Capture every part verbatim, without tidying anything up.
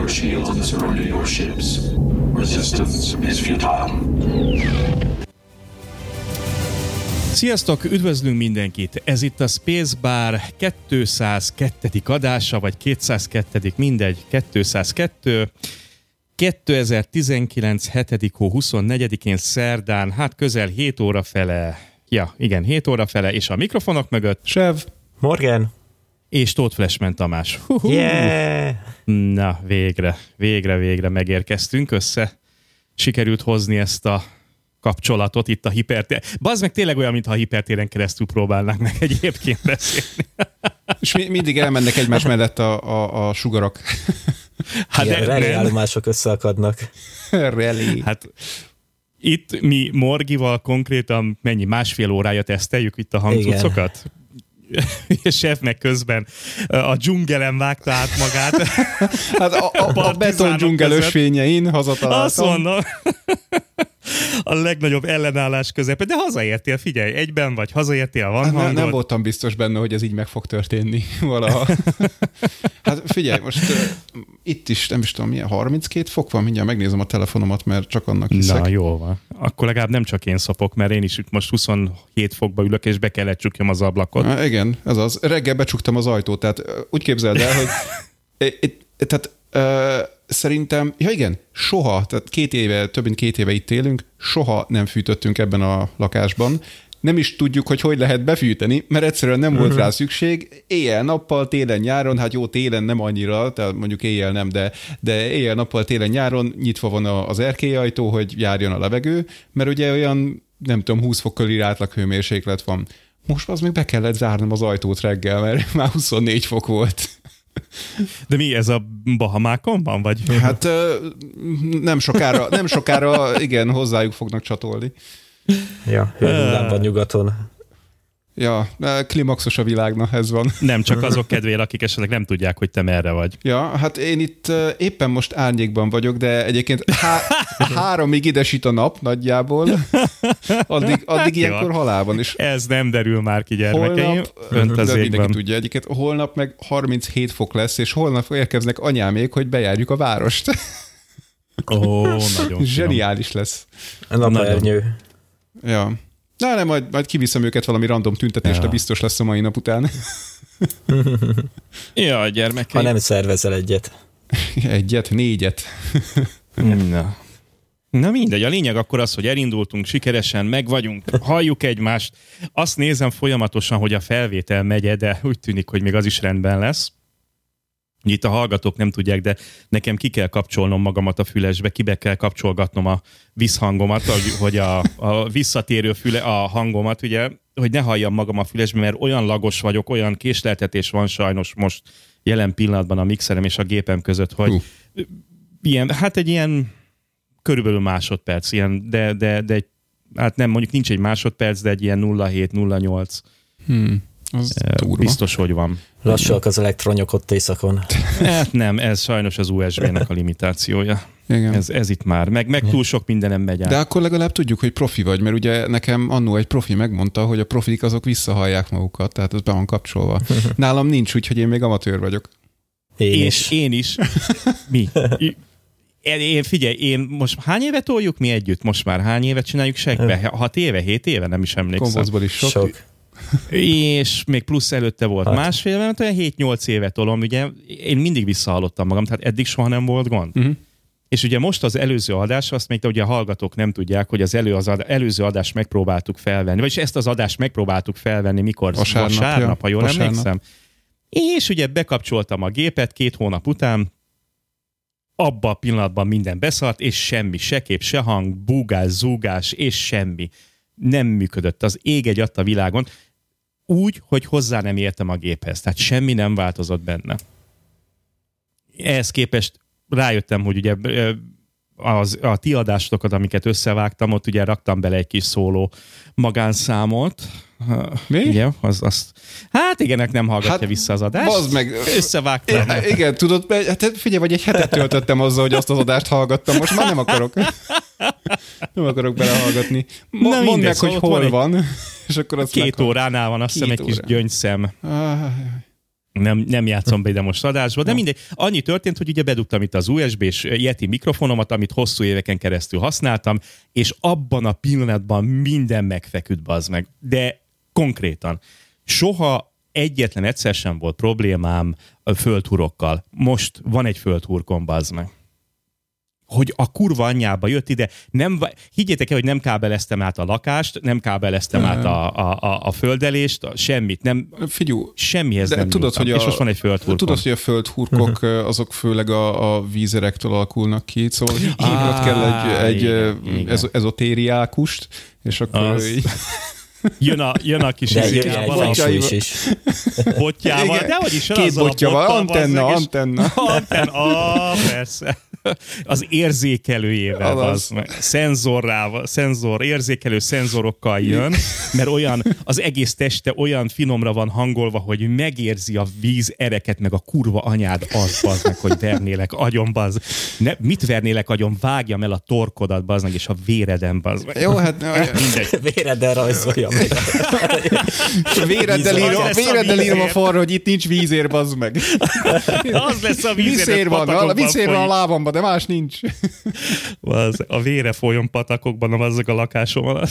your shields and surrender your ships. Resistance is futile. Sziasztok, üdvözlünk mindenkit! Ez itt a Spacebar kétszázkettő. adása, vagy kétszázkettő. mindegy, kétszázkettő. kétezer-tizenkilenc. hetedik hó huszonnegyedikén szerdán, hát közel hét óra fele, ja, igen, hét óra fele, és a mikrofonok mögött Sev, Morgan és Tóth Flashman Tamás. Hú-hú. Yeah! Na, végre, végre, végre megérkeztünk össze. Sikerült hozni ezt a kapcsolatot itt a hipertéren. Bazd meg, tényleg olyan, mintha a hipertéren keresztül próbálnánk meg egyébként beszélni. És mi, mindig elmennek egymás mellett a, a, a sugarak. Hát igen, rally állomások összeakadnak. Rally. Hát itt mi Morgival konkrétan mennyi, másfél órája teszteljük itt a hangcuccokat? És Chef meg közben a dzsungelen vágta át magát. Hát a, a, a beton dzsungel ösvényein hazataláltam. Azt mondom. A legnagyobb ellenállás közepe, de hazaértél, figyelj, egyben vagy, hazaértél, van hát hangod. Nem, nem voltam biztos benne, hogy ez így meg fog történni valaha. Hát figyelj, most uh, itt is, nem is tudom, milyen harminckét fok van, mindjárt megnézem a telefonomat, mert csak annak hiszek. Na, jó van. Akkor legalább nem csak én szopok, mert én is most huszonhét fokba ülök, és be kellett csukjam az ablakot. Na, igen, ez az. Reggel becsuktam az ajtót, tehát uh, úgy képzeld el, hogy it, it, tehát uh, szerintem, ja igen, soha, tehát két éve, több mint két éve itt élünk, soha nem fűtöttünk ebben a lakásban. Nem is tudjuk, hogy hogy lehet befűteni, mert egyszerűen nem volt rá szükség. Éjjel-nappal, télen-nyáron, hát jó, télen nem annyira, tehát mondjuk éjjel nem, de, de éjjel-nappal, télen-nyáron nyitva van az erkélyajtó, hogy járjon a levegő, mert ugye olyan, nem tudom, húsz fok körüli átlaghőmérséklet van. Most az még be kellett zárnom az ajtót reggel, mert már huszonnégy fok volt. De mi ez a Bahamákon van, vagy? Hát nem sokára, nem sokára, igen, hozzájuk fognak csatolni. Ja, hőhullám van nyugaton. Ja, klimaxos a világ, na ez van. Nem csak azok kedvére, akik esetleg nem tudják, hogy te merre vagy. Ja, hát én itt éppen most árnyékban vagyok, de egyébként há- háromig idesít a nap nagyjából, addig, addig ilyenkor halálban is. Ez nem derül már ki, gyermekeim. Holnap, Önt az de mindenki égben. tudja, egyébként holnap meg harminchét fok lesz, és holnap érkeznek anyámék, hogy bejárjuk a várost. Ó, nagyon Zseniális lesz. A napernyő. Ja. Na, nem, majd, majd kiviszem őket valami random tüntetésre, Ja. biztos lesz a mai nap után. Ja, gyermekeim. Ha nem szervezel egyet. Egyet, négyet. Na. Na mindegy, a lényeg akkor az, hogy elindultunk, sikeresen meg vagyunk, halljuk egymást. Azt nézem folyamatosan, hogy a felvétel megy, de úgy tűnik, hogy még az is rendben lesz. Itt a hallgatók nem tudják, de nekem ki kell kapcsolnom magamat a fülesbe, kibe kell kapcsolgatnom a visszhangomat, hogy a, a visszatérő füle, a hangomat, ugye, hogy ne halljam magam a fülesbe, mert olyan lagos vagyok, olyan késleltetés van sajnos most jelen pillanatban a mixerem és a gépem között, hogy uh. ilyen, hát egy ilyen körülbelül másodperc, ilyen, de, de, de egy, hát nem, mondjuk nincs egy másodperc, de egy ilyen nulla hét nulla nyolc. Hmm. Az biztos, hogy van. Lassúak az elektronyok ott éjszakon. Hát nem, ez sajnos az u es bé-nek a limitációja. Igen. Ez, ez itt már. Meg, meg túl sok mindenem megy át. De akkor legalább tudjuk, hogy profi vagy, mert ugye nekem annó egy profi megmondta, hogy a profik azok visszahallják magukat, tehát ez be van kapcsolva. Nálam nincs, úgyhogy én még amatőr vagyok. Én és is. Én is. Mi? Én, figyelj, én most hány éve toljuk mi együtt? Most már hány évet csináljuk segbe? Hat éve, hét éve? Nem is emlékszem. Kombocból is sok. Sok. És még plusz előtte volt hát. másfél, mert olyan hét-nyolc évet tolom, ugye én mindig visszahallottam magam, tehát eddig soha nem volt gond. Uh-huh. És ugye most az előző adás, azt még ugye a hallgatók nem tudják, hogy az, elő, az ad, előző adást megpróbáltuk felvenni, vagyis ezt az adást megpróbáltuk felvenni, mikor? Vasárnap, Vasárnap, ha jól vasárnap. emlékszem. És ugye bekapcsoltam a gépet két hónap után, abban a pillanatban minden beszart, és semmi, se kép, se hang, búgás, zúgás, és semmi. Nem működött. Az ég egy adta világon. Úgy, hogy hozzá nem értem a géphez. Tehát semmi nem változott benne. Ehhez képest rájöttem, hogy ugye az, a ti adásokat, amiket összevágtam, ott ugye raktam bele egy kis szóló magánszámot. Mi? Igen, az, az, hát igenek nem hallgatja hát, vissza az adást. Bazd meg. Összevágtam. I- igen, tudod, hát figyelj, vagy egy hetet töltöttem azzal, hogy azt az adást hallgattam. Most már nem akarok. Nem akarok belehallgatni. Mo- mondd mindegy, meg, szóval hogy hol van egy- van. És akkor azt Két meghall... óránál van, azt hiszem, egy kis óra. gyöngyszem. Ah, Nem, nem játszom be ide most adásba, de mindegy. Annyi történt, hogy ugye bedugtam itt az u es bé-s Yeti mikrofonomat, amit hosszú éveken keresztül használtam, és abban a pillanatban minden megfeküdt, bazd meg. De konkrétan. Soha egyetlen egyszer sem volt problémám a földhúrokkal. Most van egy földhúrkom, bazd meg. Hogy a kurva anyjába jött ide, nem, higgyétek el, hogy nem kábeleztem át a lakást, nem kábeleztem át a, a, a, a földelést, a, semmit, nem, Figyú, semmihez nem tudod, hogy a, és most van egy földhurkom. Tudod, hogy a földhurkok azok főleg a, a vízerektől alakulnak ki, szóval hívnod kell egy, egy igen, igen. ezotériákust, és akkor Az. így... Jön a, jön a kis De izéjával, jön egy is. botjával, de hogy is jön Két azzal a botja van, bottal, antenna, bazzeg, és- antenna. Antenna, ah, persze. Az érzékelőjével, Azaz. az meg. Szenzorrával, szenzor, érzékelő szenzorokkal jön, mert olyan, az egész teste olyan finomra van hangolva, hogy megérzi a víz ereket, meg a kurva anyád az, bazd meg, hogy vernélek agyon, bazd. Ne, mit vernélek agyon? Vágjam el a torkodat, bazd meg, és a véreden, bazd meg. Jó, hát Mindegy. Véreddel rajzolja meg. véreddel írom, Az lesz a véreddel írom a vízér. falra, hogy itt nincs vízér, bazd meg. Az lesz a vízér, Vízér van, a vízér van a lábamban, de más nincs. Az, a vére folyjon patakokban, azzak a lakásom alatt.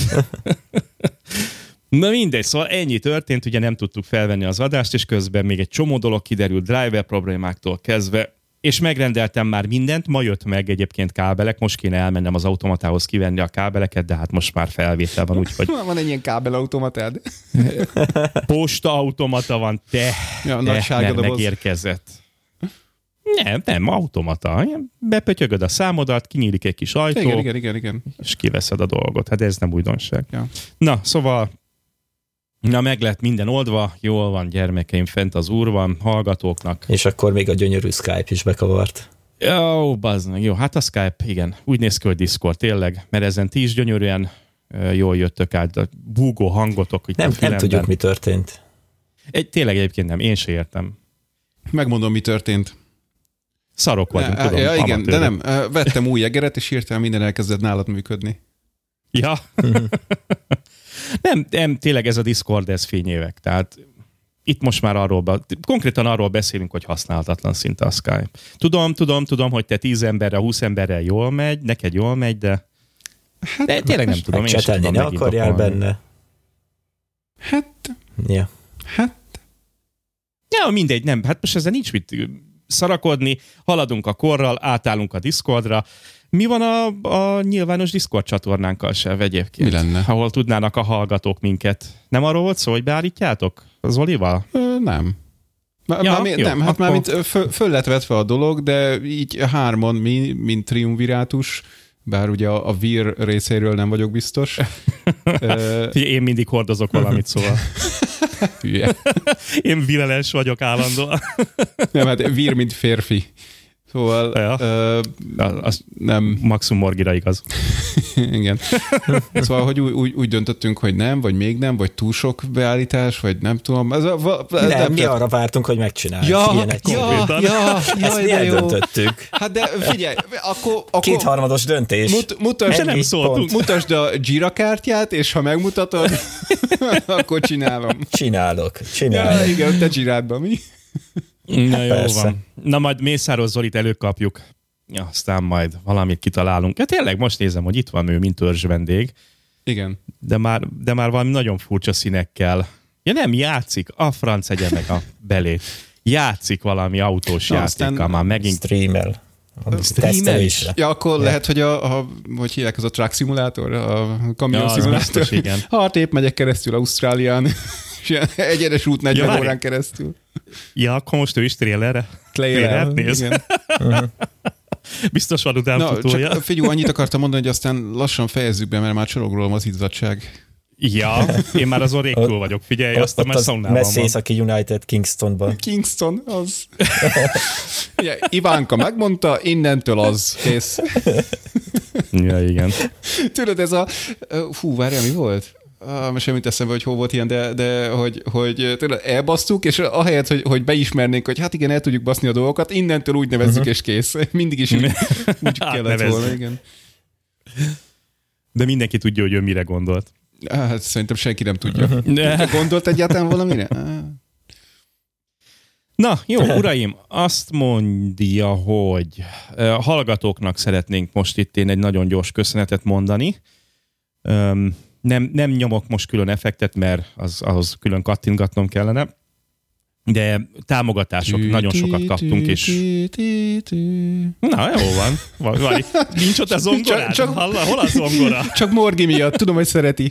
Na mindegy, szóval ennyi történt, ugye nem tudtuk felvenni az adást, és közben még egy csomó dolog kiderült, driver problémáktól kezdve, és megrendeltem már mindent, ma jött meg egyébként kábelek, most kéne elmennem az automatához kivenni a kábeleket, de hát most már felvétel van, úgyhogy Van egy ilyen kábelautomatád. postaautomata van, te, Ja, te nagy sárga meg, doboz. megérkezett. Nem, nem, automata. Bepötyögöd a számodat, kinyílik egy kis ajtó, Igen, igen, igen, igen. és kiveszed a dolgot. Hát ez nem újdonság. Ja. Na, szóval, na meg lett minden oldva, jól van, gyermekeim, fent az úr van, hallgatóknak. És akkor még a gyönyörű Skype is bekavart. Jó, bazd meg, jó, hát a Skype, igen, úgy néz ki, hogy Discord, tényleg, mert ezen ti is gyönyörűen ö, jól jöttök át, a búgó hangotok itt a Nem, nem fülemben. tudjuk, mi történt. Egy, tényleg egyébként nem, én se értem. Megmondom, mi történt. Szarok vagyunk, ja, tudom, ja, igen, de amatőrök. nem. Vettem új egeret, és hirtelen minden elkezdett nálad működni. Ja. nem, nem, tényleg ez a Discord, ez fényévek. Tehát itt most már arról, be- konkrétan arról beszélünk, hogy használhatatlan szinte a Skype. Tudom, tudom, tudom, hogy te tíz emberrel, húsz emberrel jól megy, neked jól megy, de, de tényleg nem tudom. Én sem Megcsetelni tudom ne akarjál megindokolni. benne. Hát, Ja. hát, Ja, mindegy, nem. Hát most ezzel nincs mit szarakodni, haladunk a korral, átállunk a Discordra. Mi van a, a nyilvános Discord csatornánkkal se egyébként? Mi lenne? Ahol tudnának a hallgatók minket. Nem arról volt szó, hogy beállítjátok az Olival? ö, nem. Má, Ja, már, mi- jó, nem, hát akkor- már mint föl, föl lett vetve a dolog, de így hárman mi, mint triumvirátus, bár ugye a, a vír részéről nem vagyok biztos. Ö, Figyelj, én mindig hordozok valamit, szóval hülye. én vireles vagyok állandóan. Nem, hát vír, mint férfi. Szóval Ja. ö, Az nem, maximum Morgira igaz. igen. Szóval, hogy úgy, úgy, úgy döntöttünk, hogy nem, vagy még nem, vagy túl sok beállítás, vagy nem tudom. Ez a, va, Nem, nem, mi tehát- arra vártunk, hogy megcsináljuk. Ja, Ilyen egyszerű. ja, konkrétan. ja, Ezt jaj, mi de jó. eldöntöttük. Hát de figyelj, akkor, akkor Kétharmados döntés. mut, mutasd, De nem Ennyi szóltunk. pont. mutasd a Jira kártyát, és ha megmutatod, akkor csinálom. Csinálok, Ja, csinálok. igen, te Jirádban mi? Na jó Persze. van. Na majd Mészáros Zolit előkapjuk. Ja, aztán majd valamit kitalálunk. Ja, tényleg most nézem, hogy itt van ő, mint törzs vendég, Igen. de már, de már valami nagyon furcsa színekkel. Ja nem, játszik. A franc egye meg a belét. Játszik valami autós Na, játékkal, aztán már megint. Streamel. Tesztelésre. Ja, akkor lehet, hogy a, a hogy hívják, az a truck szimulátor, a kamion Ja, az szimulátor. biztos, igen. Hát épp megyek keresztül Ausztrálián, és ilyen egyenes út negyven Ja, várj. órán keresztül. Ja, akkor most ő is trailerre. Trailer, Trailer néz. igen. Biztos van Na, utánfutója. csak figyelj, annyit akartam mondani, hogy aztán lassan fejezzük be, mert már csorog rólam az izzadság. Ja, én már az orréktól vagyok. Figyelj, azt Ott már az szaunában messzi van. északi United Kingstonban. Kingston, az. Ugye, Ivánka megmondta, innentől az. Kész. Ja, igen. Tudod, ez a... Hú, várjál, mi volt? Ah, most semmit eszembe, hogy hol volt ilyen, de, de hogy, hogy tudod, elbasztuk, és ahelyett, hogy, hogy beismernénk, hogy hát igen, el tudjuk baszni a dolgokat, innentől úgy nevezzük, uh-huh. és kész. Mindig is úgy, úgy kellett Átnevezzük. volna, igen. De mindenki tudja, hogy ő mire gondolt. Hát szerintem senki nem tudja. Ne. Gondolt egyáltalán valamire? Ah. Na, jó, uraim, azt mondja, hogy hallgatóknak szeretnénk most itt én egy nagyon gyors köszönetet mondani. Nem, nem nyomok most külön effektet, mert az, ahhoz külön kattintgatnom kellene, de támogatások tű, nagyon sokat kaptunk, és... Na, jó van. Vaj, nincs ott a zongorád? Csak, csak... Hol a zongora? Csak Morgi miatt, tudom, hogy szereti.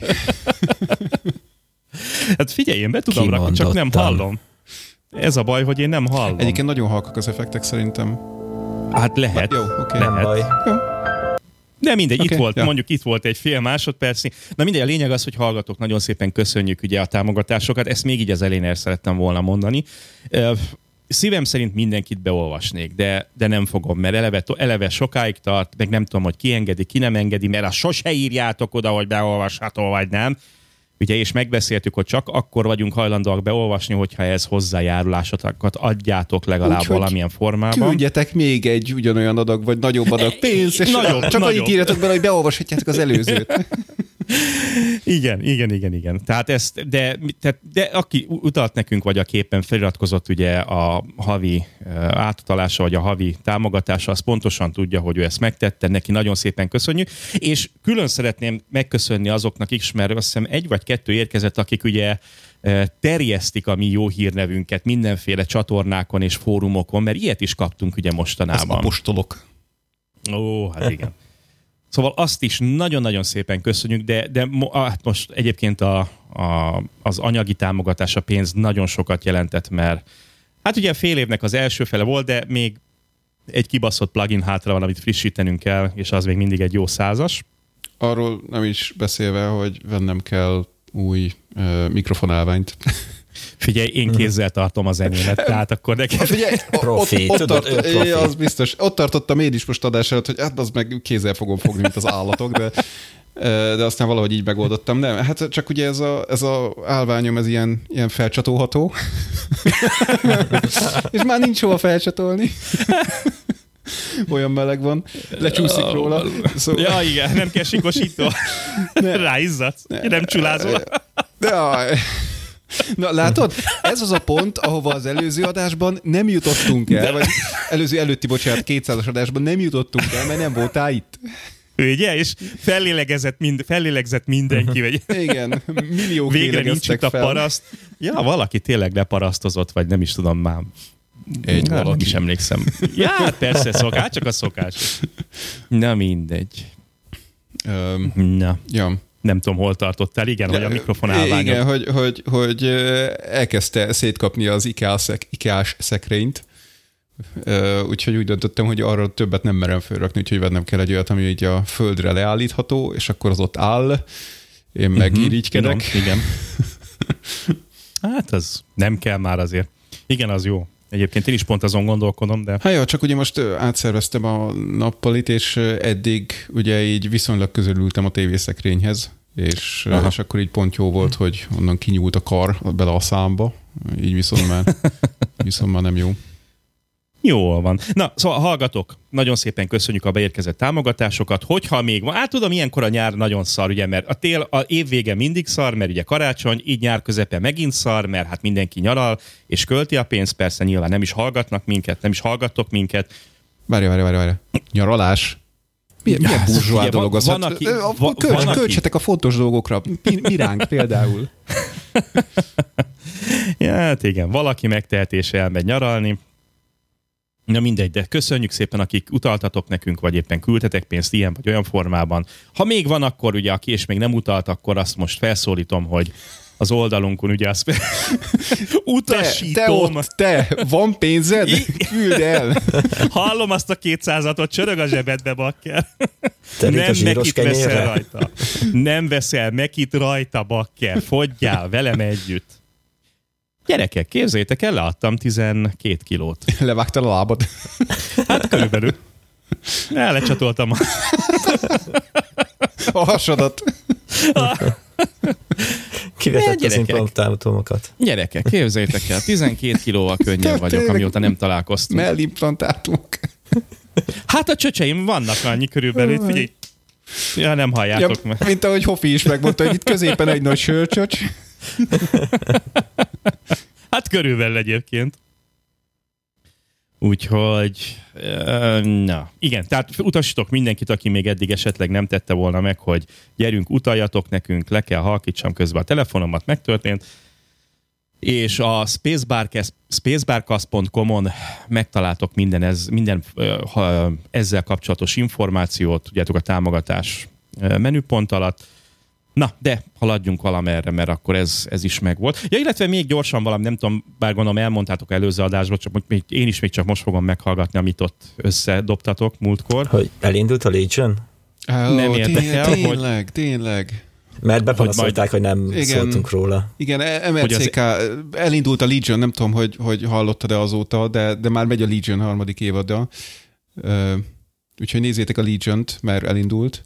Hát figyelj, én be tudom rakni, csak nem hallom. Ez a baj, hogy én nem hallom. Egyébként nagyon halkak az effektek szerintem. Hát lehet. Jó, okay. Nem lehet. baj. Jó. De mindegy, Okay, itt volt, ja. mondjuk itt volt egy fél másodpercnyi. Na mindegy, a lényeg az, hogy hallgatók, nagyon szépen köszönjük ugye a támogatásokat, ezt még így az elején el szerettem volna mondani. Szívem szerint mindenkit beolvasnék, de, de nem fogom, mert eleve, eleve sokáig tart, meg nem tudom, hogy ki engedi, ki nem engedi, mert azt sose írjátok oda, hogy beolvasható vagy nem. Ugye, és megbeszéltük, hogy csak akkor vagyunk hajlandóak beolvasni, hogyha ez hozzájárulásokat adjátok legalább úgy, valamilyen formában. Küldjetek még egy ugyanolyan adag, vagy nagyobb adag pénzt, és nagyobb, csak nagyobb. Annyit írjatok bele, hogy beolvashatjátok az előzőt. Igen, igen, igen, igen. Tehát ezt, de, de, de aki utalt nekünk, vagy a képen feliratkozott ugye a havi átutalása, vagy a havi támogatása, az pontosan tudja, hogy ő ezt megtette, neki nagyon szépen köszönjük, és külön szeretném megköszönni azoknak is, mert azt hiszem egy vagy kettő érkezett, akik ugye terjesztik a mi jó hírnevünket mindenféle csatornákon és fórumokon, mert ilyet is kaptunk ugye mostanában. Az apostolok. Ó, hát igen. Szóval azt is nagyon-nagyon szépen köszönjük, de, de hát most egyébként a, a, az anyagi támogatás, a pénz nagyon sokat jelentett, mert hát ugye fél évnek az első fele volt, de még egy kibaszott plugin hátra van, amit frissítenünk kell, és az még mindig egy jó százas. Arról nem is beszélve, hogy vennem kell új uh, mikrofonálványt. Figyelj, én kézzel tartom az enyémet, tehát akkor neked... Figyelj, profi, ott, ott, tudod, tart, profi. Az biztos. Ott tartottam én is most adás előtt, hogy hát az meg kézzel fogom fogni, mint az állatok, de, de aztán valahogy így megoldottam. Nem, hát csak ugye ez a, ez a állványom, ez ilyen, ilyen felcsatolható. És már nincs hova felcsatolni. Olyan meleg van, lecsúszik róla. Szóval... Ja, igen, nem kell sikosító. Ráizzadsz, nem csulázol. De na látod, ez az a pont, ahova az előző adásban nem jutottunk el, vagy előző előtti, bocsánat, kétszázas adásban nem jutottunk el, mert nem voltál itt. Ugye? És fellélegezett, mind, fellélegzett mindenki. Vagy... Igen, milliók végre nincs itt a fel. paraszt. Ja, valaki tényleg leparasztozott, vagy nem is tudom már. Egy Na, valaki. Nem is emlékszem. Ja, persze, szokás, csak a szokás. Na mindegy. Um, Na. Ja. Nem tudom, hol tartottál. Igen, hogy a mikrofon állványok. Igen, hogy, hogy, hogy elkezdte szétkapni az IKEA szek, IKEA-s szekrényt, úgyhogy úgy döntöttem, hogy arra többet nem merem fölrakni, úgyhogy vennem kell egy olyat, ami így a földre leállítható, és akkor az ott áll, én meg uh-huh, irigykedek. Tudom, igen. Hát az nem kell már azért. Igen, az jó. Egyébként én is pont azon gondolkodom, de... Hát jó, csak ugye most átszerveztem a nappalit, és eddig ugye így viszonylag közel ültem a tévészekrényhez, és, és akkor így pont jó volt, hogy onnan kinyúlt a kar bele a számba, így viszont már, viszont már nem jó. Jól van. Na, szóval hallgatok, nagyon szépen köszönjük a beérkezett támogatásokat, hogyha még van, hát tudom, ilyenkor a nyár nagyon szar, ugye, mert a tél, a év vége mindig szar, mert ugye karácsony, így nyár közepe megint szar, mert hát mindenki nyaral, és költi a pénzt, persze nyilván nem is hallgatnak minket, nem is hallgattok minket. Várj, várj, várj, várj. Nyaralás? Milyen, milyen burzsóá dolog az? Van, hát, aki, van, költs, van, költsetek aki... a fontos dolgokra, miránk például. Ja, hát igen, valaki megteheti és elmegy nyaralni. Na mindegy, de köszönjük szépen, akik utaltatok nekünk, vagy éppen küldtetek pénzt ilyen vagy olyan formában. Ha még van, akkor ugye, aki és még nem utalt, akkor azt most felszólítom, hogy az oldalunkon ugye azt utasítom. Te, te, te, van pénzed? Küld el. Hallom azt a kétszázatot, csörög a zsebedbe, bakker. Telik Nem mekit veszel rajta. Nem veszel mekit rajta, bakker. Fogyjál velem együtt. Gyerekek, képzeljétek el, leadtam tizenkét kilót. Levágtál a lábad? Hát körülbelül. Lecsatoltam a... a hasadat. Kivetett az implantátumokat. Gyerekek, képzeljétek el, tizenkét kilóval könnyebb vagyok, amióta nem találkoztunk. Mellimplantátumok. Hát a csöcseim vannak annyi körülbelül, figyelj. Ja, nem halljátok ja, meg. Mint ahogy Hofi is megmondta, hogy itt középen egy nagy sörcsöcs. Hát körülbelül egyébként. Úgyhogy, na, igen, tehát utasítok mindenkit, aki még eddig esetleg nem tette volna meg, hogy gyerünk, utaljatok nekünk, le kell halkítsam közben a telefonomat, megtörtént, és a spacebarcast pont com-on megtaláltok minden, ez, minden ha, ezzel kapcsolatos információt, tudjátok, a támogatás menüpont alatt. Na, de haladjunk valamerre, mert akkor ez, ez is megvolt. Ja, illetve még gyorsan valami, nem tudom, bár gondolom elmondtátok előző adásban, csak még, én is még csak most fogom meghallgatni, amit ott összedobtatok múltkor. Hogy elindult a Legion? Oh, nem érdekel, tényleg, hogy... tényleg, tényleg. Mert bepanaszolták, hogy, majd... hogy nem igen, szóltunk róla. Igen, em er cé ká, az... elindult a Legion, nem tudom, hogy, hogy hallottad-e azóta, de, de már megy a Legion harmadik évada. Uh, úgyhogy nézzétek a Legiont, mert elindult.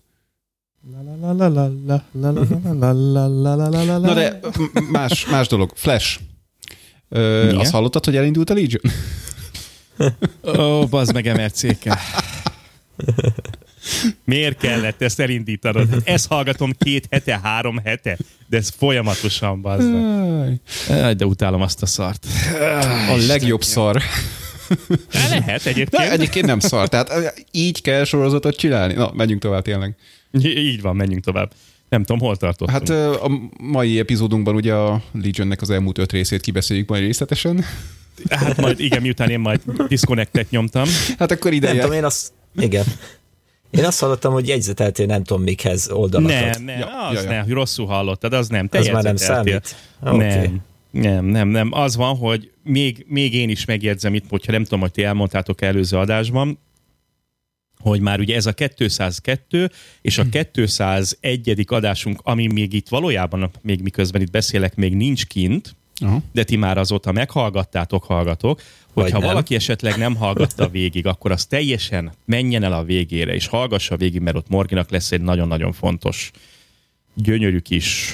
Na de más, más dolog. Flash. Ö, azt hallottad, hogy elindult a Legion? Ó, oh, bazd meg em er cé ká. Miért kellett ezt elindítanod? Ezt hallgatom két hete, három hete, de ez folyamatosan, bazd meg. De utálom azt a szart. A legjobb szar. De lehet egyébként. De egyébként nem szar. Tehát így kell sorozatot csinálni. Na, menjünk tovább tényleg. Így van, menjünk tovább. Nem tudom, hol tartottunk. Hát a mai epizódunkban ugye a Legionnek az elmúlt öt részét kibeszéljük majd részletesen. Hát majd igen, miután én majd disconnectet nyomtam. Hát akkor ideje. Nem tudom, én azt... Igen. Én azt hallottam, hogy jegyzeteltél nem tudom mikhez oldalakat. Nem, nem, ja, az ja, ja. nem, rosszul hallottad, az nem. Te az már nem számít? Nem, okay. nem, nem, nem. Az van, hogy még, még én is megjegyzem itt, hogyha nem tudom, hogy ti elmondtátok előző adásban, hogy már ugye ez a kétszázkettő és a kétszázegyedik adásunk, ami még itt valójában, még miközben itt beszélek, még nincs kint, uh-huh. de ti már azóta meghallgattátok, hallgatok, hogyha valaki esetleg nem hallgatta végig, akkor az teljesen menjen el a végére, és hallgassa végig, mert ott Morginak lesz egy nagyon-nagyon fontos, gyönyörű kis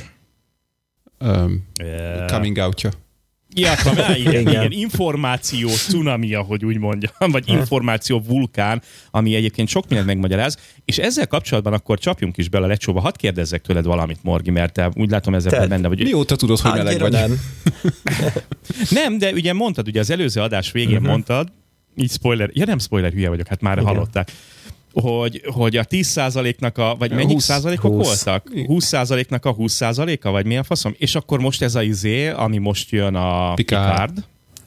um, uh, coming out-ja. Ja, igen, igen. igen, információ cunami, ahogy úgy mondjam, vagy információ vulkán, ami egyébként sok mindent megmagyaráz, és ezzel kapcsolatban akkor csapjunk is bele a lecsóba. Hadd kérdezzek tőled valamit, Morgi, mert te úgy látom ezzel benne vagy. Mióta tudod, hogy meleg vagy? Nem. nem, de ugye mondtad, ugye az előző adás végén uh-huh. mondtad, így spoiler, ja nem spoiler, hülye vagyok, hát már igen. hallották, hogy, hogy a tíz százaléknak a, vagy mennyi százalékok húsz voltak? húsz százaléknak a húsz százaléka, vagy milyen faszom? És akkor most ez a izé, ami most jön a Picard, Picard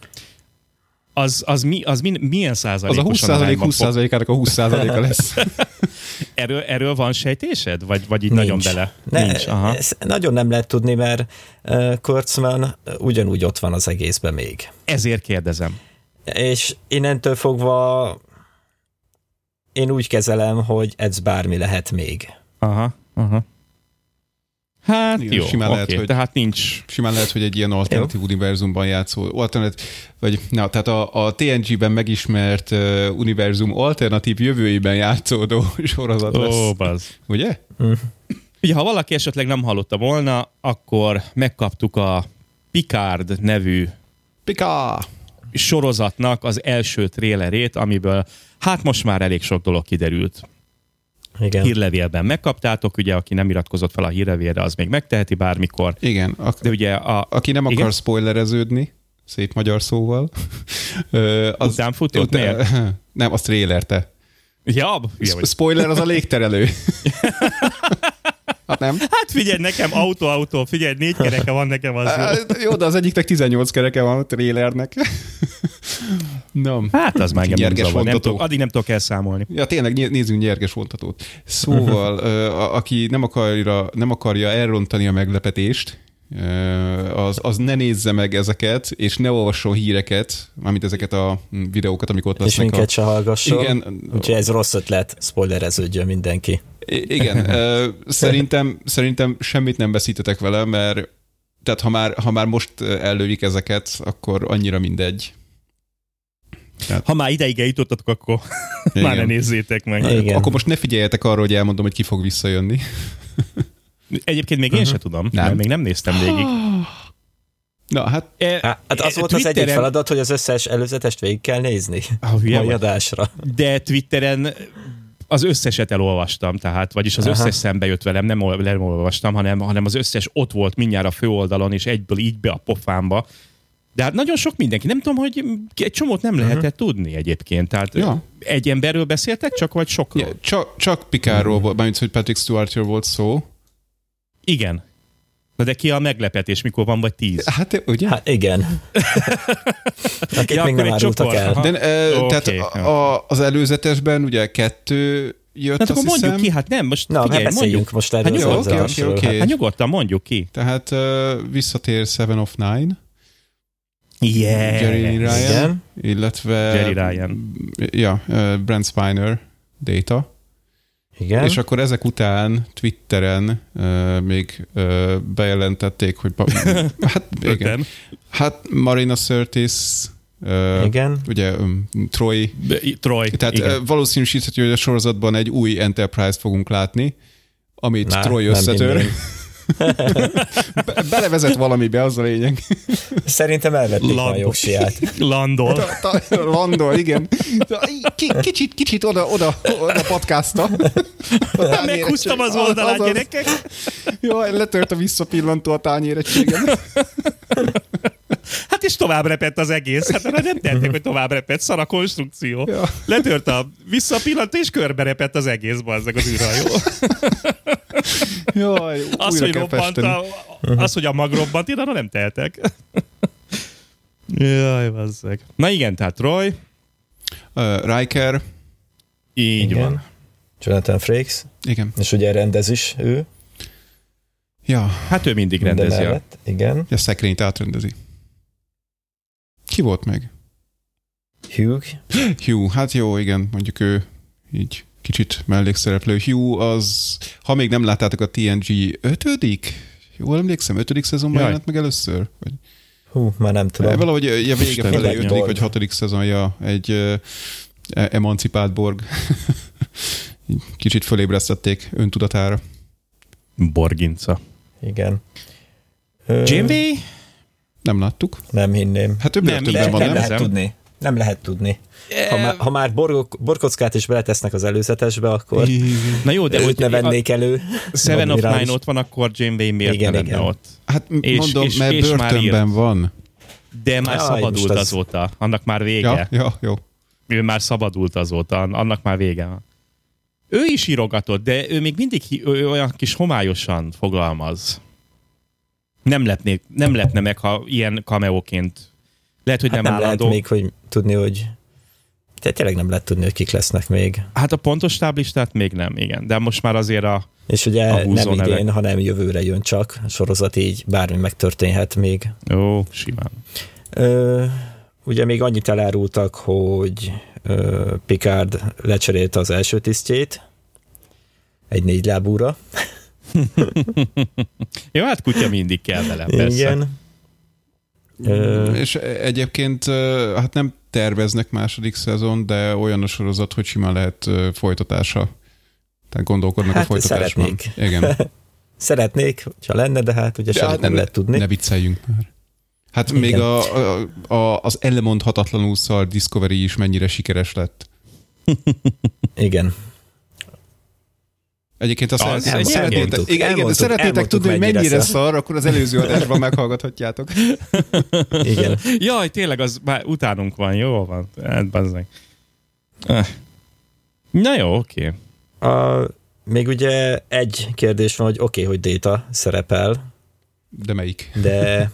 az, az, mi, az mi, milyen százalékosan? Az a húsz százalék húsz százalékának a húsz százaléka lesz. erről, erről van sejtésed? Vagy, vagy így Nincs. nagyon bele? Ne, Nincs. Aha. Nagyon nem lehet tudni, mert uh, Kurtzman ugyanúgy ott van az egészben még. Ezért kérdezem. És innentől fogva én úgy kezelem, hogy ez bármi lehet még. Aha, aha. Hát igen, jó, simán oké, lehet, hogy, tehát nincs... Simán lehet, hogy egy ilyen alternatív jó. univerzumban játszó, alternatív, vagy, na, tehát a, a té en gé-ben megismert uh, univerzum alternatív jövőjében játszódó sorozat lesz. Ó, bazd. Ugye? Mm. Ugye, ha valaki esetleg nem hallotta volna, akkor megkaptuk a Picard nevű Picard sorozatnak az első trélerét, amiből hát most már elég sok dolog kiderült. Igen. Hírlevélben megkaptátok, ugye, aki nem iratkozott fel a hírlevélre, az még megteheti bármikor. Igen. Ak- De ugye a, aki nem igen? akar spoilereződni, szép magyar szóval. az, Utánfutott? De, miért? Nem, az trailer, te. Ja, spoiler az a légterelő. Hát nem? Hát figyelj, nekem autó-autó, figyelj, négy kereke van nekem az jó. Jó, de az egyiknek tizennyolc kereke van a trailernek. No. Hát az már nyerges vontató. Addig nem tudok elszámolni. Ja, tényleg nézzünk nyerges vontatót. Szóval, a, aki nem akarja, nem akarja elrontani a meglepetést, az, az ne nézze meg ezeket, és ne olvasson híreket, mármint ezeket a videókat, amik ott lesznek. És minket a... se hallgasson. Igen. Úgyhogy ez rossz ötlet, spoilereződjön mindenki. Igen, szerintem, szerintem semmit nem veszítetek vele, mert tehát ha már, ha már most ellövik ezeket, akkor annyira mindegy. Tehát... Ha már ideig eljutottatok, akkor már ne nézzétek meg. Igen. Akkor most ne figyeljetek arra, hogy elmondom, hogy ki fog visszajönni. Egyébként még én uh-huh. se tudom, nem. Mert még nem néztem végig. Na, hát... Hát az volt Twitteren... az egyik feladat, hogy az összes előzetest végig kell nézni. Ah, mai adásra. De Twitteren az összeset elolvastam, tehát, vagyis az Aha. összes szembe jött velem, nem, nem olvastam, hanem, hanem az összes ott volt mindjárt a főoldalon, és egyből így be a pofámba. De hát nagyon sok mindenki. Nem tudom, hogy egy csomót nem lehetett uh-huh. tudni egyébként. Tehát Ja. egy emberről beszéltek csak, vagy sokról? Ja, csak, csak Picardról uh-huh. volt, mármint, hogy Patrick Stewartról volt szó. Igen. Na de ki a meglepetés, mikor van vagy tíz? Hát, ugye? Hát igen. Akit Ja, még akkor nem egy árultak csoport, el. aha. De, e, Oké, tehát jó. a, a, az előzetesben ugye kettő jött, Na azt akkor mondjuk hiszem. ki, hát nem, most Na, figyelj, hát beszéljünk mondjuk. most erről Hát az jó, oké, alkalmasról. oké, oké. Hát nyugodtan mondjuk ki. Tehát uh, visszatér Seven of Nine, Yeah. Jerry Ryan, Igen. illetve Jerry Ryan. Ja, uh, Brent Spiner, Data. Igen. És akkor ezek után Twitteren uh, még uh, bejelentették, hogy hát, igen. Öten. Hát Marina Sirtis, uh, Igen. ugye um, Troy, Troy. tehát igen. uh, valószínűsíthető, hogy a sorozatban egy új Enterprise-t fogunk látni, amit Na, Troy nem összetör. hinném. Be- belevezet valamibe, az a lényeg. Szerintem elvették Landol. a jogsiját. Landol. Ta- ta- Landol, igen. Ki- Kicsit, kicsit oda, oda, oda patkázta. Meghúztam az oldalát, gyerekek. Jaj, letört a visszapillantó a tányérettségem. Hát és tovább repett az egész. Hát arra nem tették, hogy tovább repett. Szar a konstrukció. Ja. Letört a visszapillantó, és körbe repett az egész, bazzeg az űrhajó. Jaj, Az, újra hogy kell robbant, festeni. a, az, hogy a mag robbant, én arra nem teltek. Jaj, bazzeg. Na igen, tehát Troy. Uh, Riker. Így Igen. van. Jonathan Frakes. Igen. És ugye rendez is ő. Ja, Hát ő mindig De rendezi. a- mellett. Igen. a szekrényt átrendezi. Ki volt meg? Hugh. Hugh, hát jó, igen, mondjuk ő így kicsit mellékszereplő. Hugh az, ha még nem láttátok a té en gé ötödik? Jól emlékszem, ötödik szezonban Jaj. jelent meg először? Vagy? Hú, már nem tudom. Valahogy ja, vége Isten, felé, Borg. ötödik vagy hatodik szezonja egy uh, emancipált Borg. Így kicsit fölébresztették öntudatára. Borginca. Igen. Ö, Janeway? Nem láttuk. Nem hinném. Hát ő Nem, börtönben nem van, nem nem? lehet tudni. Nem lehet tudni. Ha már, ha már borgok, borkockát is beletesznek az előzetesbe, akkor Na jó, de őt hogy ne vennék elő. Seven of Admirális. Nine ott van, akkor Janeway miért Igen, ne lenne igen. ott? Hát És- mondom, és- mert és már börtönben írt. van. De már Jaj, szabadult most az- azóta. Annak már vége. Ja, ja, jó. Ő már szabadult azóta, annak már vége van. Ő is írogatott, de ő még mindig hi- ő olyan kis homályosan fogalmaz. Nem, lepnék, nem lepne meg, ha ilyen cameóként. Lehet, hogy Hát nem, nem lehet állandó. még, hogy tudni, hogy tehát tényleg nem lehet tudni, hogy kik lesznek még. Hát a pontos táblistát még nem, igen. De most már azért a... És A ugye húzó nem idén, nevek. hanem jövőre jön csak a sorozat, így bármi megtörténhet még. Ó, simán. Ö, ugye még annyit elárultak, hogy ö, Picard lecserélte az első tisztjét egy négy lábúra. Jó, hát kutya mindig kell velem, persze. Igen. Ö, És egyébként hát nem terveznek második szezon, de olyan a sorozat, hogy simán lehet ö, folytatása. Tehát gondolkodnak Hát a folytatásban. szeretnék. Igen. Szeretnék, ha lenne, de hát ugye semmit nem lehet tudni. Ne vicceljünk már. Hát Igen. még a, a, a, az ellemondhatatlanul szar Discovery is mennyire sikeres lett. Igen. Egyébként azt Az- el, egy szeretnétek, elmondtuk, igen, igen, de elmondtuk, szeretnétek elmondtuk, tudni, hogy mennyire mennyire szar. szar, akkor az előző adásban meghallgathatjátok. Igen. Jaj, tényleg, az már utánunk van, jó van. Hát, bazzeg. Eh. Na jó, oké. A, még ugye egy kérdés van, hogy oké, okay, hogy Data szerepel, De melyik? de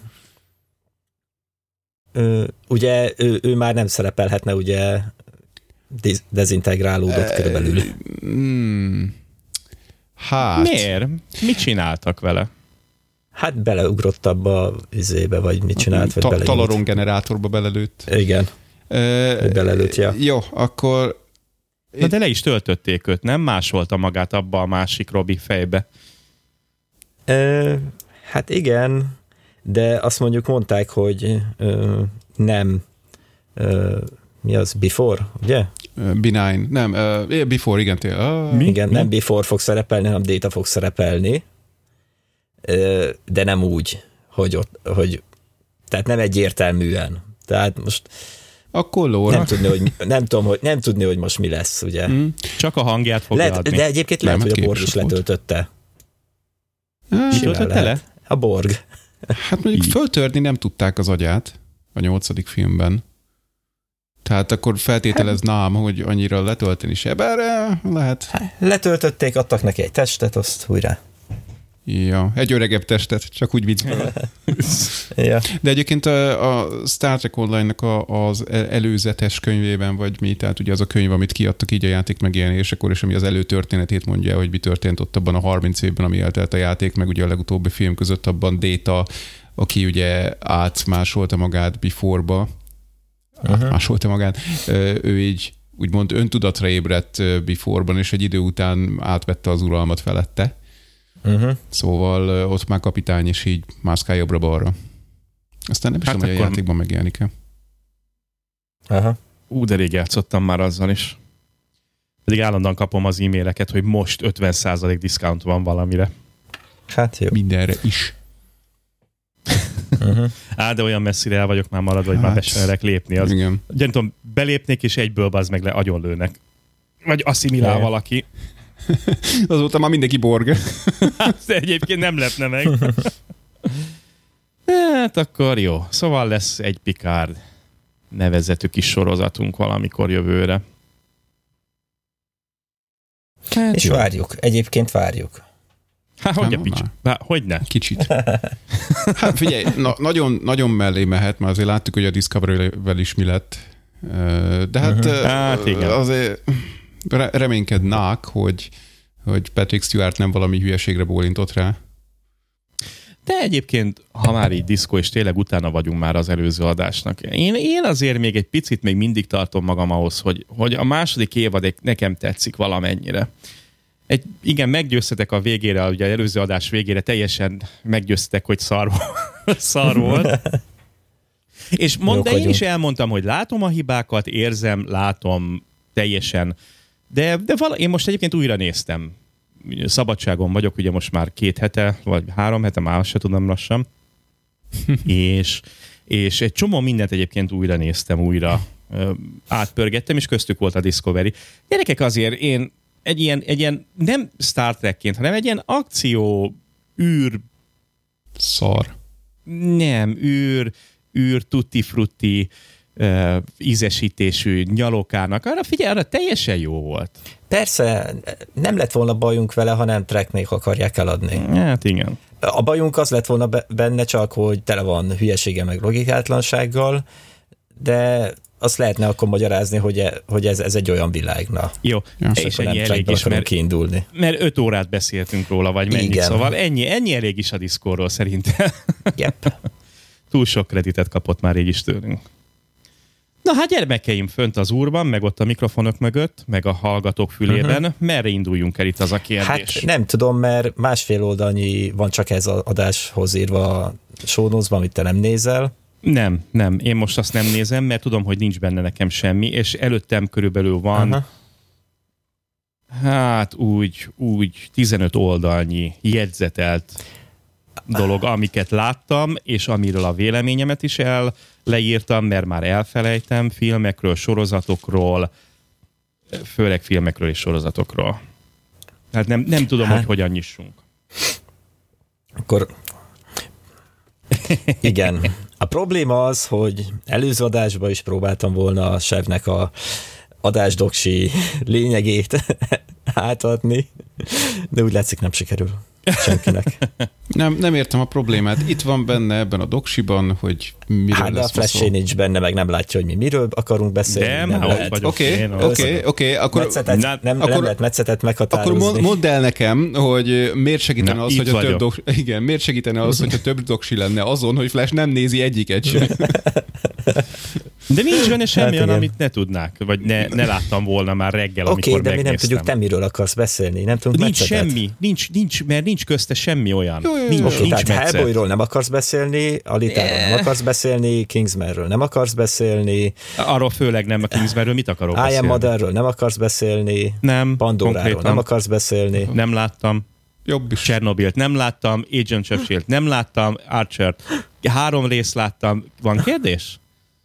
ö, ugye ő, ő már nem szerepelhetne, ugye dez- dezintegrálódott körülbelül. Hmm. Hát. Miért? Mit csináltak vele? Hát beleugrott abba izébe, vagy mit csinált, vagy Ta- bele. Talaron generátorba belelőtt. Igen, Ö, belelőtt, ja. Jó, akkor Na de le is töltötték őt, nem másolta magát abba a másik Robi fejbe. Ö, hát igen, de azt mondjuk mondták, hogy ö, nem ö, mi az, Before, ugye? Benign. Nem, uh, Before, igen. Tél. Uh, Mi? Igen, Mi? nem Before fog szerepelni, hanem Data fog szerepelni, Ö, de nem úgy, hogy ott, hogy tehát nem egyértelműen. Tehát most Akkor Laura. nem tudni, hogy, nem, tudom, hogy, nem tudni, hogy most mi lesz, ugye? Mm. Csak a hangját fogja Lehet, adni. de egyébként lehet, Nem, hát hogy a Borg is képes volt. letöltötte. Ah, Ki Simán töltötte lehet. le? A Borg. Hát mondjuk Így. föltörni nem tudták az agyát. a nyolcadik filmben. Tehát akkor feltételeznám, hogy annyira letölteni se, bár lehet. Letöltötték, adtak neki egy testet, azt újra. Ja, egy öregebb testet, csak úgy viccből. Ja. De egyébként a, a Star Trek Online-nak a, az előzetes könyvében, vagy mi, tehát ugye az a könyv, amit kiadtak így a játék megjelenésekor, és ami az előtörténetét mondja, hogy mi történt ott abban a harminc évben, ami eltelt a játék, meg ugye a legutóbbi film között abban Data, aki ugye átmásolta magát Before-ba, uh-huh. átmásolta magát, ő így úgymond öntudatra ébredt Before-ban, és egy idő után átvette az uralmat felette. Uh-huh. Szóval ott már kapitány, és így mászkál jobbra-balra. Aztán nem is hát tudom, hogy a játékban megjelenik-e. Aha. Ú, de rég játszottam már azzal is. Pedig állandóan kapom az e-maileket, hogy most ötven százalék diszkount van valamire. Hát jó. Mindenre is. Uh-huh. Á, de olyan messzire el vagyok már maradva, hogy hát, már be sem merek lépni. Az, igen. Ugye, tudom, belépnék, és egyből bazd meg le agyonlőnek. Vagy asszimilál valaki. Azóta már mindenki borg. De egyébként nem lepne meg. Hát akkor jó. Szóval lesz egy Picard nevezetű kis sorozatunk valamikor jövőre. Hát és jó. Várjuk. Egyébként várjuk. Hát hogy a pics? Há, hogy ne? Kicsit. Hát figyelj, na, nagyon, nagyon mellé mehet, mert azért láttuk, hogy a Discovery-vel is mi lett. De hát, uh-huh. hát igen. Azért reménykednák, hogy, hogy Patrick Stewart nem valami hülyeségre bólintott rá. De egyébként, ha már így diszkó, és tényleg utána vagyunk már az előző adásnak, én, én azért még egy picit még mindig tartom magam ahhoz, hogy, hogy a második évad nekem tetszik valamennyire. Egy, igen, meggyőztetek a végére, ugye az előző adás végére teljesen meggyőztetek, hogy szar, szar volt. És mond, de én is elmondtam, hogy látom a hibákat, érzem, látom teljesen. De, de vala, én most egyébként újra néztem. Szabadságon vagyok, ugye most már két hete, vagy három hete, már se tudom lassan. és, és egy csomó mindent egyébként újra néztem, újra átpörgettem, és köztük volt a Discovery. Gyerekek, azért én egy ilyen, egy ilyen nem Star Trek-ként, hanem egy ilyen akció űr... Szar. Nem, űr, űr tutti-frutti uh, ízesítésű nyalókának. Arra figyelj, arra teljesen jó volt. Persze, nem lett volna bajunk vele, ha nem Treknék akarják eladni. Hát igen. A bajunk az lett volna benne csak, hogy tele van hülyesége meg logikátlansággal, de azt lehetne akkor magyarázni, hogy, e, hogy ez, ez egy olyan világ. Na. Jó, ja, és ennyi elég is, mert, kiindulni. mert öt órát beszéltünk róla, vagy mennyit, igen. Szóval ennyi, ennyi elég is a Discordról szerintem. Yep. Túl sok kreditet kapott már így is tőlünk. Na hát gyermekeim fönt az úrban, meg ott a mikrofonok mögött, meg a hallgatók fülében. Uh-huh. Merre induljunk el itt az a kérdés? Hát nem tudom, mert másfél oldalnyi van csak ez az adáshoz írva a show notes-ban, amit te nem nézel. Nem, nem. Én most azt nem nézem, mert tudom, hogy nincs benne nekem semmi, és előttem körülbelül van uh-huh. hát úgy, úgy tizenöt oldalnyi jegyzetelt dolog, amiket láttam, és amiről a véleményemet is el leírtam, mert már elfelejtem, filmekről, sorozatokról, főleg filmekről és sorozatokról. Tehát nem, nem tudom, hát, hogy hogyan nyissunk. Akkor igen. A probléma az, hogy előző adásban is próbáltam volna a Sevnek a adásdoksi lényegét átadni, de úgy látszik nem sikerül senkinek. Nem, nem értem a problémát. Itt van benne ebben a doksiban, hogy miről hát, lesz a Flash nincs benne, meg nem látja, hogy mi miről akarunk beszélni. De, már ott vagyok. Oké, oké, oké. Akkor nem, nem akkor, lehet metszetet meghatározni. Akkor mondd el nekem, hogy miért segítene Na, az, hogy a több doksi, igen, miért segítene az, hogy a több doksi lenne azon, hogy Flash nem nézi egyiket sem. De nincs benne semmi hát olyan, amit ne tudnák, vagy ne, ne láttam volna már reggel, okay, amikor megnéztem. Oké, de mi nem tudjuk, te miről akarsz beszélni, nem tudunk Nincs metszetet. semmi, nincs, nincs, mert nincs közte semmi olyan. Jó, jó, jó. Nincs, okay, nincs tehát Hellboyról nem akarsz beszélni, Alitáról nem akarsz beszélni, Kingsmanről nem akarsz beszélni. Arról főleg nem, a Kingsmanről mit akarok beszélni? I Am Motherről nem akarsz beszélni. Nem, Pandoráról konkrétan. nem akarsz beszélni. Nem láttam. Jobb is. Csernobylt nem láttam, Agent of Shield nem láttam, Archer három részt láttam. Van kérdés?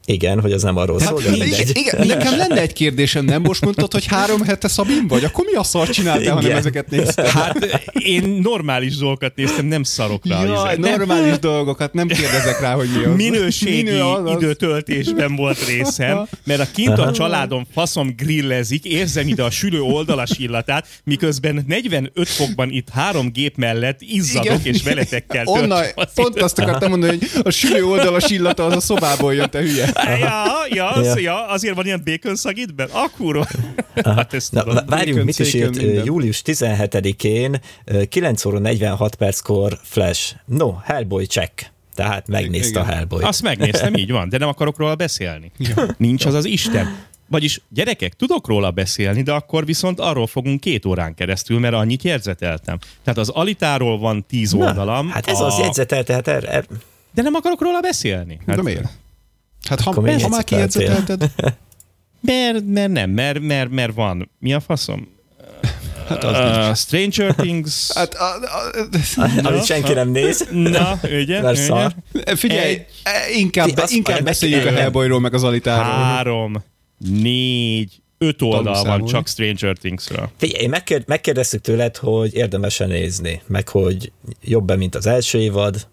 Igen, hogy az nem arról szól, de mindegy. Igen, igen, nekem lenne egy kérdésem, nem most mondtad, hogy három hete Szabin vagy? Akkor mi a szar csináltál, ha nem ezeket nézted? Hát én normális dolgokat néztem, nem szarokra. Jaj, normális nem... dolgokat, nem kérdezek rá, hogy mi az. Minőségi Minő az időtöltésben volt részem, mert a kint a családom faszom grillezik, érzem ide a sülő oldalas illatát, miközben negyvenöt fokban itt három gép mellett izzadok, igen, és veletekkel onnan, pont azt akartam mondani, hogy a sülő oldalas illata az a szobából jön, te hülye. Ja, ja, az, ja, azért van ilyen bacon szag itt benn? A kurva. Hát ezt Na, várjunk, bacon, mit is írt minden. Július tizenhetedikén kilenc óra negyvenhat perckor Flash. No, Hellboy check. Tehát megnézte igen. a Hellboy. Azt megnéztem, így van, de nem akarok róla beszélni. Ja. Nincs az az Isten. Vagyis gyerekek, tudok róla beszélni, de akkor viszont arról fogunk két órán keresztül, mert annyit jegyzeteltem. Tehát az Alitáról van tíz Na, oldalam. Hát ez a... az jegyzetelte, hát er, er... De nem akarok róla beszélni. Hát... De miért? Hát ha, ha már kijegyzetelted... Mert, mert nem, mert, mert, mert van. Mi a faszom? Hát az uh, Stranger Things... Hát, a, a, a, amit senki nem néz. Na, ugye? ugye? Figyelj, egy, inkább, be, inkább beszéljük a Hellboyról, meg az Alitáról. Három, négy, öt oldal van csak Stranger Things-ről. Figyelj, megkér, megkérdeztük tőled, hogy érdemes-e nézni, meg hogy jobb-e, mint az első évad.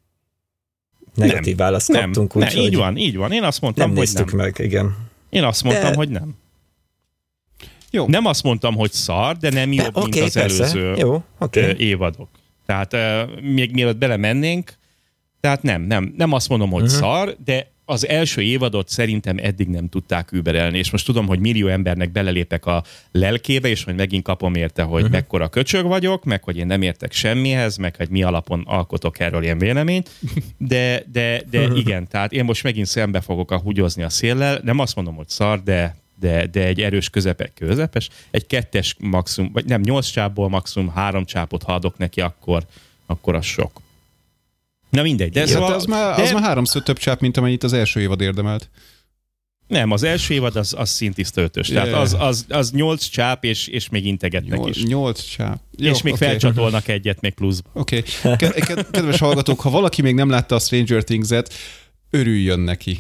Negatív nem, választ kaptunk, nem, úgyhogy... Így van, így van. Én azt mondtam, nem hogy nem. meg, igen. Én azt mondtam, de... hogy nem. Jó. Nem azt mondtam, hogy szar, de nem jobb, de, mint okay, az persze. előző Jó, okay. évadok. Tehát uh, még mielőtt belemennénk, tehát nem, nem, nem azt mondom, hogy uh-huh. szar, de az első évadot szerintem eddig nem tudták überelni, és most tudom, hogy millió embernek belelépek a lelkébe, és hogy megint kapom érte, hogy uh-huh. mekkora köcsög vagyok, meg hogy én nem értek semmihez, meg hogy mi alapon alkotok erről ilyen véleményt, de, de, de uh-huh. igen, tehát én most megint szembe fogok a húgyozni a széllel, nem azt mondom, hogy szar, de De, de egy erős közepe, közepes, egy kettes maximum, vagy nem, nyolc csápból maximum három csápot ha adok neki, akkor, akkor az sok. Na mindegy. De, ja, szóval, de az, már, de... az már háromszor több csáp, mint amennyit az első évad érdemelt. Nem, az első évad az, az szintiszta ötös. Yeah. Tehát az, az, az nyolc csáp, és, és még integetnek nyolc, is. Nyolc csáp. Jó, és még okay. felcsatolnak egyet még pluszba. Oké. Okay. Kedves hallgatók, ha valaki még nem látta a Stranger Things-et, örüljön neki.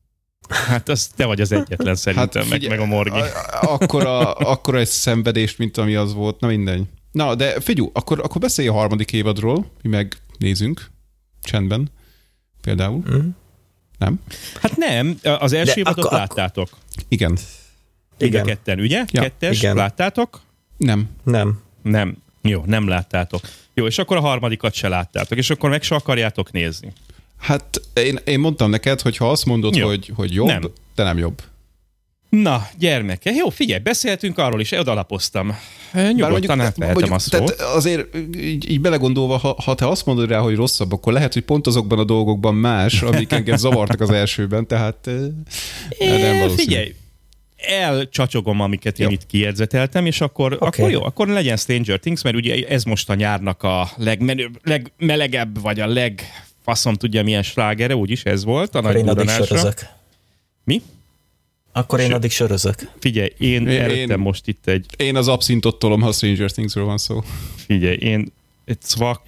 Hát az te vagy az egyetlen szerintem, hát, meg, meg a Morgi. Akkora, akkora egy szenvedést, mint ami az volt. Na mindegy. Na, de figyelj, akkor, akkor beszélj a harmadik évadról, mi meg nézünk csendben, például. Mm. Nem? Hát nem, az első de évadot akkor, láttátok. Igen. Igen. Ketten, ugye? Ja. Kettes, igen. Láttátok? Nem. Nem. Nem. Jó, nem láttátok. Jó, és akkor a harmadikat se láttátok, és akkor meg se akarjátok nézni. Hát én, én mondtam neked, hogy ha azt mondod, Jó. hogy, hogy jobb, nem. te nem jobb. Na, gyermeke, jó, figyelj, beszéltünk arról is, odalapoztam. Nyugodtan átvehetem a szót. Tehát azért így, így belegondolva, ha, ha te azt mondod rá, hogy rosszabb, akkor lehet, hogy pont azokban a dolgokban más, amik engem zavartak az elsőben, tehát é, nem valószínű. Figyelj, elcsacsogom, amiket jó. én itt kijegyzeteltem, és akkor, okay. akkor jó, akkor legyen Stranger Things, mert ugye ez most a nyárnak a legmenőbb, legmelegebb, vagy a leg... faszom tudja milyen slágere, úgyis ez volt a akkor nagy durranásra. Mi? Akkor én addig sörözök. Figyelj, én, én előttem most itt egy... Én az abszintot tolom, ha Stranger Thingsről van szó. Figyelj, én egy cvak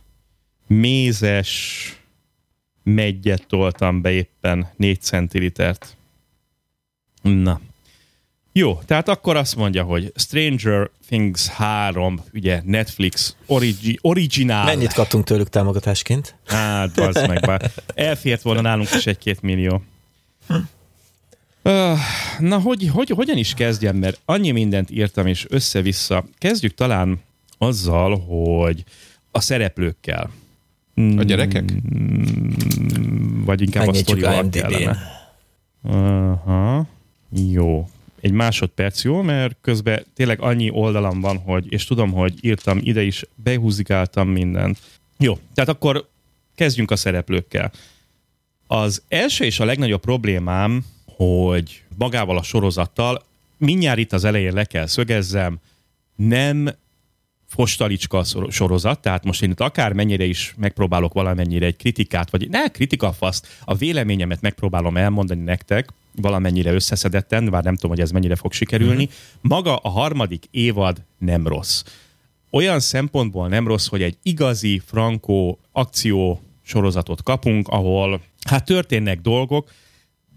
mézes meggyet toltam be éppen négy centilitert. Na. Jó, tehát akkor azt mondja, hogy Stranger Things három, ugye Netflix origi, originál. Mennyit kaptunk tőlük támogatásként? Hát, bazd meg, bár elfért volna nálunk is egy-két millió. Hm. Uh, na, hogy, hogy, hogyan is kezdjem, mert annyi mindent írtam, és össze-vissza. Kezdjük talán azzal, hogy a szereplőkkel. A gyerekek? Vagy inkább megnyitjuk a sztorival kellene. Aha, jó. Egy másodperc, jó, mert közben tényleg annyi oldalam van, hogy, és tudom, hogy írtam ide is, behúzikáltam mindent. Jó, tehát akkor kezdjünk a szereplőkkel. Az első és a legnagyobb problémám, hogy magával a sorozattal, mindjárt itt az elején le kell szögezzem, nem fostalicska a sorozat, tehát most én itt akármennyire is megpróbálok valamennyire egy kritikát, vagy ne kritika faszt, a véleményemet megpróbálom elmondani nektek, valamennyire összeszedetten, bár nem tudom, hogy ez mennyire fog sikerülni. Mm-hmm. Maga a harmadik évad nem rossz. Olyan szempontból nem rossz, hogy egy igazi, frankó akció sorozatot kapunk, ahol hát történnek dolgok,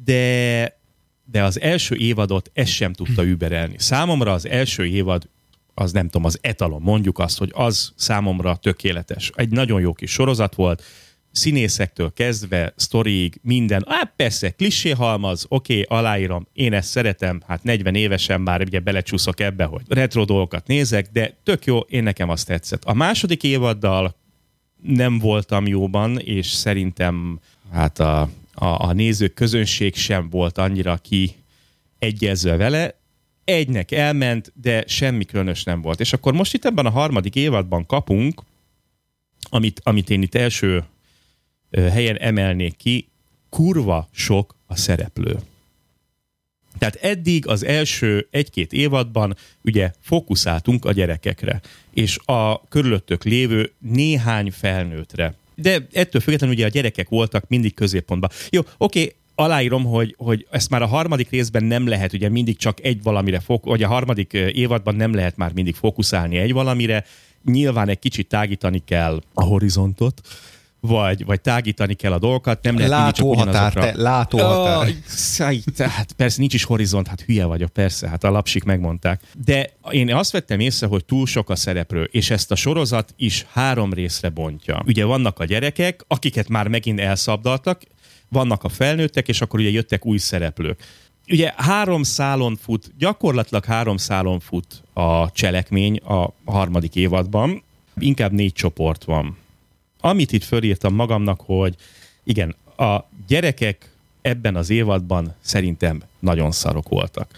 de, de az első évadot ez sem tudta überelni. Számomra az első évad, az nem tudom, az etalon, mondjuk azt, hogy az számomra tökéletes. Egy nagyon jó kis sorozat volt, színészektől kezdve, sztoriig, minden. Á, persze, kliséhalmaz, oké, okay, aláírom, én ezt szeretem, hát negyven évesen már ugye belecsúszok ebbe, hogy retro dolgokat nézek, de tök jó, én nekem azt tetszett. A második évaddal nem voltam jóban, és szerintem hát a, a, a nézők közönség sem volt annyira kiegyezve vele. Egynek elment, de semmi különös nem volt. És akkor most itt ebben a harmadik évadban kapunk, amit, amit én itt első helyen emelnék ki, kurva sok a szereplő. Tehát eddig az első egy-két évadban ugye fókuszáltunk a gyerekekre, és a körülöttök lévő néhány felnőttre. De ettől függetlenül ugye a gyerekek voltak mindig középpontban. Jó, oké, okay, aláírom, hogy, hogy ezt már a harmadik részben nem lehet ugye mindig csak egy valamire, fók, vagy a harmadik évadban nem lehet már mindig fókuszálni egy valamire. Nyilván egy kicsit tágítani kell a horizontot, vagy, vagy tágítani kell a dolgokat. Nem lehet látóhatár, te, látóhatár. Oh, hát persze nincs is horizont, hát hülye vagyok, persze, hát a lapsik megmondták. De én azt vettem észre, hogy túl sok a szereplő, és ezt a sorozat is három részre bontja. Ugye vannak a gyerekek, akiket már megint elszabdaltak, vannak a felnőttek, és akkor ugye jöttek új szereplők. Ugye három szálon fut, gyakorlatilag három szálon fut a cselekmény a harmadik évadban, inkább négy csoport van. Amit itt fölírtam magamnak, hogy igen, a gyerekek ebben az évadban szerintem nagyon szarok voltak.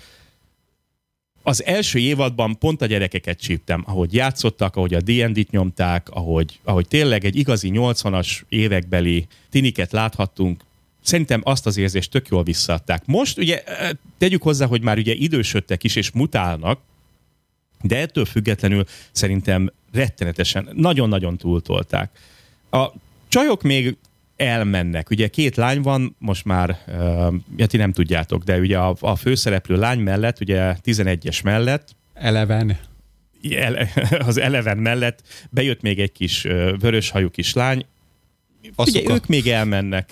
Az első évadban pont a gyerekeket csíptem, ahogy játszottak, ahogy a dé end dét nyomták, ahogy, ahogy tényleg egy igazi nyolcvanas évekbeli tiniket láthattunk, szerintem azt az érzést tök jól visszaadták. Most ugye tegyük hozzá, hogy már ugye idősödtek is és mutálnak, de ettől függetlenül szerintem rettenetesen, nagyon-nagyon túltolták. A csajok még elmennek. Ugye két lány van, most már, uh, ti nem tudjátok, de ugye a, a főszereplő lány mellett, ugye tizenegyes mellett, Eleven. Ele, az Eleven mellett bejött még egy kis uh, vöröshajú kis lány. Ugye ők még elmennek.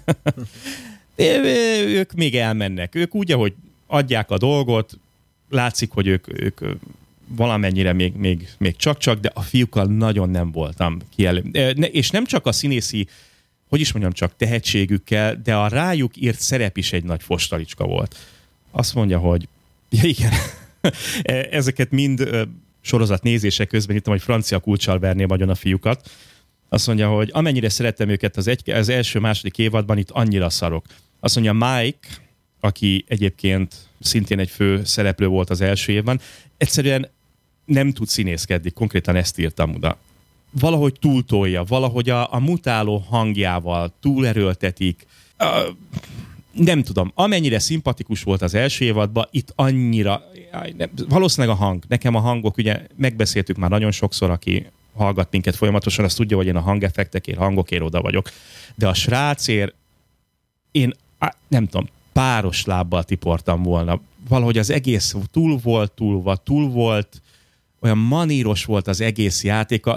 ők még elmennek. Ők úgy, ahogy adják a dolgot, látszik, hogy ők, ők valamennyire még, még, még csak-csak, de a fiúkkal nagyon nem voltam kielő. És nem csak a színészi, hogy is mondjam, csak tehetségükkel, de a rájuk írt szerep is egy nagy fostalicska volt. Azt mondja, hogy ja igen, ezeket mind sorozat nézése közben írtam, hogy francia kulccsal verném agyon a fiúkat. Azt mondja, hogy amennyire szerettem őket az, egy, az első-második évadban, itt annyira szarok. Azt mondja, Mike, aki egyébként szintén egy fő szereplő volt az első évben, egyszerűen nem tud színészkedni, konkrétan ezt írtam oda. Valahogy túltolja, valahogy a, a mutáló hangjával túlerőltetik. Uh, nem tudom, amennyire szimpatikus volt az első évadban, itt annyira, nem, valószínűleg a hang, nekem a hangok, ugye megbeszéltük már nagyon sokszor, aki hallgat minket folyamatosan, azt tudja, hogy én a hangeffektekért, hangokért oda vagyok. De a srácért én nem tudom, páros lábbal tiportam volna. Valahogy az egész túl volt, túl, túl volt, olyan maníros volt az egész játéka.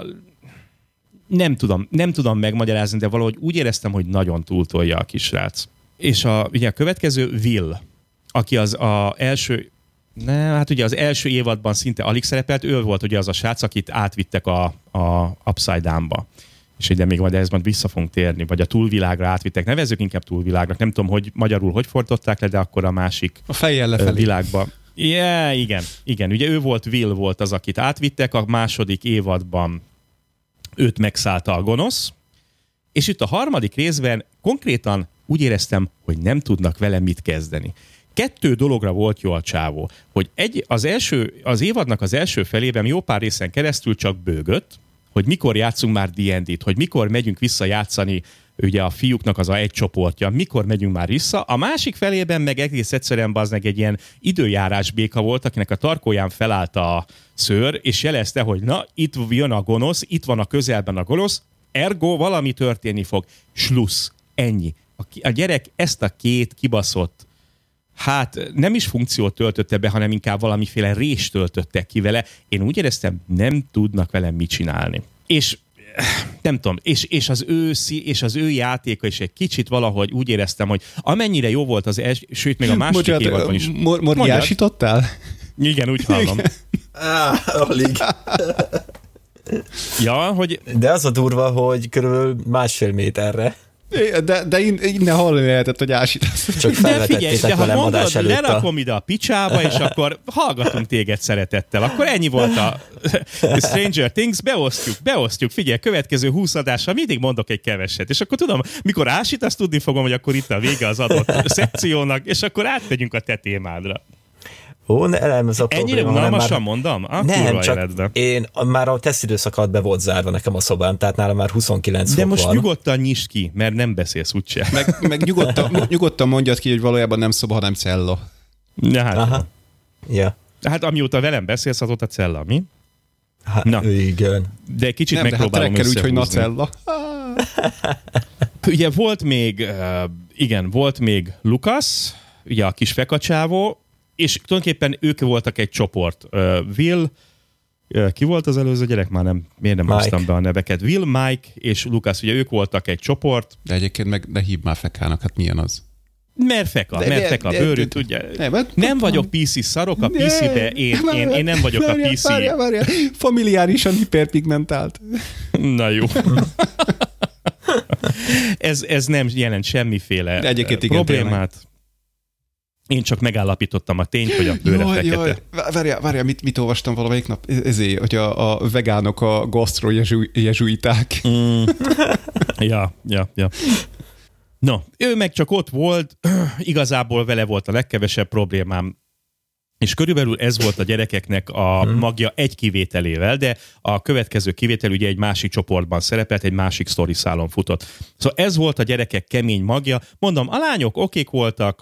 Nem tudom, nem tudom megmagyarázni, de valahogy úgy éreztem, hogy nagyon túltolja a kisrác. És a, ugye a következő Will, aki az a első, ne, hát ugye az első évadban szinte alig szerepelt, ő volt ugye az a srác, akit átvittek a, a Upside Down-ba. És ugye még majd ehhez majd vissza fogunk térni, vagy a túlvilágra átvittek. Nevezzük inkább túlvilágnak. Nem tudom, hogy magyarul hogy fordították le, de akkor a másik a fejjel lefelé világba. Yeah, igen, igen. Ugye ő volt, Will volt az, akit átvittek, a második évadban őt megszállta a gonosz, és itt a harmadik részben konkrétan úgy éreztem, hogy nem tudnak vele mit kezdeni. Kettő dologra volt jó a csávó, hogy egy, az, első, az évadnak az első felében jó pár részen keresztül csak bőgött, hogy mikor játszunk már dé end dét, hogy mikor megyünk vissza játszani ugye a fiúknak az a egy csoportja, mikor megyünk már vissza. A másik felében meg egész egyszerűen baznak egy ilyen időjárás béka volt, akinek a tarkóján felállt a szőr, és jelezte, hogy na, itt jön a gonosz, itt van a közelben a gonosz, ergo valami történni fog. Schluss. Ennyi. A, a gyerek ezt a két kibaszott, hát nem is funkciót töltötte be, hanem inkább valamiféle rést töltöttek ki vele. Én úgy éreztem, nem tudnak velem mit csinálni. És nem tudom, és, és, az ő, és az ő játéka is egy kicsit valahogy úgy éreztem, hogy amennyire jó volt az első, sőt, még a második évadban is. Morgiásítottál? Igen, úgy hallom. Á, alig. Ja, hogy... De az a durva, hogy körülbelül másfél méterre. De, de innen hallani lehetett, hogy ásítasz. Csak felvetettétek velem adás előtt. Lerakom ide a picsába, és akkor hallgatunk téged szeretettel. Akkor ennyi volt a Stranger Things, beosztjuk, beosztjuk. Figyelj, következő húsz adásra mindig mondok egy keveset. És akkor tudom, mikor ásítasz, tudni fogom, hogy akkor itt a vége az adott szekciónak, és akkor átmegyünk a te témádra. Ó, ne, nem, ez a probléma. Ennyire unalmasan már... mondom? A nem, csak életben. Én már a teszt időszak be volt zárva nekem a szobám, tehát nálam már huszonkilenc De fok most van. nyugodtan nyisd ki, mert nem beszélsz úgyse. Meg, meg nyugodtan, nyugodtan mondjad ki, hogy valójában nem szoba, hanem cella. Ja, hát, Aha. Ja. hát amióta velem beszélsz, azóta cella, mi? Hát, Na. igen. De kicsit nem, megpróbálom de hát úgy, hogy na összehúzni. cella. Ugye volt még, uh, igen, volt még Lucas, ugye a kis fekacsávó, és tulajdonképpen ők voltak egy csoport. Uh, Will, uh, ki volt az előző gyerek? Már nem, miért nem hoztam be a neveket? Will, Mike és Lucas, ugye ők voltak egy csoport. De egyébként meg ne hívd már fekának, hát milyen az? Mert feka, de, mert de, feka, de, bőrűt, de, ugye. De, de, nem vagyok pé cé, szarok a pé cébe, én, én, én nem vagyok várjál, a pé cé. Várjál, várjál, familiárisan hiperpigmentált. Na jó. ez, ez nem jelent semmiféle igen, problémát. Tényleg. Én csak megállapítottam a tényt, hogy a bőre jaj, fekete. Jaj. Várjál, várjál, mit, mit olvastam valamelyik nap? Ezért, hogy a, a vegánok a gasztrojezsuiták. Mm. ja, ja, ja. No, ő meg csak ott volt, igazából vele volt a legkevesebb problémám, és körülbelül ez volt a gyerekeknek a magja egy kivételével, de a következő kivétel ugye egy másik csoportban szerepelt, egy másik sztoriszálon futott. Szóval ez volt a gyerekek kemény magja. Mondom, a lányok okék voltak,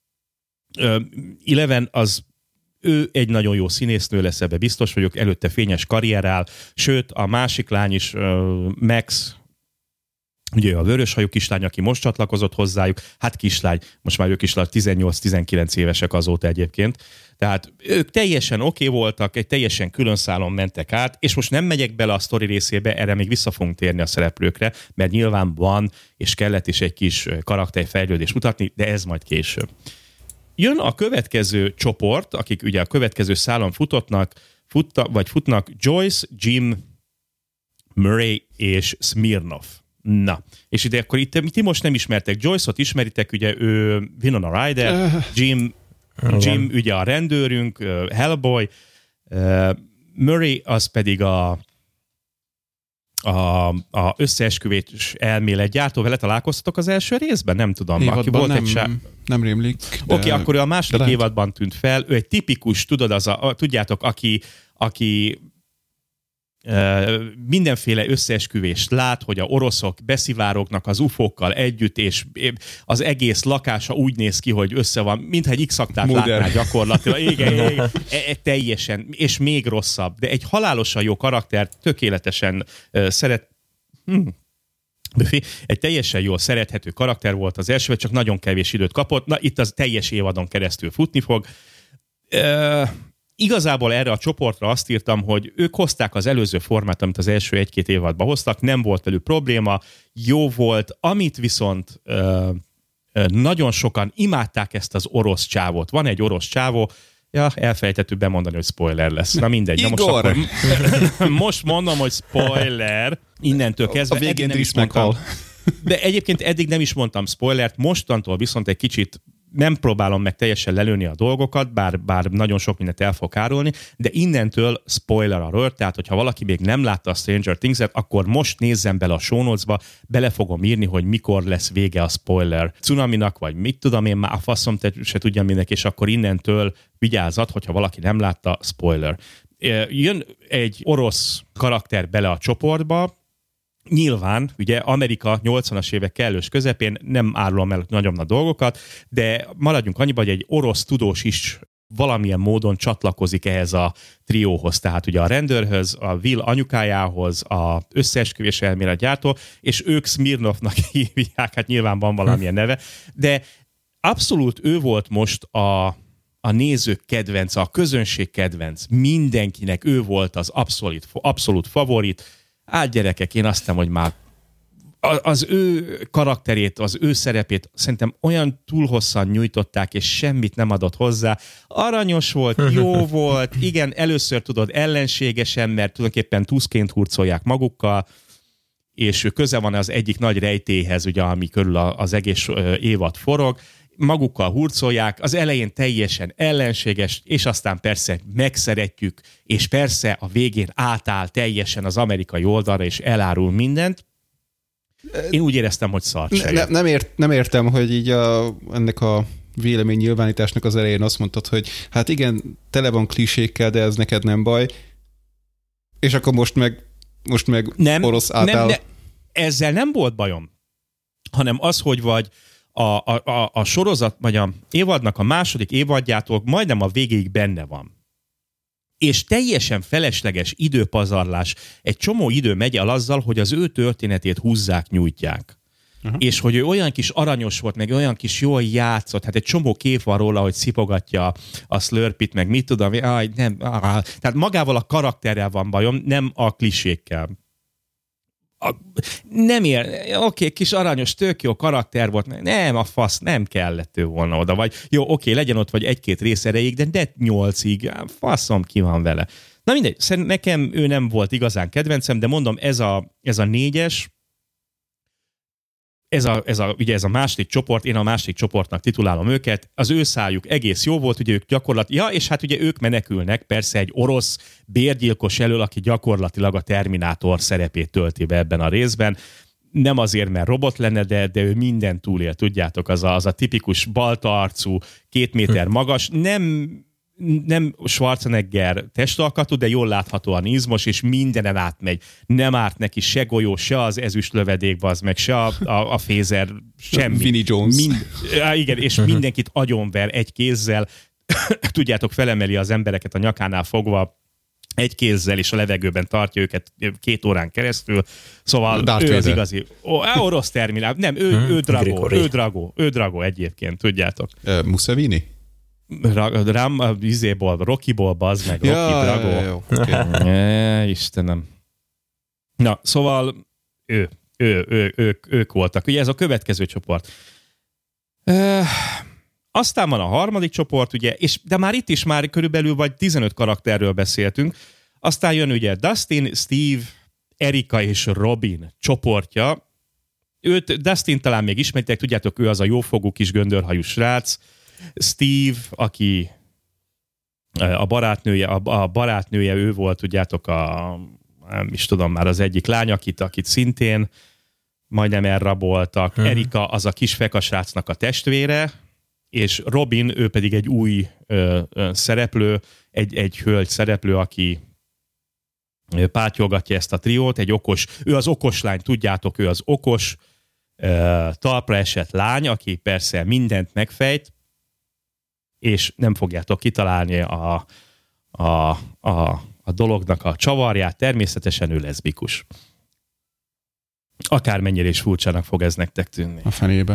Eleven az ő egy nagyon jó színésznő lesz, ebbe biztos vagyok, előtte fényes karrier áll, sőt a másik lány is, Max, ugye a vöröshajú kislány, aki most csatlakozott hozzájuk, hát kislány, most már ők is tizennyolc-tizenkilenc évesek azóta egyébként, tehát ők teljesen oké okay voltak, egy teljesen külön szálon mentek át, és most nem megyek bele a sztori részébe, erre még vissza fogunk térni a szereplőkre, mert nyilván van, és kellett is egy kis karakterfejlődést mutatni, de ez majd később. Jön a következő csoport, akik ugye a következő szálon futotnak, futta, vagy futnak Joyce, Jim, Murray és Smirnoff. Na, és ide akkor itt ti most nem ismertek Joyce-ot, ismeritek, ugye ő Winona Ryder, Jim, Jim ugye a rendőrünk, Hellboy, Murray az pedig a a, a összeesküvés elmélet gyártó, vele találkoztatok az első részben? Nem tudom. Aki volt nem, egy sá... nem rémlik. Oké, okay, akkor ő a második évadban tűnt fel. Ő egy tipikus, tudod, az a, tudjátok, aki, aki uh, mindenféle összeesküvést lát, hogy a oroszok beszivárognak az ufókkal együtt, és az egész lakása úgy néz ki, hogy össze van, mintha egy X-aktát látná gyakorlatilag. Igen, igen, igen. E, e, teljesen, és még rosszabb. De egy halálosan jó karakter, tökéletesen uh, szeret... Hmm. Egy teljesen jól szerethető karakter volt az első, csak nagyon kevés időt kapott. Na, itt az teljes évadon keresztül futni fog. Uh, Igazából erre a csoportra azt írtam, hogy ők hozták az előző formát, amit az első egy-két évadban hoztak, nem volt velük probléma, jó volt, amit viszont ö, ö, nagyon sokan imádták ezt az orosz csávót. Van egy orosz csávó, ja, elfelejtettük bemondani, hogy spoiler lesz. Na mindegy. Na most, akkor, most mondom, hogy spoiler, innentől kezdve. A végén is meghal. De egyébként eddig nem is mondtam spoilert, mostantól viszont egy kicsit nem próbálom meg teljesen lelőni a dolgokat, bár, bár nagyon sok mindent el fog árulni, de innentől spoiler alert, tehát hogyha valaki még nem látta a Stranger Things-et, akkor most nézzem bele a show notes-ba, bele fogom írni, hogy mikor lesz vége a spoiler cunaminak, vagy mit tudom én, már a faszom se tudja mindenki, és akkor innentől vigyázat, hogyha valaki nem látta, spoiler. Jön egy orosz karakter bele a csoportba, nyilván, ugye Amerika nyolcvanas évek kellős közepén, nem árulom el nagyon nagy dolgokat, de maradjunk annyiba, hogy egy orosz tudós is valamilyen módon csatlakozik ehhez a trióhoz, tehát ugye a rendőrhöz, a Will anyukájához, a összeesküvés elmélet gyártó, és ők Smirnoffnak hívják, hát nyilván van valamilyen neve, de abszolút ő volt most a, a nézők kedvenc, a közönség kedvenc, mindenkinek ő volt az abszolút, abszolút favorit. hát gyerekek, én azt hiszem, hogy már az ő karakterét, az ő szerepét szerintem olyan túl hosszan nyújtották, és semmit nem adott hozzá. Aranyos volt, jó volt, igen, először tudod ellenségesen, mert tulajdonképpen tuszként hurcolják magukkal, és ő köze van az egyik nagy rejtélyhez, ugye, ami körül az egész évad forog, magukkal hurcolják, az elején teljesen ellenséges, és aztán persze megszeretjük, és persze a végén átáll teljesen az amerikai oldalra, és elárul mindent. Én úgy éreztem, hogy szart se ne, nem, ért, nem értem, hogy így a, ennek a véleménynyilvánításnak az elején azt mondtad, hogy hát igen, tele van klisékkel, de ez neked nem baj, és akkor most meg, most meg nem, orosz átáll. Nem, ne, ezzel nem volt bajom, hanem az, hogy vagy a, a, a, a sorozat, vagy a évadnak a második évadjától majdnem a végéig benne van. És teljesen felesleges időpazarlás. Egy csomó idő megy el azzal, hogy az ő történetét húzzák, nyújtják. Uh-huh. És hogy ő olyan kis aranyos volt, meg olyan kis jól játszott, hát egy csomó kép van róla, hogy szipogatja a Slurpit, meg mit tudom, áj, nem, áj. Tehát magával a karakterrel van bajom, nem a klisékkel. A, nem ér, oké, okay, kis aranyos, tök jó karakter volt, nem, a fasz, nem kellett ő volna oda, vagy jó, oké, okay, legyen ott vagy egy-két rész erejéig, de ne nyolcig, faszom, ki van vele. Na mindegy, szerintem nekem ő nem volt igazán kedvencem, de mondom, ez a, ez a négyes, ez a, ez, a, ugye ez a második csoport, én a második csoportnak titulálom őket, az ő szájuk egész jó volt, ugye ők gyakorlatilag, ja, és hát ugye ők menekülnek, persze egy orosz bérgyilkos elől, aki gyakorlatilag a Terminátor szerepét tölti be ebben a részben. Nem azért, mert robot lenne, de, de ő minden túlél, tudjátok, az a, az a tipikus balta arcú, két méter magas, nem... nem Schwarzenegger testalkatú, de jól láthatóan izmos, és mindenen átmegy. Nem árt neki se golyó, se az ezüst lövedékbe, az meg se a, a, a fézer, semmi. Vinnie Jones. Mind, á, igen, és mindenkit agyonver egy kézzel. Tudjátok, felemeli az embereket a nyakánál fogva egy kézzel, és a levegőben tartja őket két órán keresztül. Szóval Darth ő Vader. Az igazi. Ó, á, orosz terminál. Nem, ő, hmm, ő Drago. Ő Drago. Ő Drago egyébként, tudjátok. Uh, Musevini? Ram, a izéból, Rockyból, bazd meg, ja, Rocky Drago. Ja, jó, okay. é, Istenem. Na, szóval ő, ő, ő, ők, ők voltak. Ugye ez a következő csoport. E, aztán van a harmadik csoport, ugye, és, de már itt is már körülbelül vagy tizenöt karakterről beszéltünk. Aztán jön ugye Dustin, Steve, Erika és Robin csoportja. Őt, Dustin talán még ismeritek, tudjátok, ő az a jófogú kis göndörhajú srác. Steve, aki a barátnője, a barátnője ő volt, tudjátok, a, nem is tudom már, az egyik lány, akit, akit szintén majdnem elraboltak. Hmm. Erika az a kis fekasrácnak a testvére, és Robin, ő pedig egy új ö, ö, szereplő, egy, egy hölgy szereplő, aki pátyolgatja ezt a triót, egy okos, ő az okos lány, tudjátok, ő az okos, ö, talpra esett lány, aki persze mindent megfejt, és nem fogjátok kitalálni a, a, a, a dolognak a csavarját, természetesen ő leszbikus. Akármennyire is furcsának fog ez nektek tűnni. A fenébe.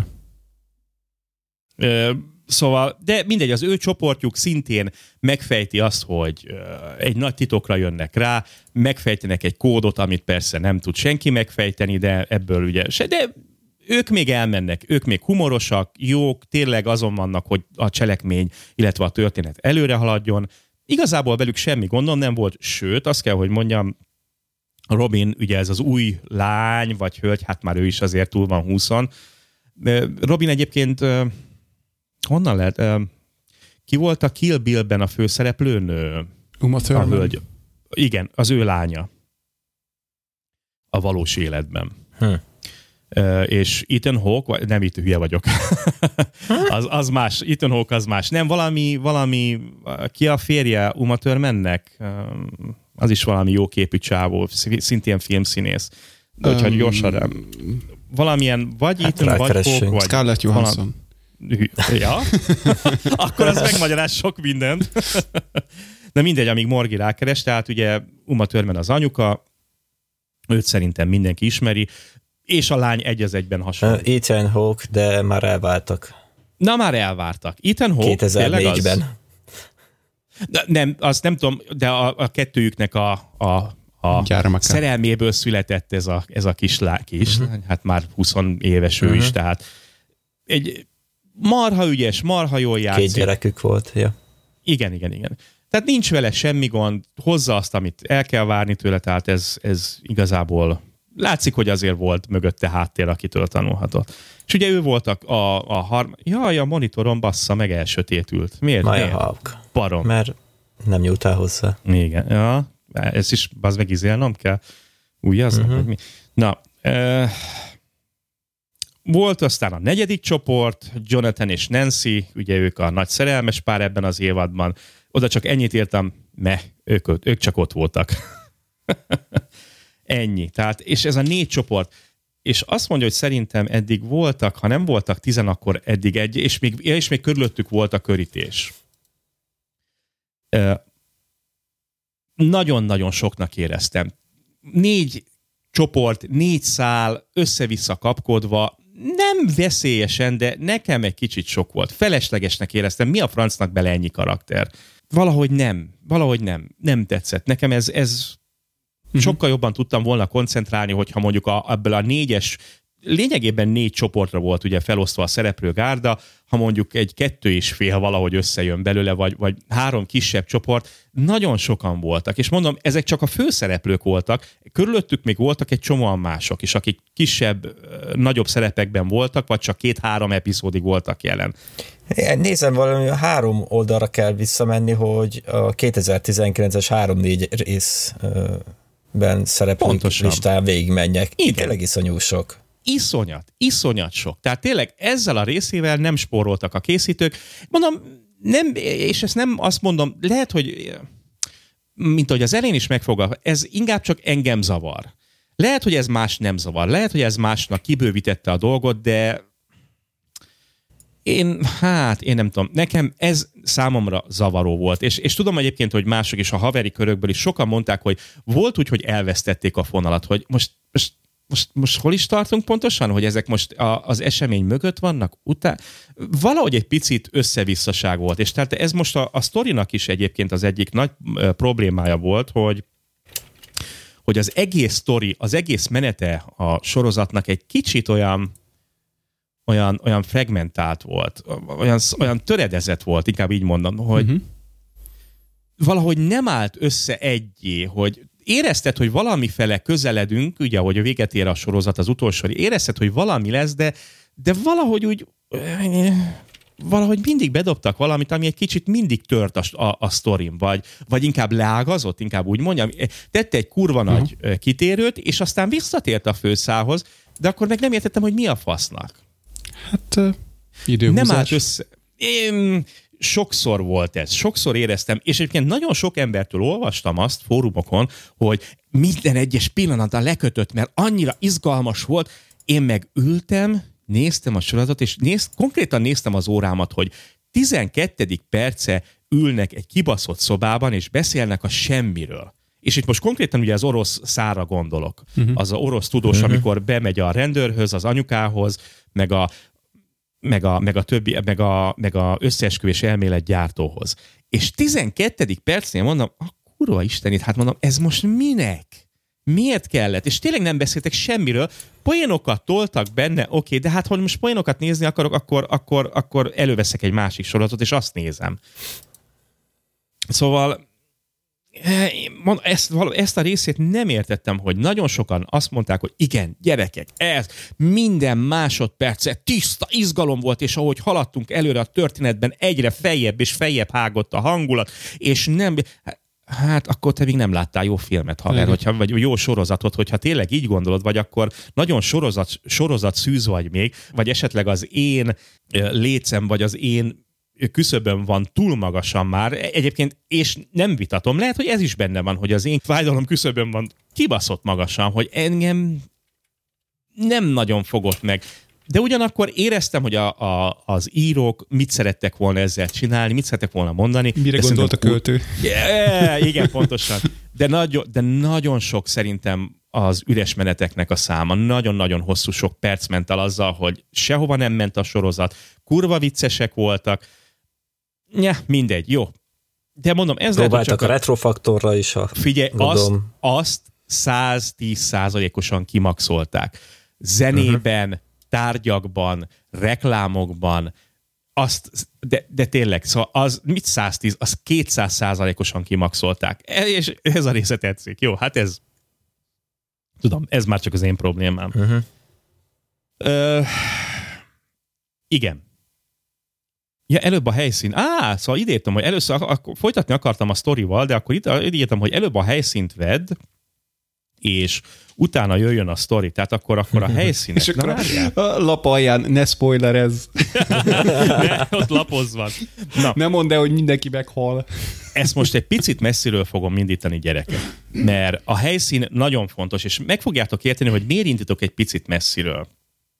Ö, szóval, de mindegy, az ő csoportjuk szintén megfejti azt, hogy ö, egy nagy titokra jönnek rá, megfejtenek egy kódot, amit persze nem tud senki megfejteni, de ebből ugye se, de ők még elmennek, ők még humorosak, jók, tényleg azon vannak, hogy a cselekmény, illetve a történet előre haladjon. Igazából velük semmi gondom nem volt, sőt, azt kell, hogy mondjam, Robin, ugye ez az új lány, vagy hölgy, hát már ő is azért túl van húszon. Robin egyébként, honnan lehet? Ki volt a Kill Bill-ben a főszereplőnő? Uma Thurman. A hölgy. Igen, az ő lánya. A valós életben. Hm. Uh, és Ethan Hawke, nem, itt hülye vagyok. az, az más, Ethan Hawke az más. Nem, valami, valami, ki a férje Uma Thurmannek? Uh, az is valami jó képű csávó, szintén filmszínész. De hogyha um, gyorsan rám. Valamilyen, vagy hát Ethan, vagy Hawke, vagy... Scarlett Johansson. Valami, ja? Akkor az megmagyaráz sok mindent. De mindegy, amíg Morgi rákeres, tehát ugye Uma Thurman az anyuka, őt szerintem mindenki ismeri, és a lány egy az egyben hasonló. Uh, Ethan Hawke, de már elváltak. Na, már elvártak. Ethan Hawke kétezer-négyben. De nem, azt nem tudom, de a, a kettőjüknek a, a, a szerelméből született ez a, ez a kis, lá, kis uh-huh. hát már húsz éves ő uh-huh. is, tehát egy marha ügyes, marha jól játszik. Két gyerekük volt, ja. Igen, igen, igen. Tehát nincs vele semmi gond, hozza azt, amit el kell várni tőle, tehát ez, ez igazából látszik, hogy azért volt mögötte háttér, akitől tanulhatott. És ugye ő volt a, a, a harm... Jaj, a monitoron bassza, meg elsötétült. Miért? Maya Hawke. Barom. Mert nem nyújtál hozzá. Igen, ja, ezt is bazd meg izélnom kell. Újjaznak, uh-huh. vagy mi? Na, e... volt aztán a negyedik csoport, Jonathan és Nancy, ugye ők a nagy szerelmes pár ebben az évadban. Oda csak ennyit írtam, meh, ők, ők csak ott voltak. Ennyi. Tehát, és ez a négy csoport, és azt mondja, hogy szerintem eddig voltak, ha nem voltak tizen, akkor eddig egy, és még, és még körülöttük volt a körítés. Nagyon-nagyon soknak éreztem. Négy csoport, négy szál, össze-vissza kapkodva, nem veszélyesen, de nekem egy kicsit sok volt. Feleslegesnek éreztem, mi a francnak bele ennyi karakter? Valahogy nem, valahogy nem, nem tetszett. Nekem ez, ez uh-huh. sokkal jobban tudtam volna koncentrálni, hogyha mondjuk a, ebből a négyes, lényegében négy csoportra volt ugye felosztva a szereplőgárda, ha mondjuk egy kettő és fél valahogy összejön belőle, vagy, vagy három kisebb csoport, nagyon sokan voltak. És mondom, ezek csak a főszereplők voltak, körülöttük még voltak egy csomóan mások is, akik kisebb, nagyobb szerepekben voltak, vagy csak két-három epizódig voltak jelen. Nézem, valami három oldalra kell visszamenni, hogy a kétezer-tizenkilences három-négy részben szereplők listán végigmenjek. Igen. Tényleg iszonyú sok. Iszonyat, iszonyat sok. Tehát tényleg ezzel a részével nem spóroltak a készítők. Mondom, nem, és ezt nem azt mondom, lehet, hogy mint ahogy az elején is megfogalmaztam, ez inkább csak engem zavar. Lehet, hogy ez más nem zavar. Lehet, hogy ez másnak kibővítette a dolgot, de én, hát, én nem tudom, nekem ez számomra zavaró volt, és, és tudom egyébként, hogy mások is a haveri körökből is sokan mondták, hogy volt úgy, hogy elvesztették a fonalat, hogy most, most Most, most hol is tartunk pontosan, hogy ezek most a, az esemény mögött vannak, után valahogy egy picit összevisszaság volt, és tehát ez most a, a sztorinak is egyébként az egyik nagy uh, problémája volt, hogy, hogy az egész sztori, az egész menete a sorozatnak egy kicsit olyan, olyan, olyan fragmentált volt, olyan, olyan töredezett volt, inkább így mondom, hogy uh-huh. valahogy nem állt össze egyé, hogy érezted, hogy valamifele közeledünk, ugye, ahogy a véget ér a sorozat, az utolsó, érezted, hogy valami lesz, de, de valahogy úgy, valahogy mindig bedobtak valamit, ami egy kicsit mindig tört a, a, a sztorim, vagy, vagy inkább leágazott, inkább úgy mondjam. Tette egy kurva uh-huh. nagy kitérőt, és aztán visszatért a főszálhoz, de akkor meg nem értettem, hogy mi a fasznak. Hát uh, időhúzás. Nem állt össze. Én, sokszor volt ez, sokszor éreztem, és egyébként nagyon sok embertől olvastam azt fórumokon, hogy minden egyes pillanatban lekötött, mert annyira izgalmas volt. Én meg ültem, néztem a sorozatot, és néz, konkrétan néztem az órámat, hogy tizenkettedik perce ülnek egy kibaszott szobában, és beszélnek a semmiről. És itt most konkrétan ugye az orosz szára gondolok. Uh-huh. Az a orosz tudós, uh-huh. amikor bemegy a rendőrhöz, az anyukához, meg a meg a, meg a többi, meg a, meg a összeesküvés elmélet gyártóhoz. És tizenkettedik percnél mondom, a kurva istenit, hát mondom, ez most minek? Miért kellett? És tényleg nem beszéltek semmiről, poénokat toltak benne, oké, okay, de hát ha most poénokat nézni akarok, akkor, akkor, akkor előveszek egy másik sorozatot, és azt nézem. Szóval Ezt, ezt a részét nem értettem, hogy nagyon sokan azt mondták, hogy igen, gyerekek, ez minden másodperce tiszta izgalom volt, és ahogy haladtunk előre a történetben, egyre feljebb és feljebb hágott a hangulat, és nem... Hát akkor te még nem láttál jó filmet, haver, hogyha, vagy jó sorozatot, hogyha tényleg így gondolod, vagy akkor nagyon sorozat, sorozat szűz vagy még, vagy esetleg az én lécem, vagy az én küszöbön van túl magasan már, egyébként, és nem vitatom, lehet, hogy ez is benne van, hogy az én fájdalom küszöbön van kibaszott magasan, hogy engem nem nagyon fogott meg. De ugyanakkor éreztem, hogy a, a, az írók mit szerettek volna ezzel csinálni, mit szerettek volna mondani. Mire gondolt a költő? Yeah, igen, pontosan. De nagyon, de nagyon sok szerintem az üres meneteknek a száma. Nagyon-nagyon hosszú, sok perc ment el azzal, hogy sehova nem ment a sorozat, kurva viccesek voltak. Ja, mindegy, jó. de mondom, ez próbáltak lehet, a retrofaktorra is, a figyelj, azt, azt száztíz százalékosan kimaxolták. Zenében, uh-huh. tárgyakban, reklámokban, azt, de, de tényleg, szóval az, mit száztíz, az kétszáz százalékosan kimaxolták. És ez a része tetszik. Jó, hát ez, tudom, ez már csak az én problémám. Uh-huh. Ö, igen. Ja, előbb a helyszín. Á, szóval ide írtam, hogy először akkor folytatni akartam a sztorival, de akkor ide írtam, hogy előbb a helyszínt vedd, és utána jöjjön a sztori. Tehát akkor, akkor a helyszínek. És akkor a, a lap alján ne spoilerezz. Ne, ott lapozz van. Na. Ne mondd el, hogy mindenki meghal. Ezt most egy picit messziről fogom indítani, gyerekek. Mert a helyszín nagyon fontos, és meg fogjátok érteni, hogy miért indítok egy picit messziről.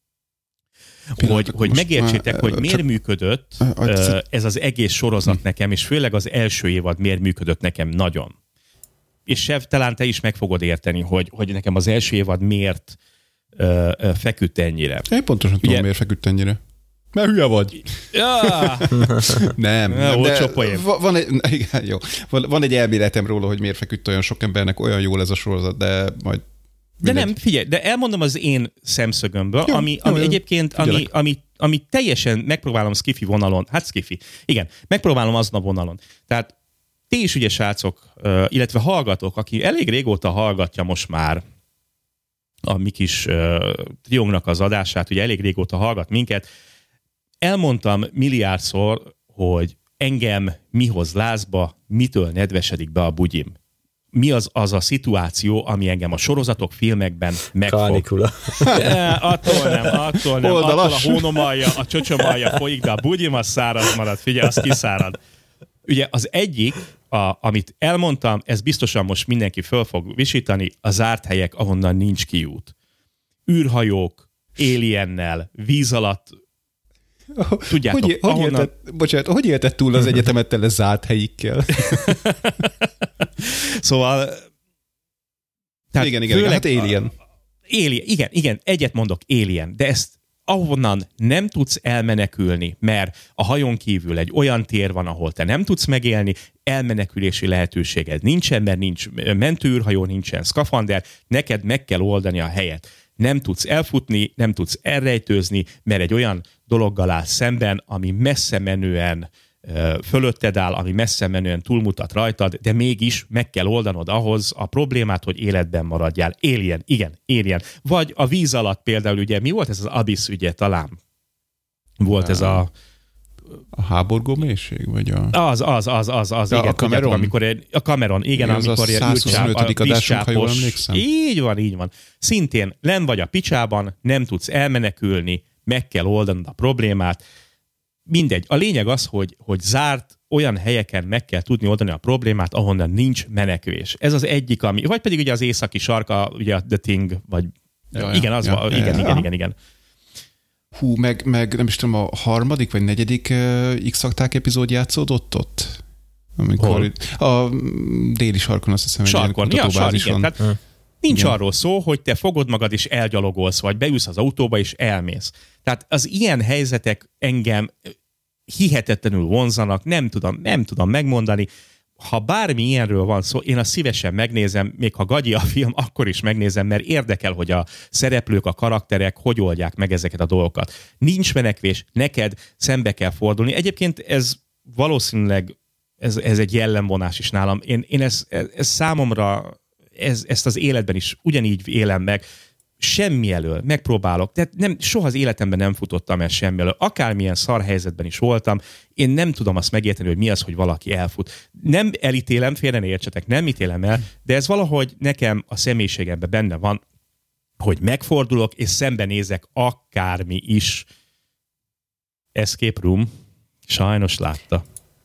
Hogy, hogy megértsétek, már, hogy miért csak, működött uh, ez az egész sorozat nekem, és főleg az első évad miért működött nekem nagyon. És Sev, talán te is meg fogod érteni, hogy, hogy nekem az első évad miért uh, uh, feküdt ennyire. Én pontosan tudom, miért feküdt ennyire. Mert hülye vagy. Ja. nem. Ja, nem de van egy, igen, jó. Van, van egy elméletem róla, hogy miért feküdt olyan sok embernek olyan jól ez a sorozat, de majd De nem, figyelj, de elmondom az én szemszögömből, jó, ami, ami jó, egyébként, ami, ami, ami teljesen megpróbálom skifi vonalon, hát skifi, igen, megpróbálom azon a vonalon. Tehát ti is ugye srácok, illetve hallgatók, aki elég régóta hallgatja most már a mi kis uh, triónknak az adását, ugye elég régóta hallgat minket, elmondtam milliárdszor, hogy engem mi hoz lázba, mitől nedvesedik be a bugyim. Mi az az a szituáció, ami engem a sorozatok, filmekben megfog. Kánikula. E, attól nem, attól nem. Oldalas. Attól a hónomalja, a csocsomalja folyik, de a bugyim az száraz marad. Figyelj, az kiszárad. Ugye az egyik, a, amit elmondtam, ez biztosan most mindenki föl fog visítani, a zárt helyek, ahonnan nincs kiút. Űrhajók, aliennel, víz alatt, tudjátok, hogy, ahonnan... hogy élted, bocsánat, hogy élted túl az egyetemet tele zárt helyikkel? Szóval... Tehát igen, igen, hát Alien. Alien. Igen, igen, egyet mondok, Alien, de ezt ahonnan nem tudsz elmenekülni, mert a hajón kívül egy olyan tér van, ahol te nem tudsz megélni, elmenekülési lehetőséged nincsen, mert nincs mentőűrhajó, nincsen szkafander, neked meg kell oldani a helyet. Nem tudsz elfutni, nem tudsz elrejtőzni, mert egy olyan dologgal állsz szemben, ami messze menően ö, fölötted áll, ami messze menően túlmutat rajtad, de mégis meg kell oldanod ahhoz a problémát, hogy életben maradjál. Alien, igen, Alien. Vagy a víz alatt például, ugye, mi volt ez az Abyss ügye talán? Volt ez a... A háborgó mélység? Vagy a... Az, az, az, az, az igen. A Cameron? Amikor egy, a Cameron, igen, az amikor a százhuszonötödik adásunk, ha jól emlékszem. Így van, így van. Szintén len vagy a picsában, nem tudsz elmenekülni, meg kell oldanod a problémát. Mindegy. A lényeg az, hogy, hogy zárt olyan helyeken meg kell tudni oldani a problémát, ahonnan nincs menekvés. Ez az egyik, ami... Vagy pedig ugye az északi sarka, ugye a The Thing, vagy... Ja, igen, az ja, van. Ja, igen, ja, igen, ja. igen, igen. Hú, meg, meg nem is tudom, a harmadik vagy negyedik uh, X-akták epizód játszódott ott? Amikor itt, a déli sarkon, azt hiszem, sarkon, ja, sark, igen. Tehát hmm. nincs igen. arról szó, hogy te fogod magad és elgyalogolsz, vagy beülsz az autóba és elmész. Tehát az ilyen helyzetek engem hihetetlenül vonzanak, nem tudom, nem tudom megmondani. Ha bármi ilyenről van szó, én azt szívesen megnézem, még ha gagyi a film, akkor is megnézem, mert érdekel, hogy a szereplők, a karakterek hogy oldják meg ezeket a dolgokat. Nincs menekvés, neked szembe kell fordulni. Egyébként ez valószínűleg ez, ez egy jellemvonás is nálam. Én, én ez, ez, ez számomra ez, ezt az életben is ugyanígy élem meg. Semmi elől megpróbálok, tehát nem, soha az életemben nem futottam el semmi elől. Akármilyen szar helyzetben is voltam, én nem tudom azt megérteni, hogy mi az, hogy valaki elfut. Nem elítélem, félre ne értsetek, nem ítélem el, de ez valahogy nekem a személyiségemben benne van, hogy megfordulok, és szembenézek akármi is. Escape Room sajnos látta.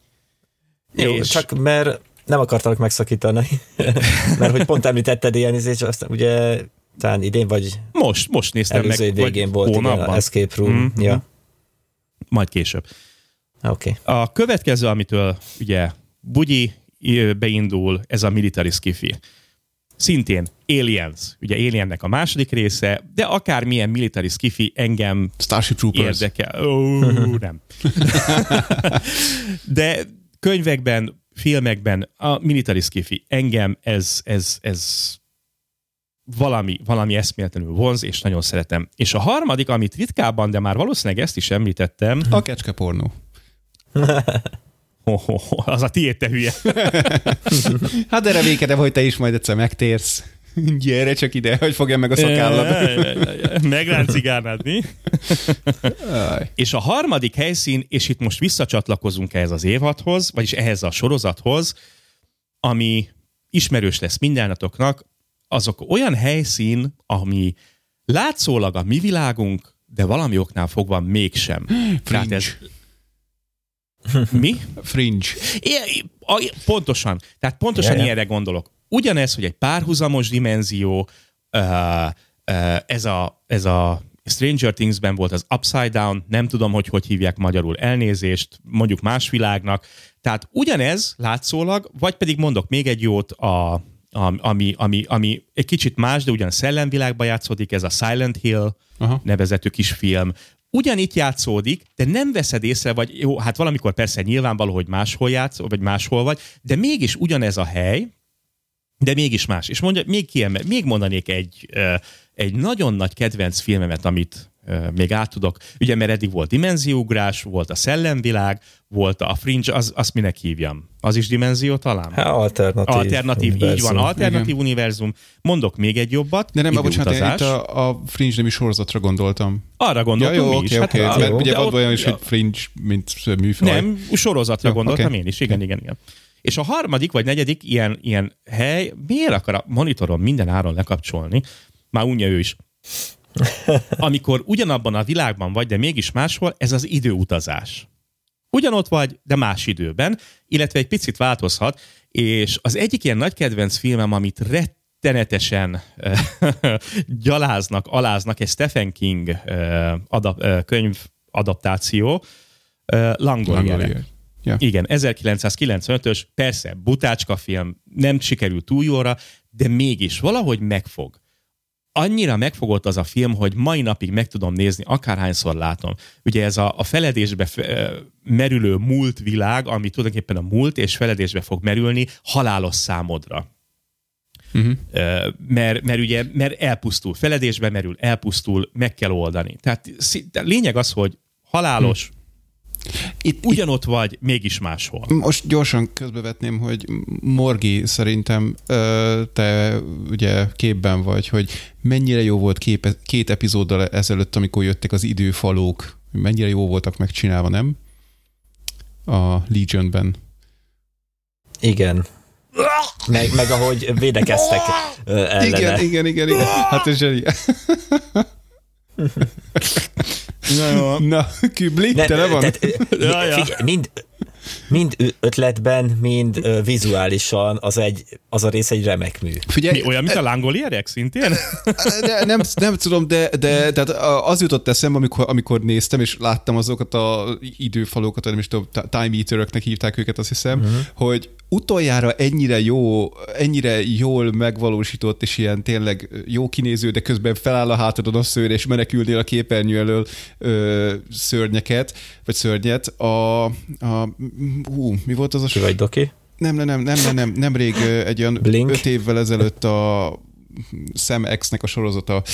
Jó, és... csak mert nem akartalak megszakítani, mert hogy pont említetted ilyen izét, aztán ugye talán idén vagy most, most néztem meg. Előző végén volt igen, a Escape Room. Mm-hmm. Ja. Majd később. Okay. A következő, amitől ugye bugyi beindul, ez a military skifi. Szintén Aliens, ugye Aliennek a második része, de akármilyen military skifi engem Starship Troopers. Érdekel. Ó, nem. De könyvekben filmekben a military skifi, engem ez, ez, ez valami, valami eszméletlenül vonz, és nagyon szeretem. És a harmadik, amit ritkábban, de már valószínűleg ezt is említettem. A kecskepornó. Ho, ho, ho, az a tiéd, te hülye. Hát de reménykedem, hogy te is majd egyszer megtérsz. Gyere csak ide, hogy fogjam meg a szakállat. Megráncigálnád, mi? És a harmadik helyszín, és itt most visszacsatlakozunk ehhez az évadhoz, vagyis ehhez a sorozathoz, ami ismerős lesz mindennatoknak, azok olyan helyszín, ami látszólag a mi világunk, de valami oknál fogva mégsem. Fringe. Ez... Mi? Fringe. I- a- pontosan. Tehát pontosan ja, ilyenre gondolok. Ugyanez, hogy egy párhuzamos dimenzió, uh, uh, ez, a, ez a Stranger Things-ben volt az Upside Down, nem tudom, hogy hogy hívják magyarul, elnézést, mondjuk más világnak. Tehát ugyanez látszólag, vagy pedig mondok még egy jót, a, a, ami, ami, ami egy kicsit más, de ugyan szellemvilágban játszódik, ez a Silent Hill Aha. nevezetű kis film. Ugyanitt játszódik, de nem veszed észre, vagy jó, hát valamikor persze nyilvánvaló, hogy máshol játsz, vagy máshol vagy, de mégis ugyanez a hely, de mégis más. És mondja, még kiemel, még mondanék egy, egy nagyon nagy kedvenc filmemet, amit még át tudok. Ugye, mert eddig volt Dimenzióugrás, volt a Szellemvilág, volt a Fringe, az, azt minek hívjam? Az is dimenzió talán? Hát alternatív. Alternatív, univerzum. Így van, alternatív Igen. univerzum. Mondok még egy jobbat. De nem, bocsánat, én itt a, a Fringe nevű sorozatra gondoltam. Arra gondoltam ja, jó, mi okay, is. Okay. Hát, Mert jó, ugye van olyan is, ja. hogy Fringe, mint műfaj. Nem, sorozatra jó, gondoltam okay. én is. Igen, okay. igen, igen. És a harmadik vagy negyedik ilyen, ilyen hely, miért akar a monitoron minden áron lekapcsolni? Már unja ő is. Amikor ugyanabban a világban vagy, de mégis máshol, ez az időutazás. Ugyanott vagy, de más időben, illetve egy picit változhat, és az egyik ilyen nagy kedvenc filmem, amit rettenetesen gyaláznak, aláznak, egy Stephen King adap- könyv adaptáció, Langolier. Yeah. Igen, ezerkilencszázkilencvenötös, persze, butácska film, nem sikerült túl jóra, de mégis valahogy megfog. Annyira megfogott az a film, hogy mai napig meg tudom nézni, akárhányszor látom. Ugye ez a, a feledésbe fe, merülő múlt világ, ami tulajdonképpen a múlt, és feledésbe fog merülni halálos számodra. Uh-huh. Mert, mert ugye mert elpusztul, feledésbe merül, elpusztul, meg kell oldani. Tehát lényeg az, hogy halálos, uh-huh. Itt, ugyanott vagy, mégis máshol. Most gyorsan közbevetném, hogy Morgi, szerintem te ugye képben vagy, hogy mennyire jó volt képe, két epizóddal ezelőtt, amikor jöttek az időfalók. Mennyire jó voltak megcsinálva, nem? A Legionben. Igen. Meg, meg ahogy védekeztek ellene. Igen, igen, igen, igen. Hát ez zseni. Na jó. Na, Kübli, te le van? Tehát, ja, ja. Figyelj, mind, mind ötletben, mind uh, vizuálisan az, egy, az a rész egy remek mű. Figyelj, Mi, olyan, mint a lángolierek szintén? De, nem, nem tudom, de, de tehát az jutott eszembe, amikor, amikor néztem, és láttam azokat az időfalókat, nem is tudom, Time Eateröknek hívták őket, azt hiszem, uh-huh. hogy utoljára ennyire jó, ennyire jól megvalósított, és ilyen tényleg jó kinéző, de közben feláll a hátadon a szőr, és menekülnél a képernyő elől ö, szörnyeket, vagy szörnyet. A, a hú, mi volt az a... Ki vagy, Doki? Nem, nem, nem, nem, nem, nem, nemrég egy olyan Blink. öt évvel ezelőtt a Sam X-nek a sorozata,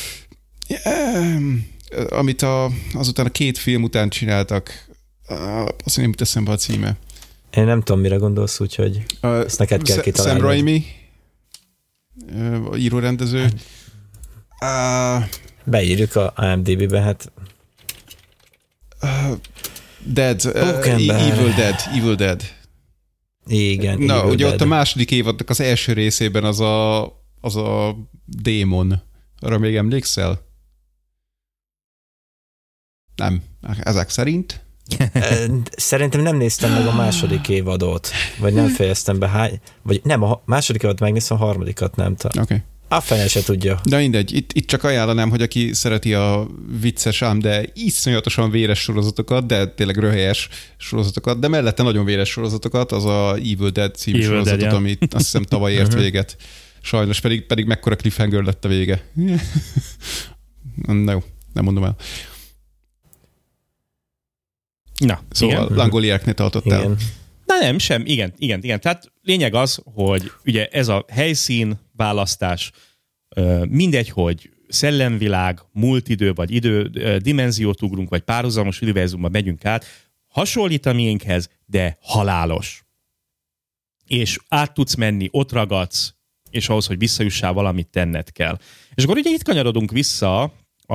amit a, azután a két film után csináltak, azt nem jut eszembe a címe. Én nem tudom, mire gondolsz, úgyhogy uh, ezt neked kell kitalálni. Sam Raimi, uh, író-rendező. Uh, Beírjuk a I M D B-be, hát... Uh, Dead, uh, Evil Dead, Evil Dead. Igen, Na, Evil ugye Dead. ott a második évadnak az első részében az a, az a démon. Arra még emlékszel? Nem. Ezek szerint? Szerintem nem néztem meg a második évadot, vagy nem fejeztem be hány, vagy nem, a második évad megnéztem, a harmadikat nem tudom. Oké. Okay. A fene se tudja. De mindegy, itt, itt csak ajánlanám, hogy aki szereti a vicces ám, de iszonyatosan véres sorozatokat, de tényleg röhelyes sorozatokat, de mellette nagyon véres sorozatokat, az a Evil Dead című Evil sorozatot, Dead, ja. Amit azt hiszem tavaly ért véget. Sajnos pedig, pedig mekkora cliffhanger lett a vége. Na jó, nem mondom el. Na, szóval Langolier-nek tartott el. Na nem, sem, igen, igen, igen. Tehát lényeg az, hogy ugye ez a helyszín választás, mindegy, hogy szellemvilág, múltidő, vagy idő, dimenziót ugrunk, vagy párhuzamos univerzumba megyünk át, hasonlít a miénkhez, de halálos. És át tudsz menni, ott ragadsz, és ahhoz, hogy visszajussál, valamit tenned kell. És akkor ugye itt kanyarodunk vissza a...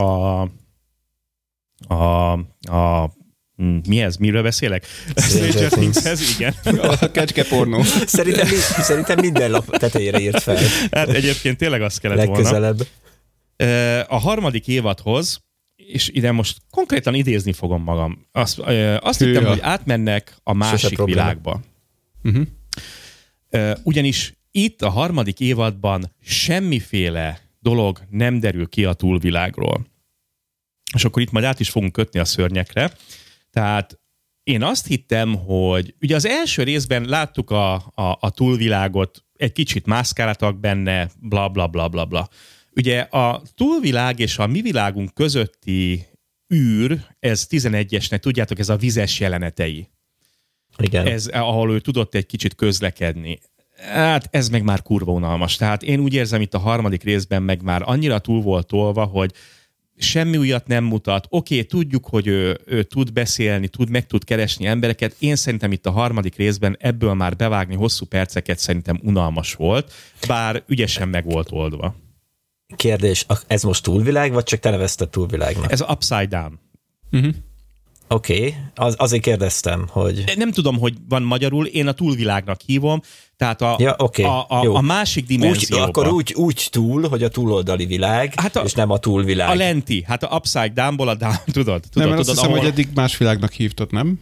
a, a mi ez? Miről beszélek? Stranger Thingshez, igen. A kecskepornó. Szerintem, szerintem minden lap tetejére írt fel. Hát egyébként tényleg azt kellett legközelebb. volna. A harmadik évadhoz, és ide most konkrétan idézni fogom magam, azt, azt hittem, hogy átmennek a másik világba. Uh-huh. Ugyanis itt a harmadik évadban semmiféle dolog nem derül ki a túlvilágról. És akkor itt majd át is fogunk kötni a szörnyekre. Tehát én azt hittem, hogy ugye az első részben láttuk a, a, a túlvilágot, egy kicsit mászkáltak benne, bla bla bla bla bla. Ugye a túlvilág és a mi világunk közötti űr, ez tizenegyesnek, tudjátok, ez a vizes jelenetei. Igen. Ez, ahol ő tudott egy kicsit közlekedni. Hát ez meg már kurva unalmas. Tehát én úgy érzem, itt a harmadik részben meg már annyira túl volt tolva, hogy semmi újat nem mutat. Oké, okay, tudjuk, hogy ő, ő tud beszélni, tud, meg tud keresni embereket. Én szerintem itt a harmadik részben ebből már bevágni hosszú perceket szerintem unalmas volt, bár ügyesen meg volt oldva. Kérdés, ez most túlvilág, vagy csak te nevezted túlvilágnak? Ez Upside Down. Uh-huh. Oké, okay. Az, azért kérdeztem, hogy... Nem tudom, hogy van magyarul, én a túlvilágnak hívom, tehát a, ja, okay. a, a, a másik dimenzióban. Úgy, akkor úgy, úgy túl, hogy a túloldali világ, hát a, és nem a túlvilág. A lenti, hát a Upside Downból a Down, tudod? tudod nem, én tudod, azt hiszem, ahol... hogy eddig más világnak hívtad, nem?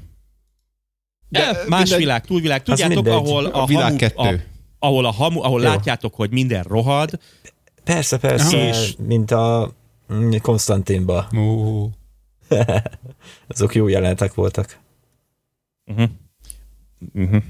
De más mindegy, világ, túlvilág. Tudjátok, ahol a, a világ hamu, kettő. A, ahol a hamu, ahol Jó. látjátok, hogy minden rohad. Persze, persze, és... mint a Konstantinba. Oh. Azok jó jelenetek voltak. Uh-huh. Uh-huh.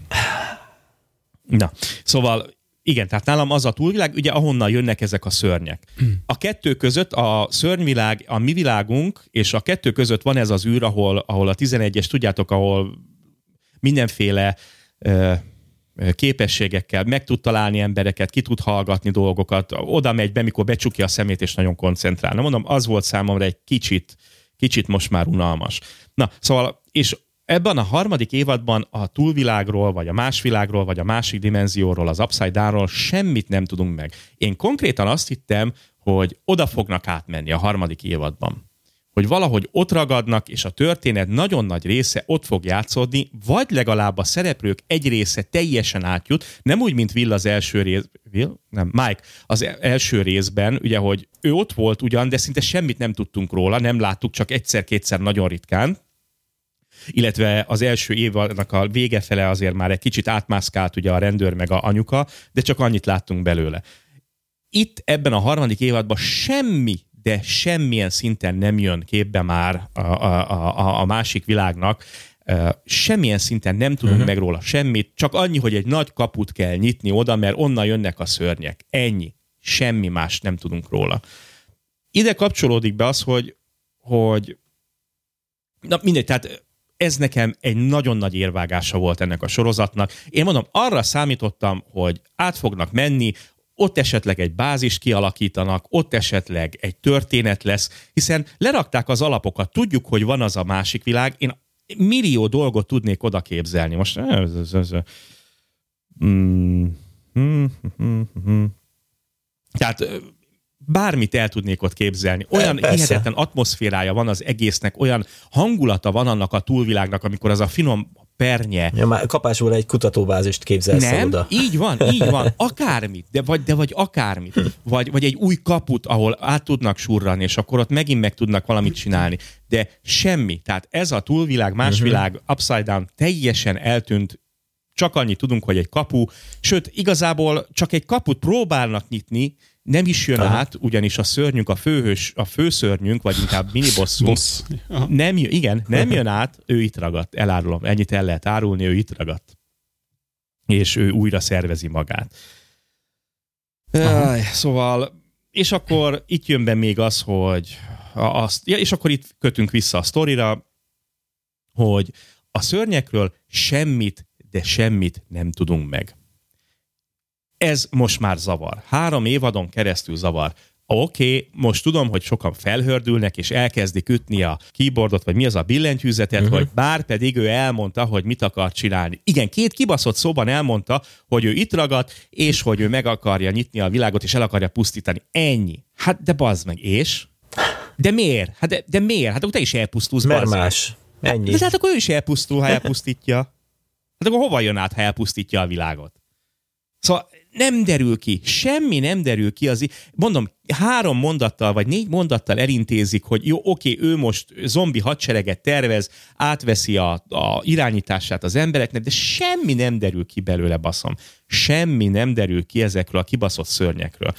Na, szóval igen, tehát nálam az a túlvilág, ugye ahonnan jönnek ezek a szörnyek. A kettő között a szörnyvilág, a mi világunk, és a kettő között van ez az űr, ahol, ahol a tizenegyes, tudjátok, ahol mindenféle ö, képességekkel meg tud találni embereket, ki tud hallgatni dolgokat, oda megy be, mikor becsukja a szemét, és nagyon koncentrál. Na mondom, az volt számomra egy kicsit Kicsit most már unalmas. Na, szóval, és ebben a harmadik évadban a túlvilágról, vagy a másvilágról, vagy a másik dimenzióról, az Upside Downról semmit nem tudunk meg. Én konkrétan azt hittem, hogy oda fognak átmenni a harmadik évadban. Hogy valahogy ott ragadnak, és a történet nagyon nagy része ott fog játszódni, vagy legalább a szereplők egy része teljesen átjut, nem úgy, mint Will az első rész... Will? Nem, Mike az első részben, ugye, hogy ő ott volt ugyan, de szinte semmit nem tudtunk róla, nem láttuk, csak egyszer-kétszer nagyon ritkán, illetve az első évadnak a vége fele azért már egy kicsit átmászkált ugye a rendőr meg a anyuka, de csak annyit láttunk belőle. Itt ebben a harmadik évadban semmi, de semmilyen szinten nem jön képbe már a, a, a, a másik világnak, semmilyen szinten nem tudunk uh-huh. meg róla semmit, csak annyi, hogy egy nagy kaput kell nyitni oda, mert onnan jönnek a szörnyek. Ennyi. Semmi más nem tudunk róla. Ide kapcsolódik be az, hogy, hogy na mindegy, tehát ez nekem egy nagyon nagy érvágása volt ennek a sorozatnak. Én mondom, arra számítottam, hogy át fognak menni, ott esetleg egy bázist kialakítanak, ott esetleg egy történet lesz, hiszen lerakták az alapokat, tudjuk, hogy van az a másik világ, én millió dolgot tudnék oda képzelni. Most... Tehát bármit el tudnék ott képzelni. Olyan Persze. hihetetlen atmoszférája van az egésznek, olyan hangulata van annak a túlvilágnak, amikor az a finom pernye. Ja, már kapásból egy kutatóbázist képzelsz Nem, oda. így van, így van. Akármit, de vagy, de vagy akármit. Vagy, vagy egy új kaput, ahol át tudnak surrani, és akkor ott megint meg tudnak valamit csinálni. De semmi. Tehát ez a túlvilág, másvilág, uh-huh. Upside Down teljesen eltűnt. Csak annyit tudunk, hogy egy kapu. Sőt, igazából csak egy kaput próbálnak nyitni, nem is jön Aha. át, ugyanis a szörnyünk, a főhős, a főszörnyünk, vagy inkább minibosszunk, nem jön, igen, nem jön át, ő itt ragadt, elárulom, ennyit el lehet árulni, ő itt ragadt. És ő újra szervezi magát. Aha. Szóval, és akkor itt jön be még az, hogy azt, ja, és akkor itt kötünk vissza a sztorira, hogy a szörnyekről semmit, de semmit nem tudunk meg. Ez most már zavar. Három évadon keresztül zavar. Oké, okay, most tudom, hogy sokan felhördülnek, és elkezdik ütni a keyboardot, vagy mi az a billentyűzetet, uh-huh. vagy bár pedig ő elmondta, hogy mit akar csinálni. Igen, két kibaszott szóban elmondta, hogy ő itt ragad, és hogy ő meg akarja nyitni a világot, és el akarja pusztítani. Ennyi. Hát de bazd meg, és? De miért? Hát de, de miért? Hát akkor te is elpusztulsz, mert bazd. más. Ennyi. De hát akkor ő is elpusztul, ha elpusztítja. Hát akkor hova jön át, ha elpusztítja a világot? Szóval nem derül ki, semmi nem derül ki. Az, mondom, három mondattal, vagy négy mondattal elintézik, hogy jó, oké, ő most zombi hadsereget tervez, átveszi a, a irányítását az embereknek, de semmi nem derül ki belőle, baszom. Semmi nem derül ki ezekről a kibaszott szörnyekről.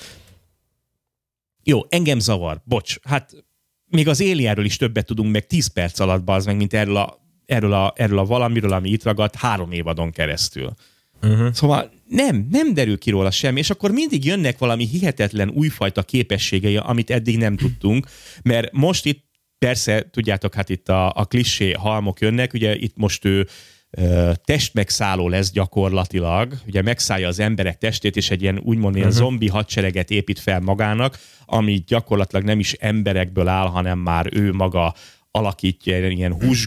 Jó, engem zavar, bocs, hát még az Alienről is többet tudunk meg tíz perc alatt, bazd meg, mint erről a, erről a, erről a valamiről, ami itt ragadt három évadon keresztül. Uh-huh. Szóval nem, nem derül ki róla semmi, és akkor mindig jönnek valami hihetetlen újfajta képességei, amit eddig nem tudtunk, mert most itt persze, tudjátok, hát itt a, a klissé halmok jönnek, ugye itt most ő ö, testmegszálló lesz gyakorlatilag, ugye megszállja az emberek testét, és egy ilyen úgymond ilyen uh-huh. zombi hadsereget épít fel magának, ami gyakorlatilag nem is emberekből áll, hanem már ő maga alakítja ilyen hús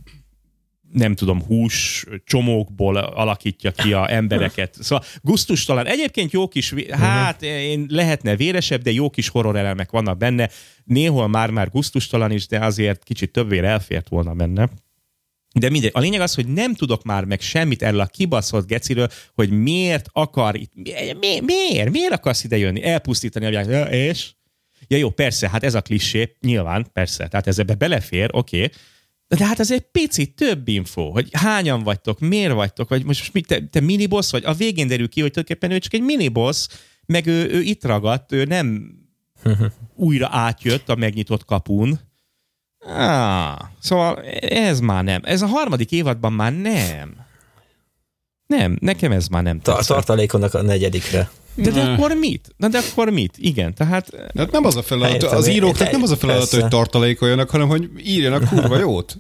nem tudom, hús csomókból alakítja ki a embereket. Szóval gusztustalan. Egyébként jó kis, hát én lehetne véresebb, de jó kis horror elemek vannak benne. Néhol már-már gusztustalan is, de azért kicsit többére elfért volna benne. De mindegy. A lényeg az, hogy nem tudok már meg semmit erről a kibaszott geciről, hogy miért akar itt, mi, mi, miért? Miért akarsz ide jönni? Elpusztítani a világot. Ja, és? Ja jó, persze, hát ez a klissé, nyilván, persze. Tehát ez ebbe belefér, oké. Okay. De hát ez egy picit több info, hogy hányan vagytok, miért vagytok, vagy most mit, te, te miniboss vagy? A végén derül ki, hogy tulajdonképpen ő csak egy miniboss, meg ő, ő itt ragadt, ő nem újra átjött a megnyitott kapun. Ah, szóval ez már nem. Ez a harmadik évadban már nem. Nem, nekem ez már nem tetszett. A tartalékonnak a negyedikre. De, de akkor mit? Na de akkor mit? Igen, tehát... De nem az a feladat, az íróknak nem az a feladat, hogy tartalékoljanak, hanem hogy írjanak kurva jót.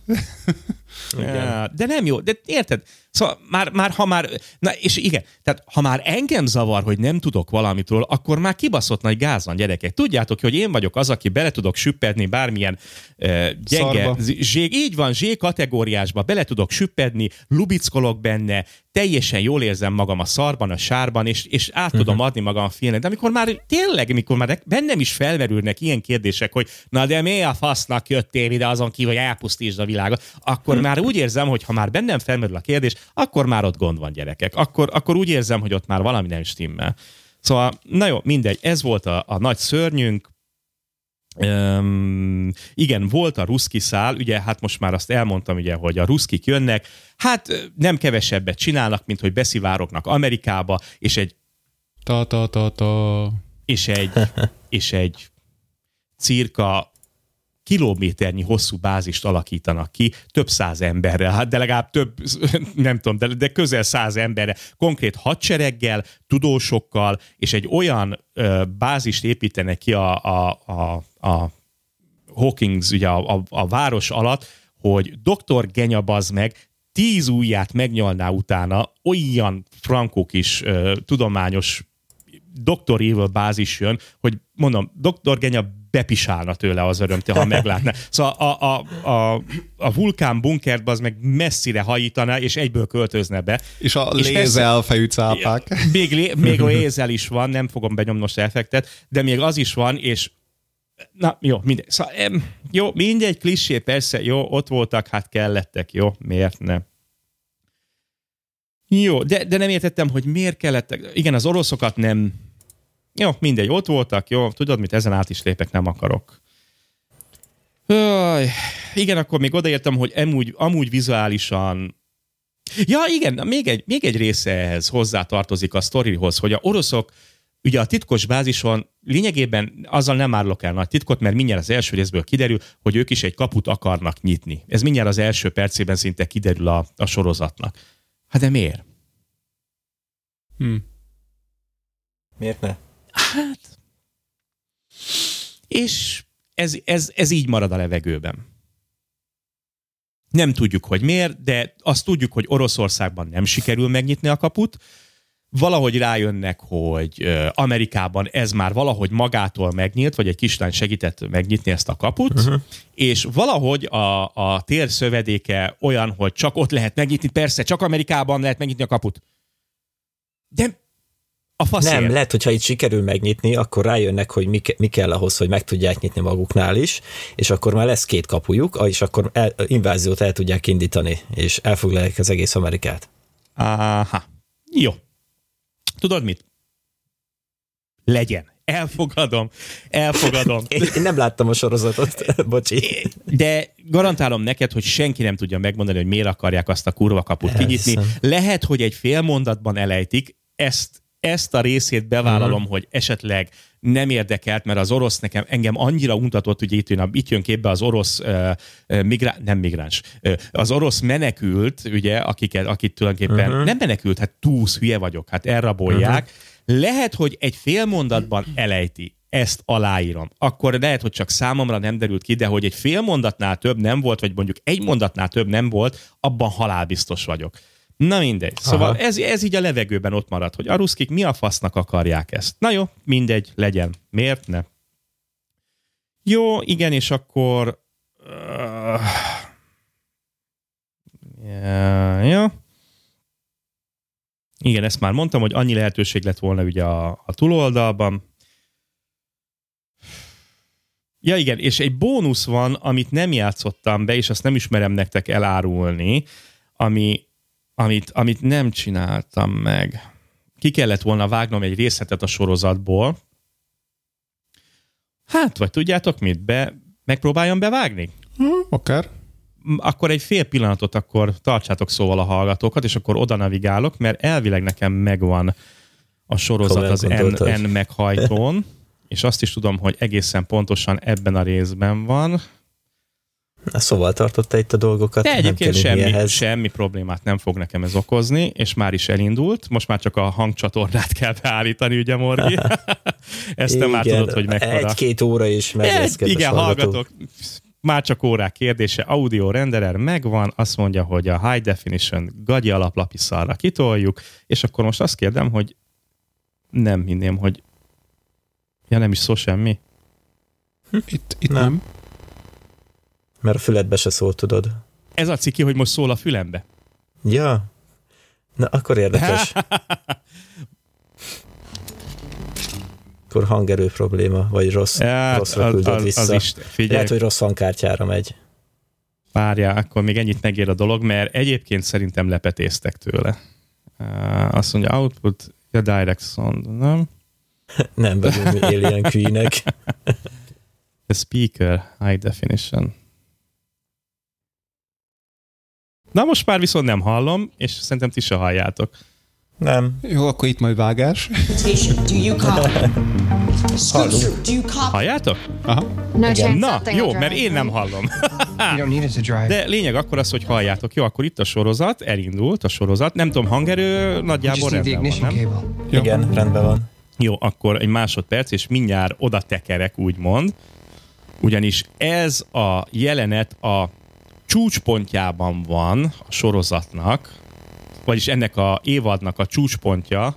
Ja, de nem jó, de érted? Szóval már, már ha már, na és igen, tehát ha már engem zavar, hogy nem tudok valamitről, akkor már kibaszott nagy gáz van, gyerekek. Tudjátok, hogy én vagyok az, aki bele tudok süppedni bármilyen uh, gyenge, zség, így van, zsé kategóriásba, bele tudok süppedni, lubickolok benne, teljesen jól érzem magam a szarban, a sárban, és, és át tudom uh-huh. adni magam a filmnek. De amikor már tényleg, amikor már bennem is felmerülnek ilyen kérdések, hogy na de mi a fasznak jöttél ide azon kívül, hogy elpusztítsd a világot, akkor uh-huh. már úgy érzem, hogy ha már bennem felmerül a kérdés, akkor már ott gond van, gyerekek. Akkor, akkor úgy érzem, hogy ott már valami nem stimmel. Szóval, na jó, mindegy, ez volt a, a nagy szörnyünk. Üm, igen, volt a ruszki szál, ugye, hát most már azt elmondtam, ugye, hogy a ruszkik jönnek, hát nem kevesebbet csinálnak, mint hogy beszivárognak Amerikába, és egy ta ta ta ta és egy, és egy cirka kilométernyi hosszú bázist alakítanak ki, több száz emberrel, hát de legalább több, nem tudom, de, de közel száz emberre, konkrét hadsereggel, tudósokkal, és egy olyan ö, bázist építenek ki a, a, a, a Hawkins, ugye a, a, a város alatt, hogy doktor Genya bazd meg tíz ujját megnyalná utána, olyan frankó kis ö, tudományos doktor Evil bázis jön, hogy mondom, doktor Genya bepisálna tőle az örömtől, ha meglátná. Szóval a, a, a, a vulkán bunkert az meg messzire hajítaná, és egyből költözne be. És a lézelfejű cápák. Még, még a lézel is van, nem fogom benyomni most effektet, de még az is van, és na, jó, mindegy. Szóval, jó, mindegy, klissé, persze, jó, ott voltak, hát kellettek, jó, miért nem? Jó, de, de nem értettem, hogy miért kellettek. Igen, az oroszokat nem... Jó, mindegy, ott voltak, jó, tudod mit, ezen át is lépek, nem akarok. Öj, igen, akkor még odaértem, hogy amúgy, amúgy vizuálisan... Ja, igen, még egy, még egy része ehhez hozzátartozik a sztorihoz, hogy a oroszok ugye a titkos bázison lényegében azzal nem árulok el nagy titkot, mert mindjárt az első részből kiderül, hogy ők is egy kaput akarnak nyitni. Ez mindjárt az első percében szinte kiderül a, a sorozatnak. Hát de miért? Hmm. Miért ne? Hát... És ez, ez, ez így marad a levegőben. Nem tudjuk, hogy miért, de azt tudjuk, hogy Oroszországban nem sikerül megnyitni a kaput. Valahogy rájönnek, hogy Amerikában ez már valahogy magától megnyílt, vagy egy kislány segített megnyitni ezt a kaput, uh-huh. és valahogy a, a tér szövedéke olyan, hogy csak ott lehet megnyitni, persze, csak Amerikában lehet megnyitni a kaput. De a faszért. Nem, lehet, hogyha itt sikerül megnyitni, akkor rájönnek, hogy mi, ke- mi kell ahhoz, hogy meg tudják nyitni maguknál is, és akkor már lesz két kapujuk, és akkor el, inváziót el tudják indítani, és elfoglalják az egész Amerikát. Aha. Jó. Tudod mit? Legyen. Elfogadom. Elfogadom. Én nem láttam a sorozatot, bocsi. De garantálom neked, hogy senki nem tudja megmondani, hogy miért akarják azt a kurva kaput kinyitni. Lehet, hogy egy fél mondatban elejtik, ezt, ezt a részét bevállalom, uh-huh. hogy esetleg nem érdekelt, mert az orosz nekem engem annyira untatott, hogy itt jön, itt jön képbe az orosz uh, migrá- nem migráns, uh, az orosz menekült, ugye, akiket, akit tulajdonképpen uh-huh. nem menekült, hát túsz, hülye vagyok, hát elrabolják. Uh-huh. Lehet, hogy egy fél mondatban elejti, ezt aláírom. Akkor lehet, hogy csak számomra nem derült ki, de hogy egy fél mondatnál több nem volt, vagy mondjuk egy mondatnál több nem volt, abban halálbiztos vagyok. Na mindegy. Szóval ez, ez így a levegőben ott marad, hogy a ruszkik mi a fasznak akarják ezt. Na jó, mindegy, legyen. Miért ne? Jó, igen, és akkor... Uh, yeah, jó. Igen, ezt már mondtam, hogy annyi lehetőség lett volna ugye a, a túloldalban. Ja igen, és egy bónusz van, amit nem játszottam be, és azt nem ismerem nektek elárulni, ami... Amit, amit nem csináltam meg. Ki kellett volna vágnom egy részletet a sorozatból. Hát, vagy tudjátok mit? Be, megpróbáljam bevágni? Hmm, akár. Akkor egy fél pillanatot akkor tartsátok szóval a hallgatókat, és akkor oda navigálok, mert elvileg nekem megvan a sorozat az N, N meghajtón, és azt is tudom, hogy egészen pontosan ebben a részben van. Na, szóval tartotta itt a dolgokat. De egyébként semmi, semmi problémát nem fog nekem ez okozni, és már is elindult. Most már csak a hangcsatornát kell beállítani, ugye, Morgi? Ezt te már tudod, hogy mekkora. Egy-két óra is meg lesz, kedves igen, hallgató. hallgatok. Már csak órák kérdése. Audio renderer megvan, azt mondja, hogy a High Definition gagyi alaplapi szarra kitoljuk, és akkor most azt kérdem, hogy nem hinném, hogy ja, nem is szó semmi. Itt, itt nem. nem. Mert a füledbe se szól, tudod. Ez a ciki, hogy most szól a fülembe. Ja. Na, akkor érdekes. Akkor hangerő probléma, vagy rossz, ja, rosszra küldött az, vissza. Az is, lehet, hogy rossz hangkártyára megy. Várjál, akkor még ennyit megér a dolog, mert egyébként szerintem lepetéztek tőle. Uh, azt mondja, output, ja, direct sound, nem? Nem vagyunk mi alien queen-ek. The speaker, high definition. Na most már viszont nem hallom, és szerintem ti se halljátok. Nem. Jó, akkor itt majd vágás. Halljátok? Aha. Na, jó, mert én nem hallom. De lényeg akkor az, hogy halljátok. Jó, akkor itt a sorozat, elindult a sorozat. Nem tudom, hangerő nagyjából rendben van, nem? Jó. Igen, rendben van. Jó, akkor egy másodperc, és mindjárt oda tekerek, úgymond. Ugyanis ez a jelenet a csúcspontjában van a sorozatnak, vagyis ennek a évadnak a csúcspontja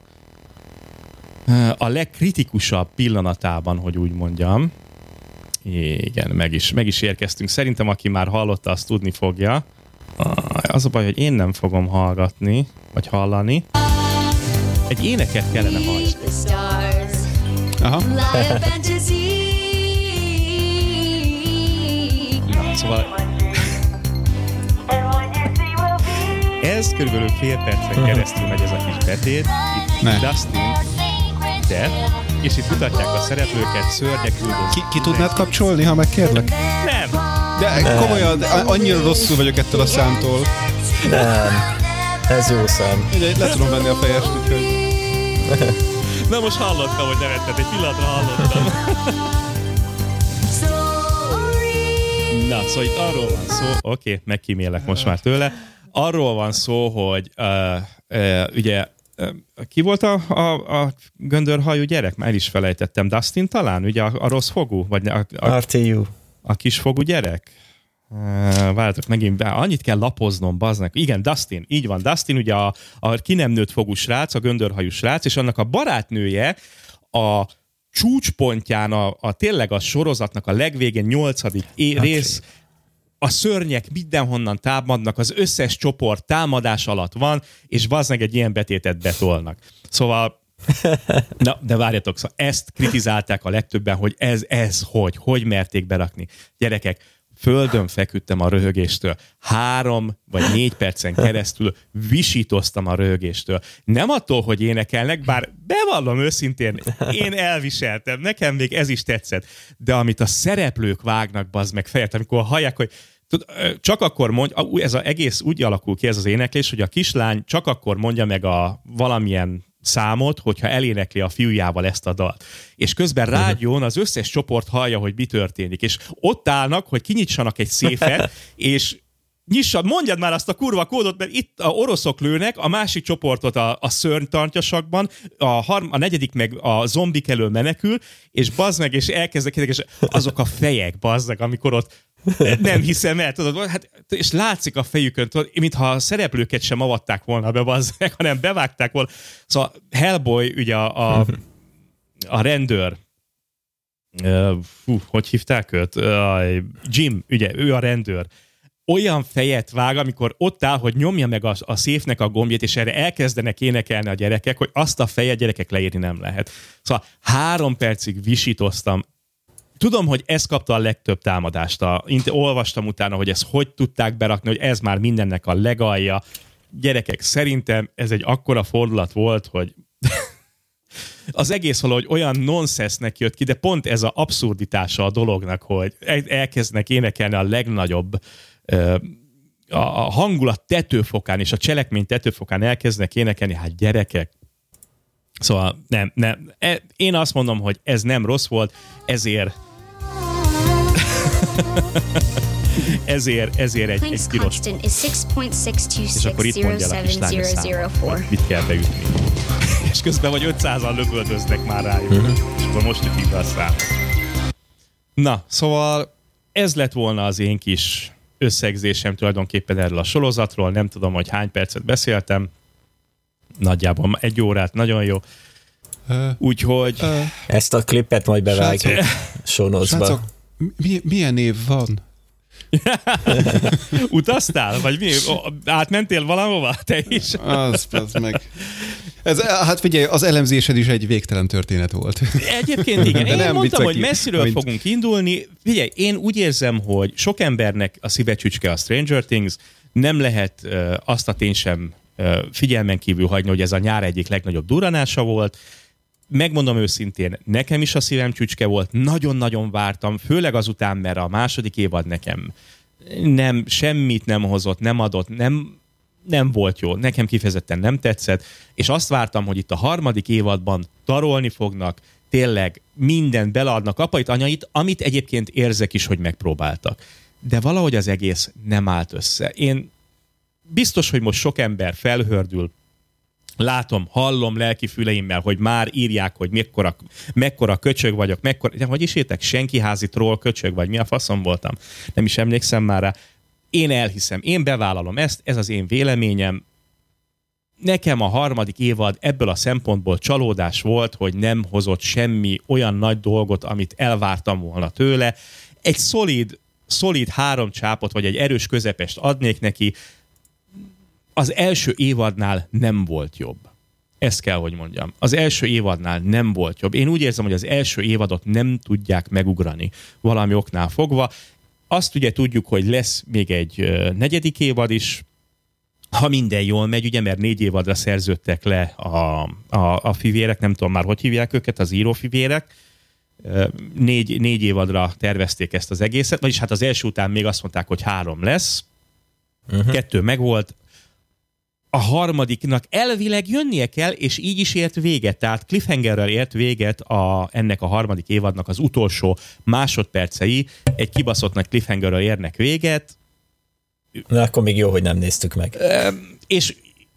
a legkritikusabb pillanatában, hogy úgy mondjam. Igen, meg is, meg is érkeztünk. Szerintem, aki már hallotta, azt tudni fogja. Az a baj, hogy én nem fogom hallgatni, vagy hallani. Egy éneket kellene hallani. Aha. Na, szóval ez körülbelül fél percen keresztül megy ez a kis betét. Itt ne. Dustin, de, és itt mutatják a szereplőket, szörnyek üldöznek. Ki, ki tudnád kapcsolni, ha megkérlek? Nem! De komolyan, de annyira rosszul vagyok ettől a számtól. Nem, ez jó szám. Ugye, le tudom venni a fejest, úgyhogy... Na most hallottam, hogy nevetted, egy pillanatra hallottam. Na, szóval itt arról van szó, oké, okay, megkímélek most már tőle, arról van szó, hogy uh, uh, ugye uh, ki volt a, a, a göndörhajú gyerek? Már el is felejtettem. Dustin talán? Ugye a, a rossz fogú? Vagy a, a, er té u. A kisfogú gyerek? Várjátok, megint annyit kell lapoznom, baznak. Igen, Dustin, így van. Dustin ugye a, a ki nem nőtt fogú srác, a göndörhajú srác, és annak a barátnője a csúcspontján, a, a tényleg a sorozatnak a legvégén nyolcadik é- rész, a szörnyek mindenhonnan támadnak, az összes csoport támadás alatt van, és bazdmeg egy ilyen betétet betolnak. Szóval, na, de várjatok, szóval ezt kritizálták a legtöbben, hogy ez, ez, hogy, hogy merték berakni. Gyerekek, földön feküdtem a röhögéstől. Három vagy négy percen keresztül visítoztam a röhögéstől. Nem attól, hogy énekelnek, bár bevallom őszintén, én elviseltem, nekem még ez is tetszett. De amit a szereplők vágnak, bazd meg fejet, amikor hallják, hogy tud, csak akkor mondja, ez az egész úgy alakul ki ez az éneklés, hogy a kislány csak akkor mondja meg a valamilyen számot, hogyha elénekli a fiújával ezt a dalt. És közben rádión az összes csoport hallja, hogy mi történik. És ott állnak, hogy kinyitsanak egy széfet, és nyissad, mondjad már azt a kurva kódot, mert itt a oroszok lőnek, a másik csoportot a, a szörny tartja a, harm, a negyedik meg a zombik elől menekül, és bazd meg, és elkezdek, és azok a fejek, bazd meg, amikor ott nem hiszem el, tudod, hát, és látszik a fejükön, tudod, mintha a szereplőket sem avatták volna be, bazd meg, hanem bevágták volna. Szóval Hellboy, ugye a, a, a rendőr, uh, fú, hogy hívták őt? Uh, Jim, ugye, ő a rendőr. Olyan fejet vág, amikor ott áll, hogy nyomja meg a, a széfnek a gombját, és erre elkezdenek énekelni a gyerekek, hogy azt a fejet gyerekek leírni nem lehet. Szóval három percig visítoztam. Tudom, hogy ez kapta a legtöbb támadást. A, én olvastam utána, hogy ezt hogy tudták berakni, hogy ez már mindennek a legalja. Gyerekek, szerintem ez egy akkora fordulat volt, hogy az egész valahogy olyan nonsensnek jött ki, de pont ez a abszurditása a dolognak, hogy elkezdenek énekelni a legnagyobb a hangulat tetőfokán és a cselekmény tetőfokán elkezdenek énekelni, hát gyerekek. Szóval nem, nem. Én azt mondom, hogy ez nem rossz volt, ezért ezért, ezért egy, egy piros. És akkor itt mondja a kislány a számot, mit kell beütni. És közben vagy ötszázan lövöldöznek már rájuk. Uh-huh. És akkor most ütik be a számot. Na, szóval ez lett volna az én kis összegzésem tulajdonképpen erről a sorozatról. Nem tudom, hogy hány percet beszéltem. Nagyjából egy órát, nagyon jó. Uh, Úgyhogy... Uh, Ezt a klippet majd bevágjuk sonozba. Mi, milyen év van? Utaztál? Vagy mi? Átmentél valahova? Te is? Az, az meg... Ez, hát figyelj, az elemzésed is egy végtelen történet volt. Egyébként igen. Én nem mondtam, hogy messziről mint... fogunk indulni. Figyelj, én úgy érzem, hogy sok embernek a szívecsücske a Stranger Things, nem lehet uh, azt a tény sem uh, figyelmen kívül hagyni, hogy ez a nyár egyik legnagyobb durranása volt. Megmondom őszintén, nekem is a szívem csücske volt, nagyon-nagyon vártam, főleg azután, mert a második évad nekem nem, semmit nem hozott, nem adott, nem, nem volt jó, nekem kifejezetten nem tetszett, és azt vártam, hogy itt a harmadik évadban tarolni fognak, tényleg mindent beleadnak apait, anyait, amit egyébként érzek is, hogy megpróbáltak. De valahogy az egész nem állt össze. Én biztos, hogy most sok ember felhördül, látom, hallom lelki füleimmel, hogy már írják, hogy mekkora, mekkora köcsög vagyok, mekkora, de hogy is értek, senkiházi troll köcsög, vagy mi a faszom voltam. Nem is emlékszem már rá. Én elhiszem, én bevállalom ezt, ez az én véleményem. Nekem a harmadik évad ebből a szempontból csalódás volt, hogy nem hozott semmi olyan nagy dolgot, amit elvártam volna tőle. Egy szolid, szolid három csápot, vagy egy erős közepest adnék neki. Az első évadnál nem volt jobb. Ezt kell, hogy mondjam. Az első évadnál nem volt jobb. Én úgy érzem, hogy az első évadot nem tudják megugrani valami oknál fogva. Azt ugye tudjuk, hogy lesz még egy negyedik évad is, ha minden jól megy, ugye, mert négy évadra szerződtek le a, a, a fivérek, nem tudom már, hogy hívják őket, az írófivérek. Négy, négy évadra tervezték ezt az egészet, vagyis hát az első után még azt mondták, hogy három lesz. Uh-huh. Kettő megvolt. A harmadiknak elvileg jönnie kell, és így is ért véget. Tehát cliffhangerrel ért véget a, ennek a harmadik évadnak az utolsó másodpercei. Egy kibaszott nagy cliffhangerrel érnek véget. Na, akkor még jó, hogy nem néztük meg. E, és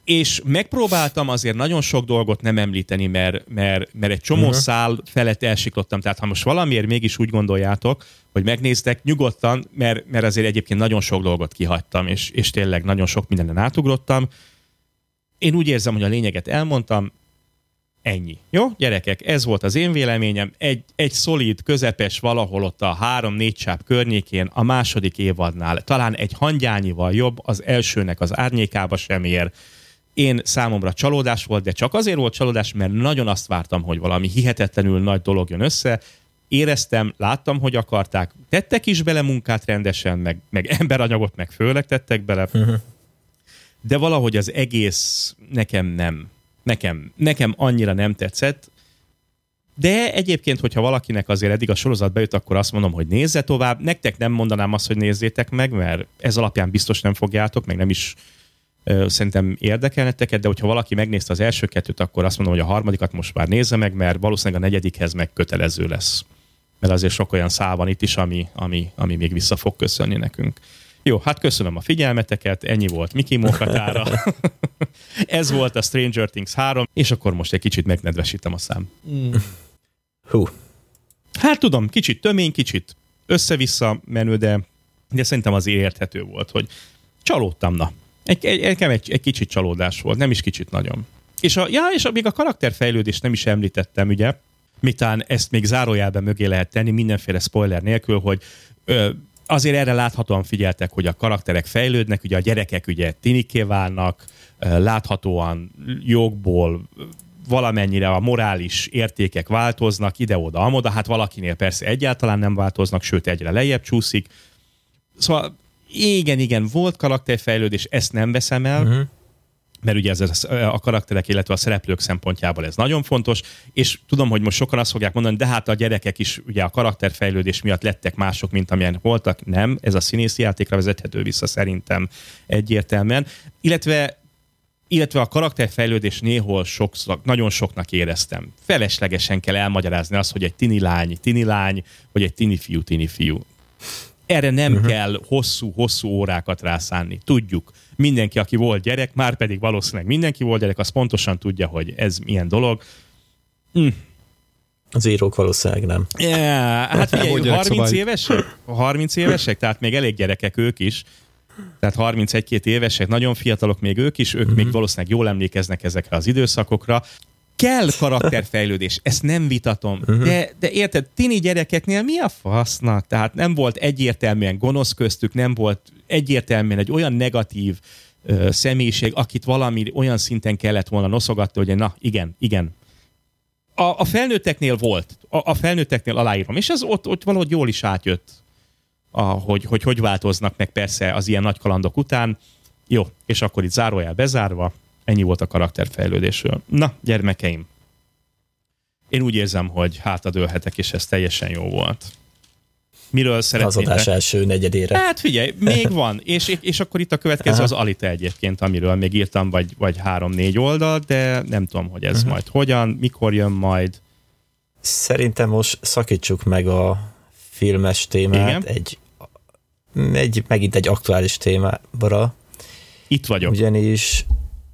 És megpróbáltam azért nagyon sok dolgot nem említeni, mert, mert, mert egy csomó uh-huh. szál felett elsiklottam. Tehát ha most valamiért mégis úgy gondoljátok, hogy megnéztek, nyugodtan, mert, mert azért egyébként nagyon sok dolgot kihagytam, és, és tényleg nagyon sok mindenen átugrottam. Én úgy érzem, hogy a lényeget elmondtam, ennyi. Jó, gyerekek, ez volt az én véleményem. Egy, egy szolid, közepes valahol ott a három-négy csáp környékén a második évadnál. Talán egy hangyányival jobb, az elsőnek az árnyékába sem ér. Én számomra csalódás volt, de csak azért volt csalódás, mert nagyon azt vártam, hogy valami hihetetlenül nagy dolog jön össze. Éreztem, láttam, hogy akarták. Tettek is bele munkát rendesen, meg, meg emberanyagot, meg főleg tettek bele. Uh-huh. De valahogy az egész nekem nem. Nekem, nekem annyira nem tetszett. De egyébként, hogyha valakinek azért eddig a sorozat bejött, akkor azt mondom, hogy nézze tovább. Nektek nem mondanám azt, hogy nézzétek meg, mert ez alapján biztos nem fogjátok, meg nem is ö, szerintem érdekelneteket, de hogyha valaki megnézte az első kettőt, akkor azt mondom, hogy a harmadikat most már nézze meg, mert valószínűleg a negyedikhez meg kötelező lesz. Mert azért sok olyan szál van itt is, ami, ami, ami még vissza fog köszönni nekünk. Jó, hát köszönöm a figyelmeteket, ennyi volt Miki Mókatára. Ez volt a Stranger Things három, és akkor most egy kicsit megnedvesítem a szám. Mm. Hú. Hát tudom, kicsit tömény, kicsit össze-vissza menő, de, de szerintem azért érthető volt, hogy csalódtam, na. Egy, egy, egy, egy, egy kicsit csalódás volt, nem is kicsit nagyon. És, a, ja, és a, még a karakterfejlődést nem is említettem, ugye, mitán ezt még zárójelben mögé lehet tenni, mindenféle spoiler nélkül, hogy ö, azért erre láthatóan figyeltek, hogy a karakterek fejlődnek, ugye a gyerekek ugye tiniké válnak, láthatóan jogból valamennyire a morális értékek változnak, ide-oda, amoda, hát valakinél persze egyáltalán nem változnak, sőt egyre lejjebb csúszik. Szóval igen, igen, volt karakterfejlődés, ezt nem veszem el, uh-huh. mert ugye ez a karakterek, illetve a szereplők szempontjából ez nagyon fontos, és tudom, hogy most sokan azt fogják mondani, de hát a gyerekek is ugye a karakterfejlődés miatt lettek mások, mint amilyen voltak. Nem, ez a színészi játékra vezethető vissza szerintem egyértelműen. Illetve, illetve a karakterfejlődés néhol sokszor, nagyon soknak éreztem. Feleslegesen kell elmagyarázni azt, hogy egy tini lány, tini lány, vagy egy tini fiú, tini fiú. Erre nem uh-huh. kell hosszú-hosszú órákat rászánni. Tudjuk. Mindenki, aki volt gyerek, már pedig valószínűleg mindenki volt gyerek, az pontosan tudja, hogy ez milyen dolog. Mm. Az írók valószínűleg nem. Yeah, hát figyelj, harminc évesek? harminc évesek, tehát még elég gyerekek ők is. Tehát harmincegy-két évesek, nagyon fiatalok még ők is, ők uh-huh. még valószínűleg jól emlékeznek ezekre az időszakokra. Kell karakterfejlődés, ezt nem vitatom, uh-huh. de, de érted, tini gyerekeknél mi a fasznak? Tehát nem volt egyértelműen gonosz köztük, nem volt egyértelműen egy olyan negatív ö, személyiség, akit valami olyan szinten kellett volna noszogatni, hogy na igen, igen. A, a felnőtteknél volt, a, a felnőtteknél aláírom, és ez ott, ott valahogy jól is átjött, a, hogy, hogy hogy változnak meg persze az ilyen nagy kalandok után. Jó, és akkor itt zárójel bezárva, ennyi volt a karakterfejlődésről. Na, gyermekeim, én úgy érzem, hogy hátradőlhetek, és ez teljesen jó volt. Miről szeretnétek? Az adás első negyedére. Hát figyelj, még van, és, és akkor itt a következő Aha. az Alita egyébként, amiről még írtam, vagy, vagy három-négy oldal, de nem tudom, hogy ez uh-huh. majd hogyan, mikor jön majd. Szerintem most szakítsuk meg a filmes témát, egy, egy, megint egy aktuális témára. Itt vagyok. Ugyanis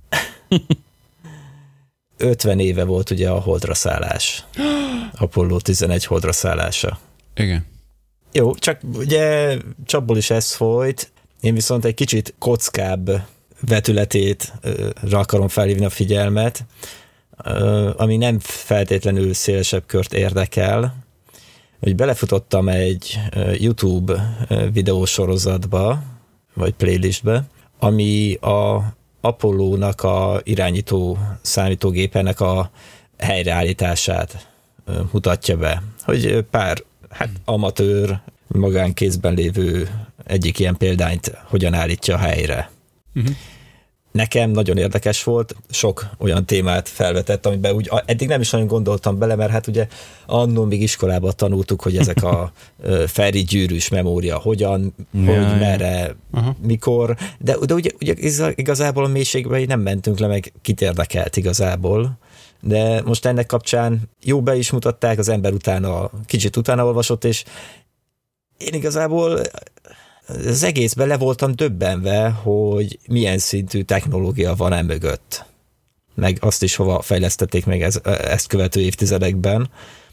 ötven éve volt ugye a holdra szállás. Apollo tizenegy holdra szállása. Igen. Jó, csak ugye csapból is ez folyt, én viszont egy kicsit kockább vetületét rá akarom felhívni a figyelmet, ami nem feltétlenül szélesebb kört érdekel, hogy belefutottam egy YouTube videósorozatba, vagy playlistbe, ami a Apollónak a irányító számítógépenek a helyreállítását mutatja be. Hogy pár hát, amatőr, magánkézben lévő egyik ilyen példányt hogyan állítja helyre. Uh-huh. Nekem nagyon érdekes volt, sok olyan témát felvetett, amiben úgy eddig nem is nagyon gondoltam bele, mert hát ugye annól még iskolában tanultuk, hogy ezek a Ferri gyűrűs memória hogyan, ja, hogy ja. merre, uh-huh. mikor, de, de ugye, ugye igazából a mélységben nem mentünk le, meg kit érdekelt igazából, de most ennek kapcsán jó be is mutatták, az ember utána, kicsit utána olvasott, és én igazából az egészben le voltam döbbenve, hogy milyen szintű technológia van e mögött. Meg azt is hova fejlesztették meg ez, ezt követő évtizedekben.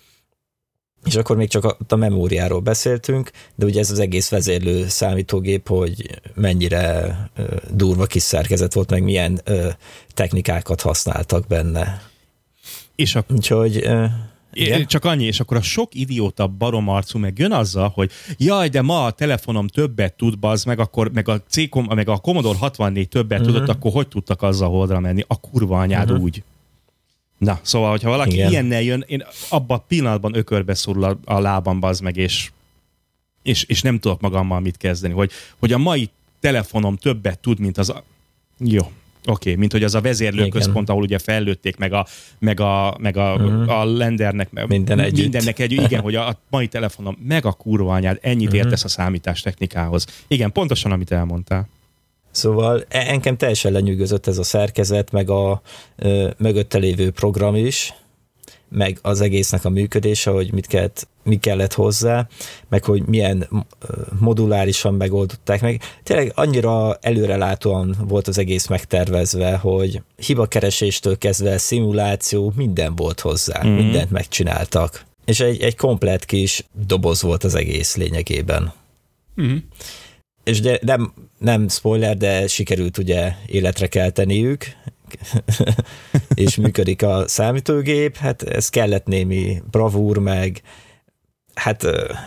És akkor még csak a, a memóriáról beszéltünk, de ugye ez az egész vezérlő számítógép, hogy mennyire ö, durva kis szerkezet volt, meg milyen ö, technikákat használtak benne. És a... Úgyhogy... Ö, É, csak annyi, és akkor a sok idióta baromarcú meg jön azzal, hogy jaj, de ma a telefonom többet tud, bazd meg, akkor meg a, C-kom, meg a Commodore hatvannégy többet uh-huh. tudott, akkor hogy tudtak azzal holdra menni? A kurva anyád uh-huh. úgy. Na, szóval, hogyha valaki igen. ilyennel jön, én abban a pillanatban ökörbe szorul a, a lábam, bazd meg, és, és, és nem tudok magammal mit kezdeni, hogy, hogy a mai telefonom többet tud, mint az a... Jó. Oké, okay, mint hogy az a vezérlőközpont, ahol ugye fellőtték, meg a, meg a, meg a, uh-huh. a lendernek, meg minden együtt. mindennek együtt, igen, hogy a, a mai telefonom, meg a kurva anyád, ennyit uh-huh. értesz a számítástechnikához. Igen, pontosan, amit elmondtál. Szóval engem teljesen lenyűgözött ez a szerkezet, meg a ö, mögötte lévő program is, meg az egésznek a működése, hogy mit kellett, mi kellett hozzá, meg hogy milyen modulárisan megoldották meg. Tényleg annyira előrelátóan volt az egész megtervezve, hogy hibakereséstől kezdve szimuláció, minden volt hozzá, mm. mindent megcsináltak. És egy, egy komplett kis doboz volt az egész lényegében. Mm. És de nem, nem spoiler, de sikerült ugye életre kelteniük, és működik a számítógép, hát ez kellett némi bravúr, meg hát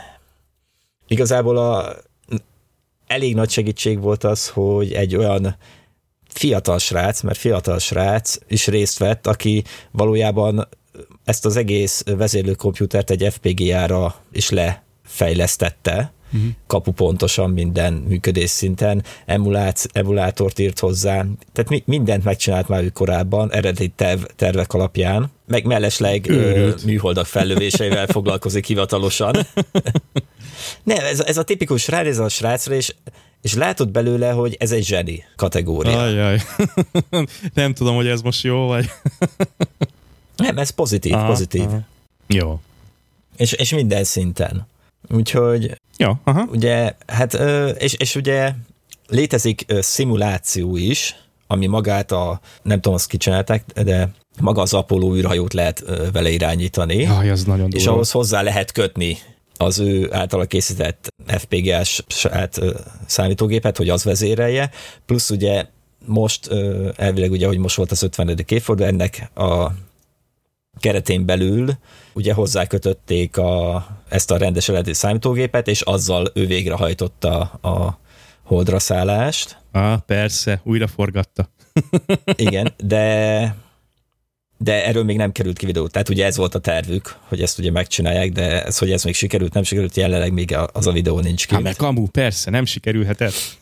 igazából a, elég nagy segítség volt az, hogy egy olyan fiatal srác, mert fiatal srác is részt vett, aki valójában ezt az egész vezérlőkomputert egy ef pé gé á-ra is lefejlesztette, uh-huh. kapupontosan minden működés szinten, emulát, emulátort írt hozzá, tehát mi, mindent megcsinált már ő korábban, eredeti terv, tervek alapján, meg mellesleg ö, műholdak fellövéseivel foglalkozik hivatalosan. Nem, ez, ez a tipikus ránéz a srácra, és, és látod belőle, hogy ez egy zseni kategória. Ajaj. Nem tudom, hogy ez most jó, vagy... Nem, ez pozitív, aha, pozitív. Aha. Jó. És, és minden szinten. Úgyhogy jó, aha. ugye, hát, és, és ugye létezik szimuláció is, ami magát a, nem tudom, azt kicsinálták, de maga az Apollo űrhajót lehet vele irányítani. Jaj, az nagyon durva. És ahhoz hozzá lehet kötni az ő általa készített ef pé gé á-s számítógépet, hogy az vezérelje, plusz ugye most, elvileg ugye, hogy most volt az ötvenedik évforduló, ennek a keretén belül ugye hozzákötötték a, ezt a rendes eredeti számítógépet, és azzal ő végrehajtotta a holdra szállást. Ah, persze, újra forgatta. Igen, de de erről még nem került ki videó. Tehát ugye ez volt a tervük, hogy ezt ugye megcsinálják, de ez, hogy ez még sikerült, nem sikerült, jelenleg még az a videó nincs ki. Hát meg kamu, persze, nem sikerülhetett.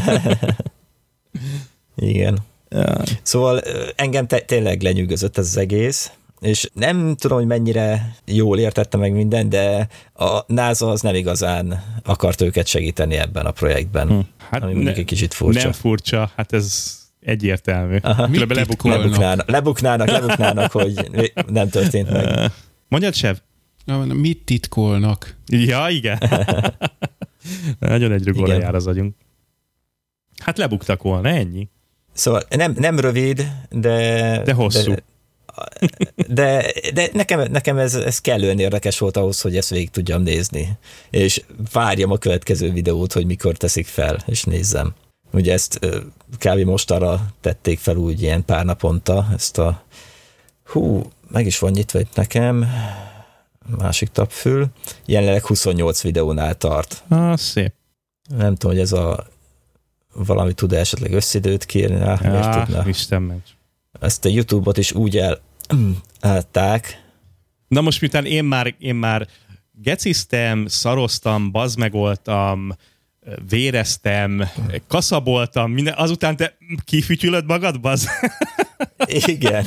Igen. Ja. Szóval engem te- tényleg lenyűgözött ez az egész, és nem tudom, hogy mennyire jól értette meg minden, de a NASA az nem igazán akart őket segíteni ebben a projektben. Hm. Hát ami mondjuk ne, egy kicsit furcsa. Nem furcsa, hát ez egyértelmű. Lebuknának, lebuknának, lebuknának, hogy nem történt meg. Mondjad, Sev? Mit titkolnak? Ja, igen. Nagyon egy rugóra jár az agyunk. Hát lebuktak volna, ennyi. Szóval nem, nem rövid, de... De hosszú. De, de, de nekem, nekem ez, ez kellően érdekes volt ahhoz, hogy ezt végig tudjam nézni. És várjam a következő videót, hogy mikor teszik fel, és nézzem. Ugye ezt kb. Mostanra tették fel úgy ilyen pár naponta, ezt a hú, meg is van nyitva itt nekem, másik tapfül, jelenleg huszonnyolc videónál tart. Ah, szép. Nem tudom, hogy ez a valami tud esetleg összidőt kérni, ah, ja, miért tudna? Isten megy. Ezt a YouTube-ot is úgy el, elták. Na most miután én már, én már geciztem, szaroztam, bazmegoltam, véreztem, kaszaboltam, minden, azután te kifütyülöd magad, baz? Igen.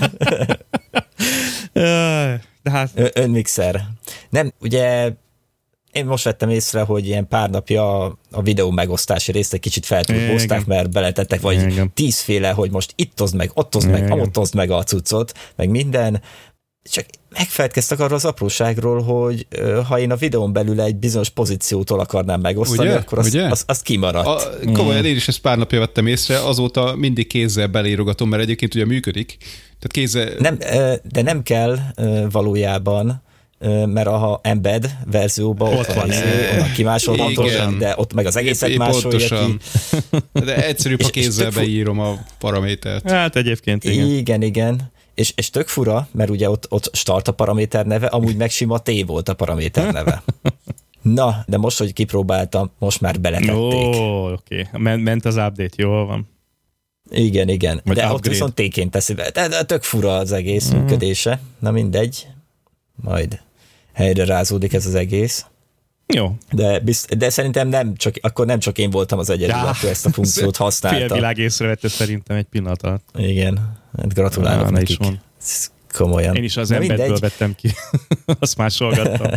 De hát... Ö- önmixer. Nem, ugye én most vettem észre, hogy ilyen pár napja a videó megosztási részt egy kicsit felturbózták, mert beletettek vagy igen. tízféle, hogy most itt oszd meg, ott oszd meg, amott oszd meg a cuccot, meg minden. Csak megfelelkeztek arra az apróságról, hogy ha én a videón belül egy bizonyos pozíciótól akarnám megosztani, ugye? akkor azt, azt, azt kimaradt. A, komolyan, én is ezt pár napja vettem észre, azóta mindig kézzel belérogatom, mert egyébként ugye működik. Tehát kézzel... Nem, de nem kell valójában, mert a embed verzióban ott, ott van, izé, onnan kimásolható, de ott meg az egészet épp, másolja ki. De egyszerűbb, ha kézzel beírom a paramétert. Hát egyébként igen. Igen, igen. És, és tök fura, mert ugye ott, ott start a paraméter neve, amúgy meg sima T volt a paraméter neve. Na, de most, hogy kipróbáltam, most már beletették. Ó, oké. Okay. Ment az update, jól van. Igen, igen. Vagy de upgrade. Ott viszont T-ként teszi be. De, de tök fura az egész mm. működése. Na mindegy. Majd helyre rázódik ez az egész. Jó. De, bizt, de szerintem nem csak, akkor nem csak én voltam az egyedül, aki ezt a funkciót használta. Félvilág észrevette szerintem egy pillanat alatt. Igen. Hát gratulálok ah, nekik. Komolyan. Én is az embedből vettem ki. Azt másolgattam.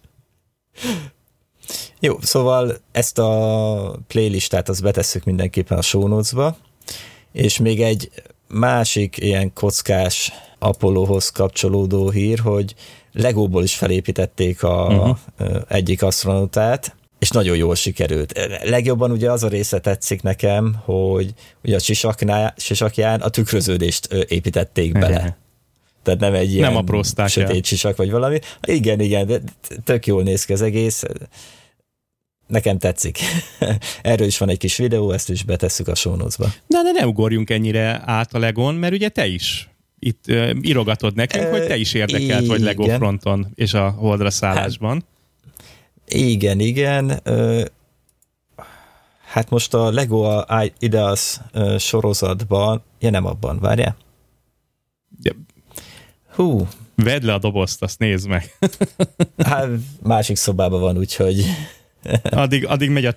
Jó, szóval ezt a playlistát azt betesszük mindenképpen a show notes-ba, és még egy másik ilyen kockás Apollohoz kapcsolódó hír, hogy Legóból is felépítették a uh-huh. egyik asztronautát, és nagyon jól sikerült. Legjobban ugye az a része tetszik nekem, hogy ugye a sisaknál, sisakján a tükröződést építették bele. Uh-huh. Tehát nem egy ilyen nem sötét el. sisak vagy valami. Igen, igen, de tök jól néz ki az egész. Nekem tetszik. Erről is van egy kis videó, ezt is betesszük a show notes-ba. Na, de ne ugorjunk ennyire át a Legon, mert ugye te is itt uh, írogatod nekünk, uh, hogy te is érdekelt vagy Lego fronton és a holdra szállásban. Hát, igen, igen. Uh, hát most a Lego a Ideas uh, sorozatban, ja nem abban, várjál? Ja. Hú. Vedd le a dobozt, azt nézd meg. Hát másik szobában van, úgyhogy... Addig, addig megy a...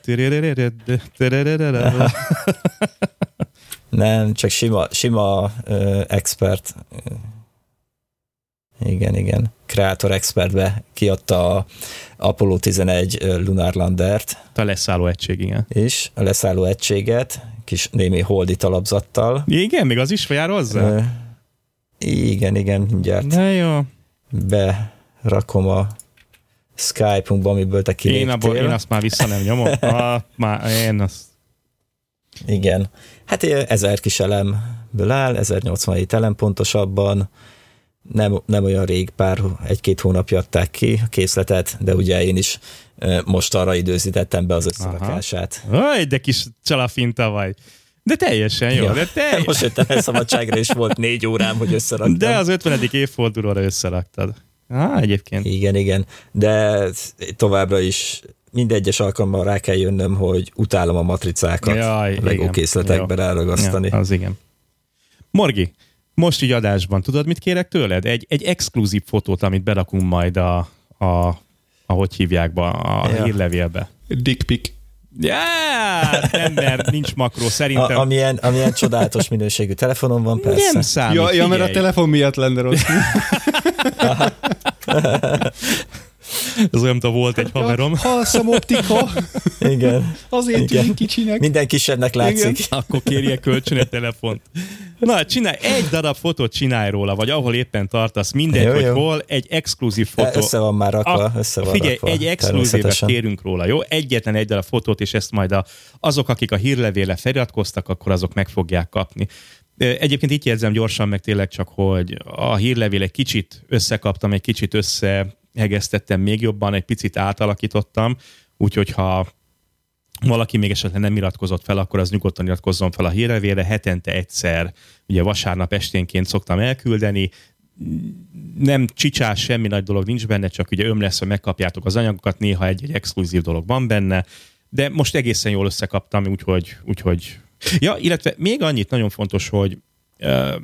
Nem, csak sima, sima uh, expert. Igen, igen. Creator Expertbe kiadta a Apollo tizenegy Lunar Landert. A leszálló egység, igen. És a leszálló egységet, kis némi holdi talapzattal. Igen, még az is jár hozzá? Uh, igen, igen, mindjárt. De jó. Berakom a Skype-unkba, amiből te kiléptél. Én, abba, én azt már vissza nem nyomom. ah, már én azt... Igen. Hát ezer kis elemből áll, ezernyolcvanhét elem pontosabban. Nem, nem olyan rég, pár, egy-két hónapja adták ki a készletet, de ugye én is most arra időzítettem be az összerakását. Aj, de kis csalafinta vagy. De teljesen jó. Ja. De teljes... Most jöttem el szabadságra, és volt négy órám, hogy összeraktam. De az ötvenedik évfordulóra összeraktad. Á, egyébként. Igen, igen. De továbbra is mindegyes alkalommal rá kell jönnöm, hogy utálom a matricákat Jaj, a Lego készletekbe ráragasztani. Ja, az igen. Morgi, most így adásban, tudod, mit kérek tőled? Egy, egy exkluzív fotót, amit berakunk majd a, a ahogy hívják be, a ja. hírlevélbe. Dick pic. Ja, nem, mert nincs makró, szerintem. A, amilyen, amilyen csodálatos minőségű telefonom van, persze. Nem számít, ja, ja, mert a telefon miatt lenne rossz. Ez olyan, mint volt egy haverom. Halszom optika. Igen. Azért tűnik kicsinek. Minden kisebbnek látszik. Igen. Akkor kérje kölcsön egy telefont. Na, csinálj, egy darab fotót csinálj róla, vagy ahol éppen tartasz, mindegy, jó, hogy jó. hol, egy exkluzív fotó. Össze van már rakva, a, össze van Figyelj, rakva, egy exkluzívet kérünk róla, jó? Egyetlen egy darab fotót, és ezt majd a, azok, akik a hírlevéle feliratkoztak, akkor azok meg fogják kapni. Egyébként itt jegyzem gyorsan, meg tényleg csak, hogy a hírlevél egy kicsit összekaptam, egy kicsit összehegesztettem még jobban, egy picit átalakítottam, úgyhogy ha valaki még esetleg nem iratkozott fel, akkor az nyugodtan iratkozzon fel a hírlevélre, hetente egyszer, ugye vasárnap esténként szoktam elküldeni, nem csicsás, semmi nagy dolog nincs benne, csak ugye ömlesz, hogy megkapjátok az anyagokat, néha egy-egy exkluzív dolog van benne, de most egészen jól összekaptam, úgyhogy, úgyhogy... Ja, illetve még annyit nagyon fontos, hogy uh,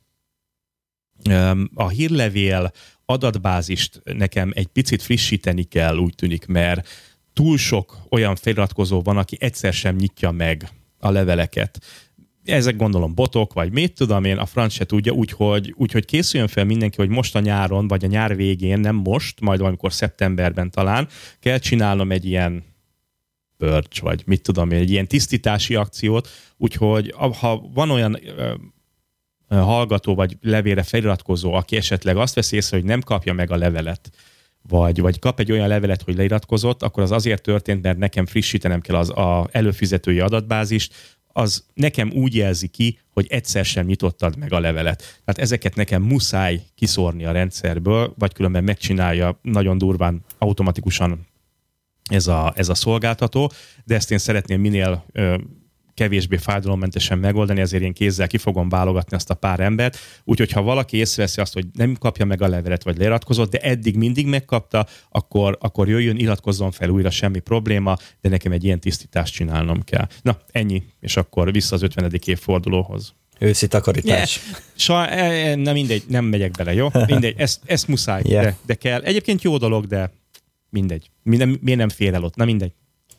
um, a hírlevél adatbázist nekem egy picit frissíteni kell, úgy tűnik, mert túl sok olyan feliratkozó van, aki egyszer sem nyitja meg a leveleket. Ezek gondolom botok, vagy mit tudom én, a franc se tudja, úgyhogy, úgyhogy készüljön fel mindenki, hogy most a nyáron, vagy a nyár végén, nem most, majd valamikor szeptemberben talán, kell csinálnom egy ilyen purge, vagy mit tudom én, egy ilyen tisztítási akciót, úgyhogy ha van olyan hallgató vagy levélre feliratkozó, aki esetleg azt veszi észre, hogy nem kapja meg a levelet, vagy, vagy kap egy olyan levelet, hogy leiratkozott, akkor az azért történt, mert nekem frissítenem kell az a előfizetői adatbázist, az nekem úgy jelzi ki, hogy egyszer sem nyitottad meg a levelet. Tehát ezeket nekem muszáj kiszórni a rendszerből, vagy különben megcsinálja nagyon durván automatikusan ez a, ez a szolgáltató, de ezt én szeretném minél ö, kevésbé fájdalommentesen megoldani, ezért én kézzel ki fogom válogatni azt a pár embert. Úgyhogy ha valaki észreveszi azt, hogy nem kapja meg a levelet, vagy leiratkozott, de eddig mindig megkapta, akkor, akkor jöjjön, iratkozzon fel újra, semmi probléma, de nekem egy ilyen tisztítást csinálnom kell. Na, ennyi, és akkor vissza az ötvenedik évfordulóhoz. Őszi takarítás. Yeah. Sa, na mindegy, nem megyek bele, jó? Mindegy, ezt, ezt muszáj, yeah. de, de kell. Egyébként jó dolog, de mindegy. Minden, miért nem fél el ott? Na mindegy.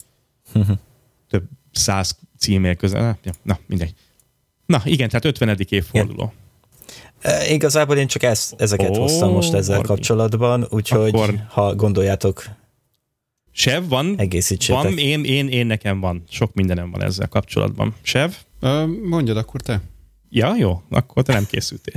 Több száz címél közel. Na, mindegy. Na, igen, tehát ötvenedik évforduló. E, igazából én csak ezt, ezeket oh, hoztam most ezzel Margin. kapcsolatban, úgyhogy akkor... ha gondoljátok, Sev, van? Egészítsétek. Van, én, én, én nekem van. Sok mindenem van ezzel kapcsolatban. Sev? Uh, mondjad akkor te. Ja, jó, akkor te nem készültél.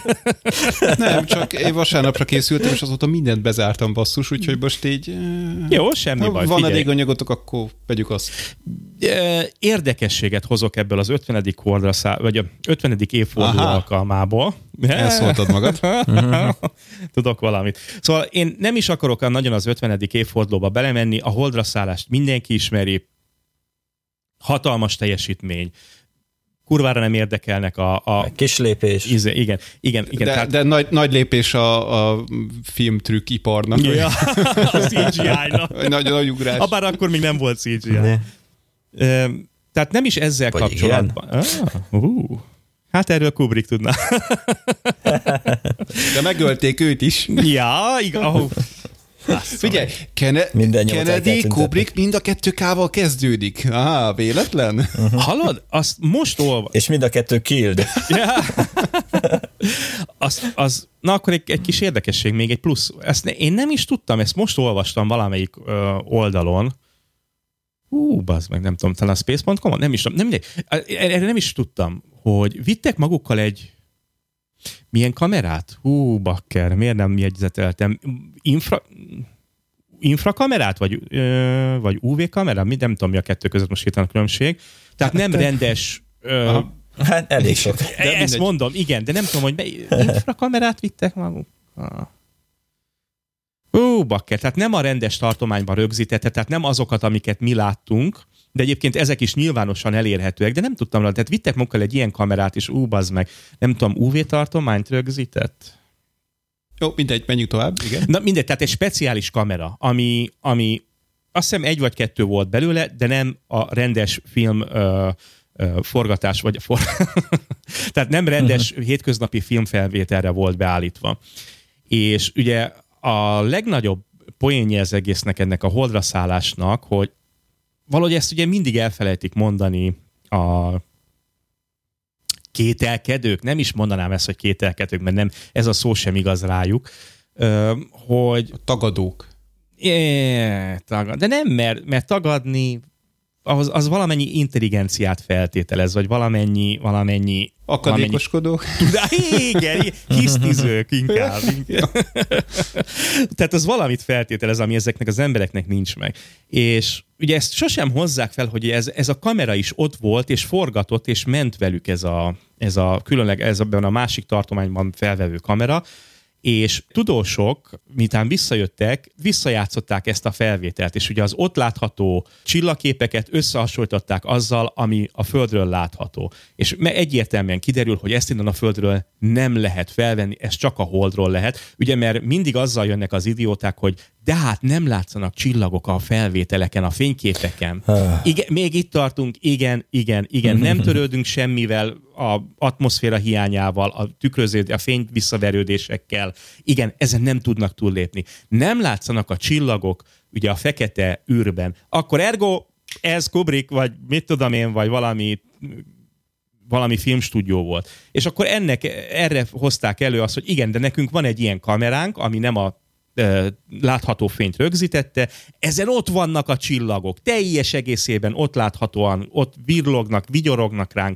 Nem, csak én vasárnapra készültem, és azóta mindent bezártam, basszus, úgyhogy most így... Jó, semmi baj. Van elég anyagotok, akkor vegyük azt. Érdekességet hozok ebből az ötvenedik hordra, vagy a ötvenedik évforduló alkalmából. Elszóltad magad. Tudok valamit. Szóval én nem is akarok nagyon az ötvenedik évfordulóba belemenni, a holdra szállást mindenki ismeri, hatalmas teljesítmény, kurvára nem érdekelnek a... a kis lépés. Íze, igen, igen. igen de tehát... de nagy, nagy lépés a, a filmtrükkiparnak. Ja, a cé gé í-nak. Nagy, nagy ugrás. Habár akkor még nem volt cé gé í. Ne. Tehát nem is ezzel vagy kapcsolatban. Ah, uh, hát erről Kubrick tudná. De megölték őt is. Ja, igen. Oh. Figyelj, Kene- Kennedy, Kubrick mind a kettő K-val kezdődik. Á, véletlen? Uh-huh. Hallod? Azt most olvas. És mind a kettő killed. Ja. az, az, na akkor egy, egy kis érdekesség, még egy plusz. Ezt ne, én nem is tudtam, ezt most olvastam valamelyik ö, oldalon. Hú, bazd meg, nem tudom, talán a space pont com-on? Nem is tudom, nem mindegy. Erre nem is tudtam, hogy vittek magukkal egy milyen kamerát? Hú, bakker, miért nem jegyzeteltem? Infra... Infrakamerát? Vagy, ö, vagy ú vé kamera? Mi, nem tudom, mi a kettő között most hirtelen a különbség. Tehát nem rendes... Ö, hát elég sok. Ezt mindegy. Mondom, igen, de nem tudom, hogy be... infrakamerát vittek maguk? Ah. Hú, bakker, tehát nem a rendes tartományban rögzítette, tehát nem azokat, amiket mi láttunk, de egyébként ezek is nyilvánosan elérhetőek, de nem tudtam rá, tehát vittek magukkal egy ilyen kamerát, és ú, bazd meg, nem tudom, ú vé tartományt rögzített? Jó, mindegy, menjünk tovább, igen. Na mindegy, tehát egy speciális kamera, ami, ami azt hiszem egy vagy kettő volt belőle, de nem a rendes film ö, ö, forgatás, vagy for... tehát nem rendes uh-huh. hétköznapi filmfelvételre volt beállítva. És ugye a legnagyobb poénja az egésznek, ennek a holdra szállásnak, hogy valahogy ezt ugye mindig elfelejtik mondani a kételkedők, nem is mondanám ezt, hogy kételkedők, mert nem, ez a szó sem igaz rájuk, hogy... A tagadók. É, tagad, de nem, mert, mert tagadni az, az valamennyi intelligenciát feltételez, vagy valamennyi... valamennyi akadékoskodók. Valamennyi, igen, hisztizők inkább. inkább. Tehát az valamit feltételez, ami ezeknek az embereknek nincs meg. És ugye ezt sosem hozzák fel, hogy ez, ez a kamera is ott volt, és forgatott, és ment velük ez a, ez a különleg ez abban a másik tartományban felvevő kamera, és tudósok, miután visszajöttek, visszajátszották ezt a felvételt, és ugye az ott látható csillagképeket összehasonlították azzal, ami a Földről látható. És egyértelműen kiderül, hogy ezt innen a Földről nem lehet felvenni, ez csak a Holdról lehet, ugye mert mindig azzal jönnek az idióták, hogy de hát nem látszanak csillagok a felvételeken, a fényképeken. Igen, még itt tartunk, igen, igen, igen, nem törődünk semmivel, a atmoszféra hiányával, a tükröző, a fény visszaverődésekkel. Igen, ezen nem tudnak túllépni. Nem látszanak a csillagok, ugye a fekete űrben. Akkor ergo ez Kubrick, vagy mit tudom én, vagy valami, valami filmstúdió volt. És akkor ennek, erre hozták elő azt, hogy igen, de nekünk van egy ilyen kameránk, ami nem a látható fényt rögzítette, ezen ott vannak a csillagok, teljes egészében ott láthatóan, ott virlognak, vigyorognak ránk,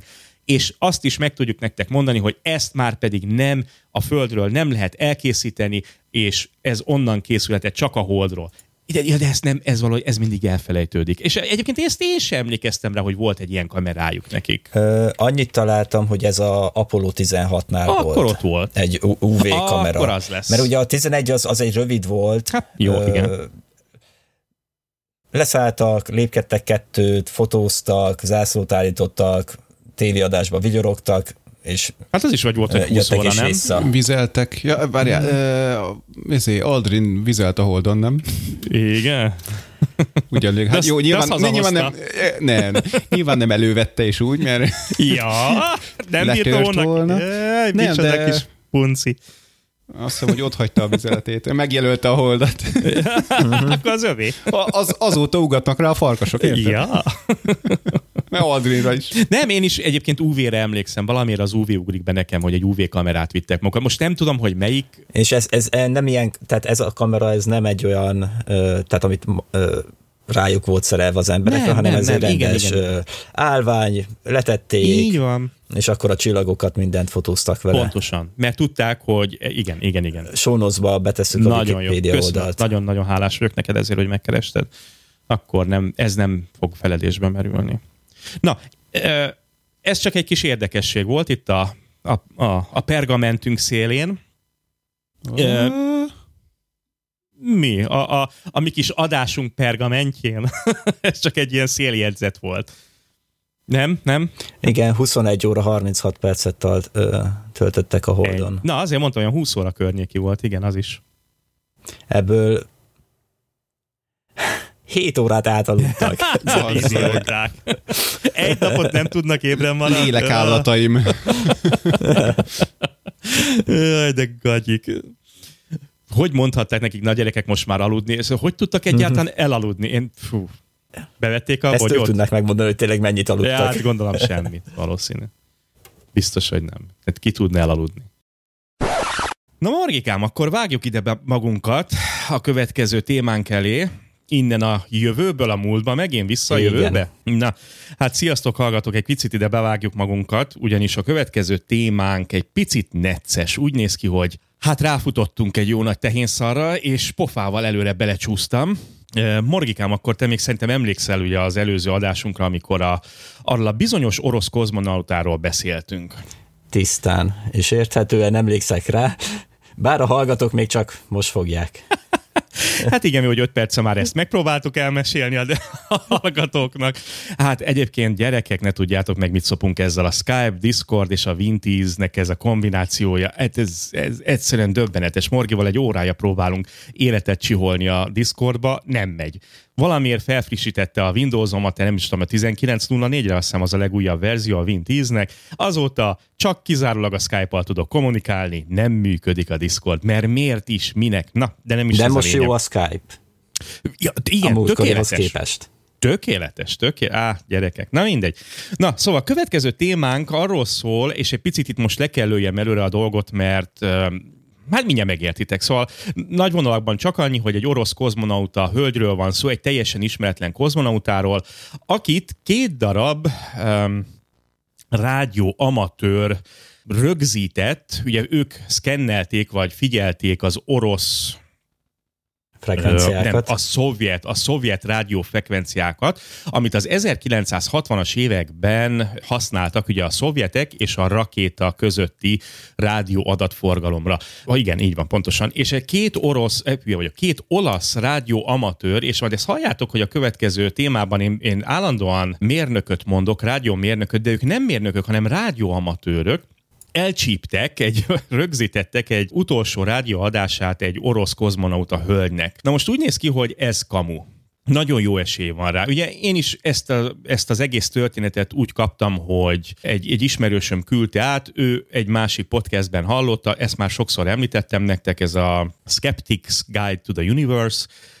és azt is meg tudjuk nektek mondani, hogy ezt már pedig nem a Földről nem lehet elkészíteni, és ez onnan készülhetett csak a Holdról. De, de ez nem, ez valahogy, ez mindig elfelejtődik. És egyébként ezt én sem emlékeztem rá, hogy volt egy ilyen kamerájuk nekik. Ö, annyit találtam, hogy ez a Apollo tizenhatnál Akkor volt. Akkor ott volt. Egy ú vé kamera. Akkor az lesz. Mert ugye a tizenegy az, az egy rövid volt. Hát, jó, Ö, igen. Leszálltak, lépkedtek kettőt, fotóztak, zászlót állítottak, tévéadásba vigyorogtak, és hát az is vagy volt, hogy húsz óra, nem? Vissza. Vizeltek. Ja, várjál, uh, Aldrin vizelt a Holdon, nem? Igen. Ugyanlég. Hát de jó, nyilván, de nyilván, nem, nem, nyilván nem elővette és úgy, mert ja, nem bírta volna. Jaj, nem, de... kis punci. Azt hiszem, hogy ott hagyta a vizeletét. Megjelölte a Holdat. Akkor az övé. Az, azóta ugatnak rá a farkasok, érted? Ja. Mert Aldrinra is. Nem, én is egyébként ú vére emlékszem. Valamiért az ú vé ugrik be nekem, hogy egy ú vé kamerát vittek magukkal. Most nem tudom, hogy melyik. És ez, ez nem ilyen, tehát ez a kamera, ez nem egy olyan, tehát amit rájuk volt szerelve az emberekre, nem, hanem nem, ez nem, egy rendes igen, igen. állvány, letették. Így van. És akkor a csillagokat mindent fotóztak vele. Pontosan. Mert tudták, hogy igen, igen, igen. Show-notes-ba betesszük a Wikipédia oldalt. Nagyon-nagyon hálás vagyok neked ezért, hogy megkerested. Akkor nem, ez nem fog feledésbe merülni. Na, ez csak egy kis érdekesség volt itt a, a, a, a pergamentünk szélén. Uh. Mi? A, a, a mi kis adásunk pergamentjén? Ez csak egy ilyen széljegyzet volt. Nem? Nem? Igen, huszonegy óra harminchat percet talt, ö, töltöttek a Holdon. Egy. Na, azért mondtam, hogy húsz óra környéki volt, igen, az is. Ebből hét órát átaludtak. Egy napot nem tudnak ébren maradni. Lélekállataim. Jaj, de gagyik. Hogy mondhatták nekik nagy gyerekek most már aludni? És hogy tudtak egyáltalán uh-huh. elaludni? Én, fú, bevették a Ezt bogyót? Ezt ők tudnak megmondani, hogy tényleg mennyit aludtak. Ja, hát gondolom semmit, valószínű. Biztos, hogy nem. Tehát ki tudna elaludni? Na Margikám, akkor vágjuk ide be magunkat a következő témánk elé. Innen a jövőből a múltba, megint vissza a jövőbe? Na, hát sziasztok, hallgatók, egy picit ide bevágjuk magunkat, ugyanis a következő témánk egy picit necces. Úgy néz ki, hogy hát ráfutottunk egy jó nagy tehénszarra, és pofával előre belecsúsztam. Morgikám, akkor te még szerintem emlékszel ugye az előző adásunkra, amikor a, arról a bizonyos orosz kozmonautáról beszéltünk. Tisztán, és érthetően emlékszek rá, bár a hallgatók még csak most fogják. Hát igen, mi, hogy öt perce már ezt megpróbáltuk elmesélni a, a hallgatóknak. Hát egyébként gyerekek, ne tudjátok meg, mit szopunk ezzel a Skype, Discord és a Wintease-nek ez a kombinációja. Hát ez, ez egyszerűen döbbenetes. Morgival egy órája próbálunk életet csiholni a Discordba, nem megy. Valamiért felfrissítette a Windows-omat, nem is tudom, a tizenkilenc nulla négyre, azt hiszem az a legújabb verzió a Wintease-nek. Azóta csak kizárólag a Skype-al tudok kommunikálni, nem működik a Discord. Mert miért is, minek? Na, de nem is de ez most a jó a Skype. Ja, igen, a tökéletes. képest. Tökéletes, tökéletes. Á, gyerekek. Na mindegy. Na, szóval a következő témánk arról szól, és egy picit itt most le kell lőjem előre a dolgot, mert uh, hát mindjárt megértitek. Szóval nagy vonalakban csak annyi, hogy egy orosz kozmonauta hölgyről van szó, egy teljesen ismeretlen kozmonautáról, akit két darab um, rádió amatőr rögzített, ugye ők szkennelték, vagy figyelték az orosz frekvenciákat. Nem, a szovjet, a szovjet rádiófrekvenciákat, amit az ezerkilencszázhatvanas években használtak ugye a szovjetek és a rakéta közötti rádió adatforgalomra. Ha igen, így van, pontosan. És egy két orosz, vagy a két olasz rádió amatőr, és majd ezt halljátok, hogy a következő témában én, én állandóan mérnököt mondok, rádiómérnököt, de ők nem mérnökök, hanem rádióamatőrök, elcsíptek, egy, rögzítettek egy utolsó rádióadását egy orosz kozmonauta hölgynek. Na most úgy néz ki, hogy ez kamu. Nagyon jó esély van rá. Ugye én is ezt, a, ezt az egész történetet úgy kaptam, hogy egy, egy ismerősöm küldte át, ő egy másik podcastben hallotta, ezt már sokszor említettem nektek, ez a Skeptics Guide to the Universe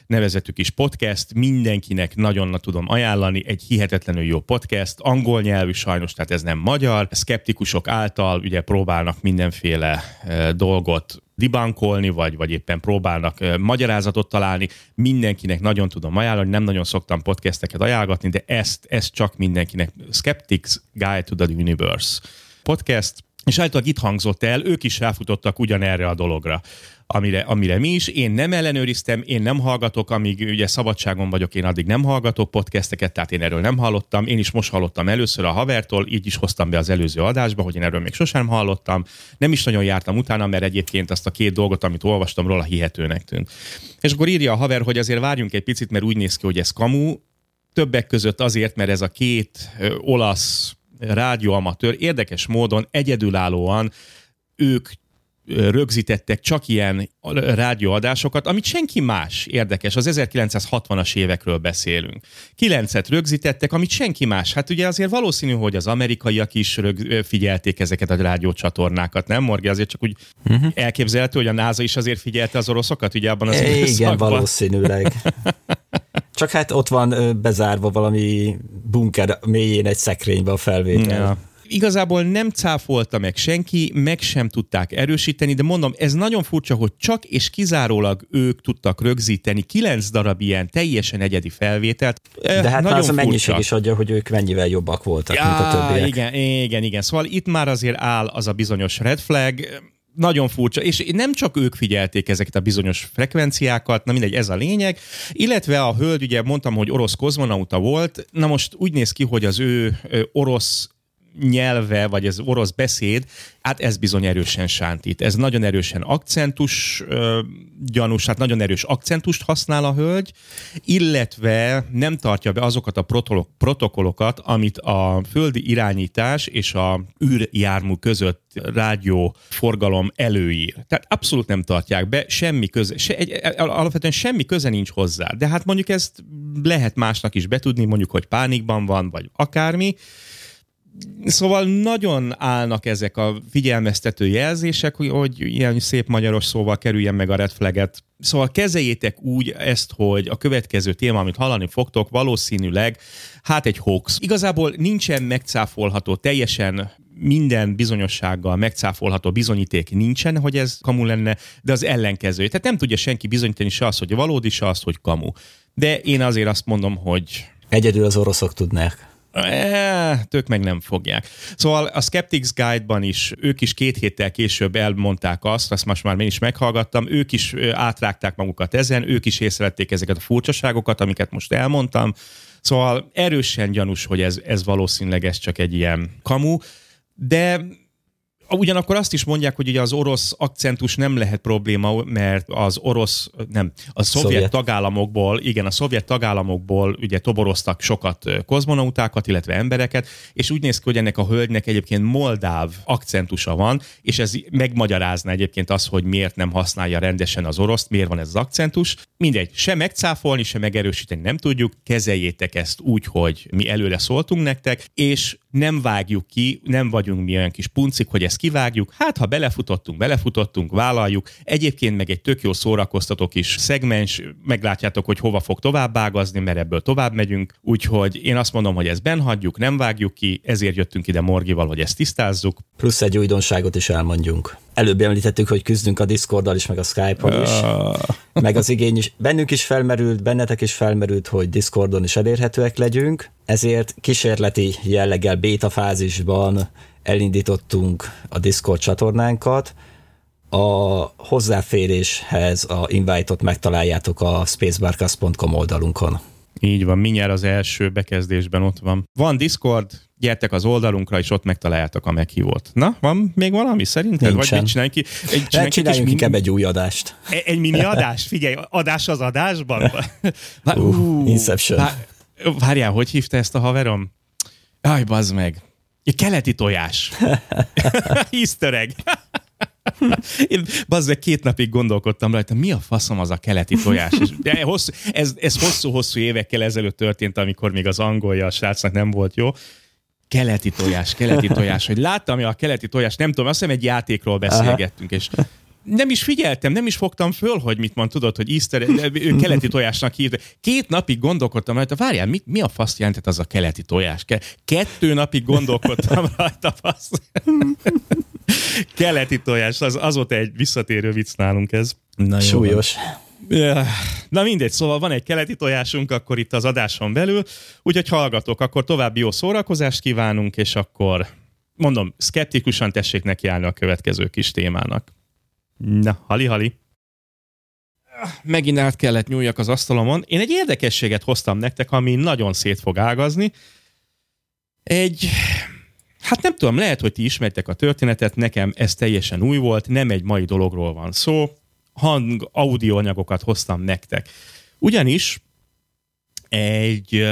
nevezetük is podcast, mindenkinek nagyon tudom ajánlani, egy hihetetlenül jó podcast, angol nyelvű sajnos, tehát ez nem magyar, szkeptikusok által ugye próbálnak mindenféle e, dolgot debunkolni, vagy, vagy éppen próbálnak e, magyarázatot találni, mindenkinek nagyon tudom ajánlani, nem nagyon szoktam podcasteket ajánlgatni, de ezt, ezt csak mindenkinek. Skeptics Guide to the Universe podcast, és általában itt hangzott el, ők is ráfutottak ugyanerre a dologra, amire, amire mi is. Én nem ellenőriztem, én nem hallgatok, amíg ugye szabadságon vagyok, én addig nem hallgatok podcasteket, tehát én erről nem hallottam. Én is most hallottam először a havertól, így is hoztam be az előző adásba, hogy én erről még sosem hallottam. Nem is nagyon jártam utána, mert egyébként azt a két dolgot, amit olvastam róla, hihetőnek tűnt. És akkor írja a haver, hogy azért várjunk egy picit, mert úgy néz ki, hogy ez kamu. Többek között azért, mert ez a két ö, olasz rádióamatőr érdekes módon egyedülállóan ők rögzítettek csak ilyen rádióadásokat, amit senki más érdekes. Az ezerkilencszázhatvanas évekről beszélünk. Kilencet rögzítettek, amit senki más. Hát ugye azért valószínű, hogy az amerikaiak is rög, figyelték ezeket a rádiócsatornákat, nem, Morgi? Azért csak úgy uh-huh. elképzelhető, hogy a NASA is azért figyelte az oroszokat, ugye abban az é, időszakban. Igen, valószínűleg. Csak hát ott van bezárva valami bunker mélyén egy szekrénybe a felvétel. Ja. Igazából nem cáfolta meg senki, meg sem tudták erősíteni, de mondom, ez nagyon furcsa, hogy csak és kizárólag ők tudtak rögzíteni kilenc darab ilyen teljesen egyedi felvételt. De hát már az a mennyiség is adja, hogy ők mennyivel jobbak voltak, ja, mint a többiek. Igen, igen, igen. Szóval itt már azért áll az a bizonyos red flag, nagyon furcsa, és nem csak ők figyelték ezeket a bizonyos frekvenciákat, na mindegy, ez a lényeg, illetve a hölgy, ugye mondtam, hogy orosz kozmonauta volt, na most úgy néz ki, hogy az ő orosz nyelve, vagy az orosz beszéd, hát ez bizony erősen sántít. Ez nagyon erősen akcentus ö, gyanús, hát nagyon erős akcentust használ a hölgy, illetve nem tartja be azokat a protokollokat, amit a földi irányítás és a űrjármű között rádió forgalom előír. Tehát abszolút nem tartják be, semmi köze, se, egy, alapvetően semmi köze nincs hozzá. De hát mondjuk ezt lehet másnak is betudni, mondjuk, hogy pánikban van, vagy akármi. Szóval nagyon állnak ezek a figyelmeztető jelzések, hogy, hogy ilyen szép magyaros szóval kerüljen meg a red flaget. Szóval kezeljétek úgy ezt, hogy a következő téma, amit hallani fogtok, valószínűleg hát egy hoax. Igazából nincsen megcáfolható, teljesen minden bizonyossággal megcáfolható bizonyíték nincsen, hogy ez kamu lenne, de az ellenkező. Tehát nem tudja senki bizonyítani se azt, hogy valódi, se azt, hogy kamu. De én azért azt mondom, hogy... Egyedül az oroszok tudnák. Eh, ők meg nem fogják. Szóval a Skeptics Guide-ban is, ők is két héttel később elmondták azt, azt most már én is meghallgattam, ők is átrágták magukat ezen, ők is észrevették ezeket a furcsaságokat, amiket most elmondtam. Szóval erősen gyanús, hogy ez, ez valószínűleg ez csak egy ilyen kamu, de ugyanakkor azt is mondják, hogy ugye az orosz akcentus nem lehet probléma, mert az orosz, nem, a szovjet, szovjet tagállamokból, igen, a szovjet tagállamokból ugye toboroztak sokat kozmonautákat, illetve embereket, és úgy néz ki, hogy ennek a hölgynek egyébként moldáv akcentusa van, és ez megmagyarázna egyébként azt, hogy miért nem használja rendesen az oroszt, miért van ez az akcentus. Mindegy, se megcáfolni, se megerősíteni nem tudjuk, kezeljétek ezt úgy, hogy mi előre szóltunk nektek, és nem vágjuk ki, nem vagyunk mi olyan kis puncik, hogy ezt kivágjuk. Hát, ha belefutottunk, belefutottunk, vállaljuk. Egyébként meg egy tök jó szórakoztató kis szegmens, meglátjátok, hogy hova fog tovább ágazni, mert ebből tovább megyünk. Úgyhogy én azt mondom, hogy ezt benhagyjuk, nem vágjuk ki, ezért jöttünk ide Morgival, hogy ezt tisztázzuk. Plusz egy újdonságot is elmondjunk. Előbb említettük, hogy küzdünk a Discorddal is, meg a Skype-on is, uh. meg az igény is. Bennünk is felmerült, bennetek is felmerült, hogy Discordon is elérhetőek legyünk, ezért kísérleti jelleggel béta fázisban elindítottunk a Discord csatornánkat. A hozzáféréshez a invite-ot megtaláljátok a spacebarcast pont com oldalunkon. Így van, mindjárt az első bekezdésben ott van. Van Discord, gyertek az oldalunkra, és ott megtaláljátok a meghívót. Na, van még valami szerinted? Nincsen. Vagy mit csináljunk ki? Egy, csináljunk, csináljunk ki inkább egy új adást. Egy, egy mini adás? Figyelj, adás az adásban? uh, uh, Inception. Vár, várjál, hogy hívta ezt a haverom? Aj, bazd meg. Egy keleti tojás. Easter egg. Én bazzeg két napig gondolkodtam rajta, mi a faszom az a keleti tojás? De hosszú, ez, ez hosszú-hosszú évekkel ezelőtt történt, amikor még az angolja a srácnak nem volt jó. Keleti tojás, keleti tojás. Hogy láttam, hogy a keleti tojás, nem tudom, azt hiszem egy játékról beszélgettünk, és Nem is figyeltem, nem is fogtam föl, hogy mit mond, tudod, hogy Easter, ő keleti tojásnak hívta. Két napig gondolkodtam rajta, várjál, mi, mi a fasz jelentett az a keleti tojás? Kettő napig gondolkodtam rajta, fasz. Keleti tojás, az, azóta egy visszatérő vicc nálunk ez. Na, súlyos. Na mindegy, szóval van egy keleti tojásunk akkor itt az adáson belül, úgyhogy hallgatok, akkor további jó szórakozást kívánunk, és akkor mondom, szkeptikusan tessék nekiállni a következő kis témának. Na, hali-hali. Megint át kellett nyúljak az asztalomon. Én egy érdekességet hoztam nektek, ami nagyon szét fog ágazni. Egy... Hát nem tudom, lehet, hogy ti ismertek a történetet, nekem ez teljesen új volt, nem egy mai dologról van szó, hang, audioanyagokat hoztam nektek. Ugyanis egy...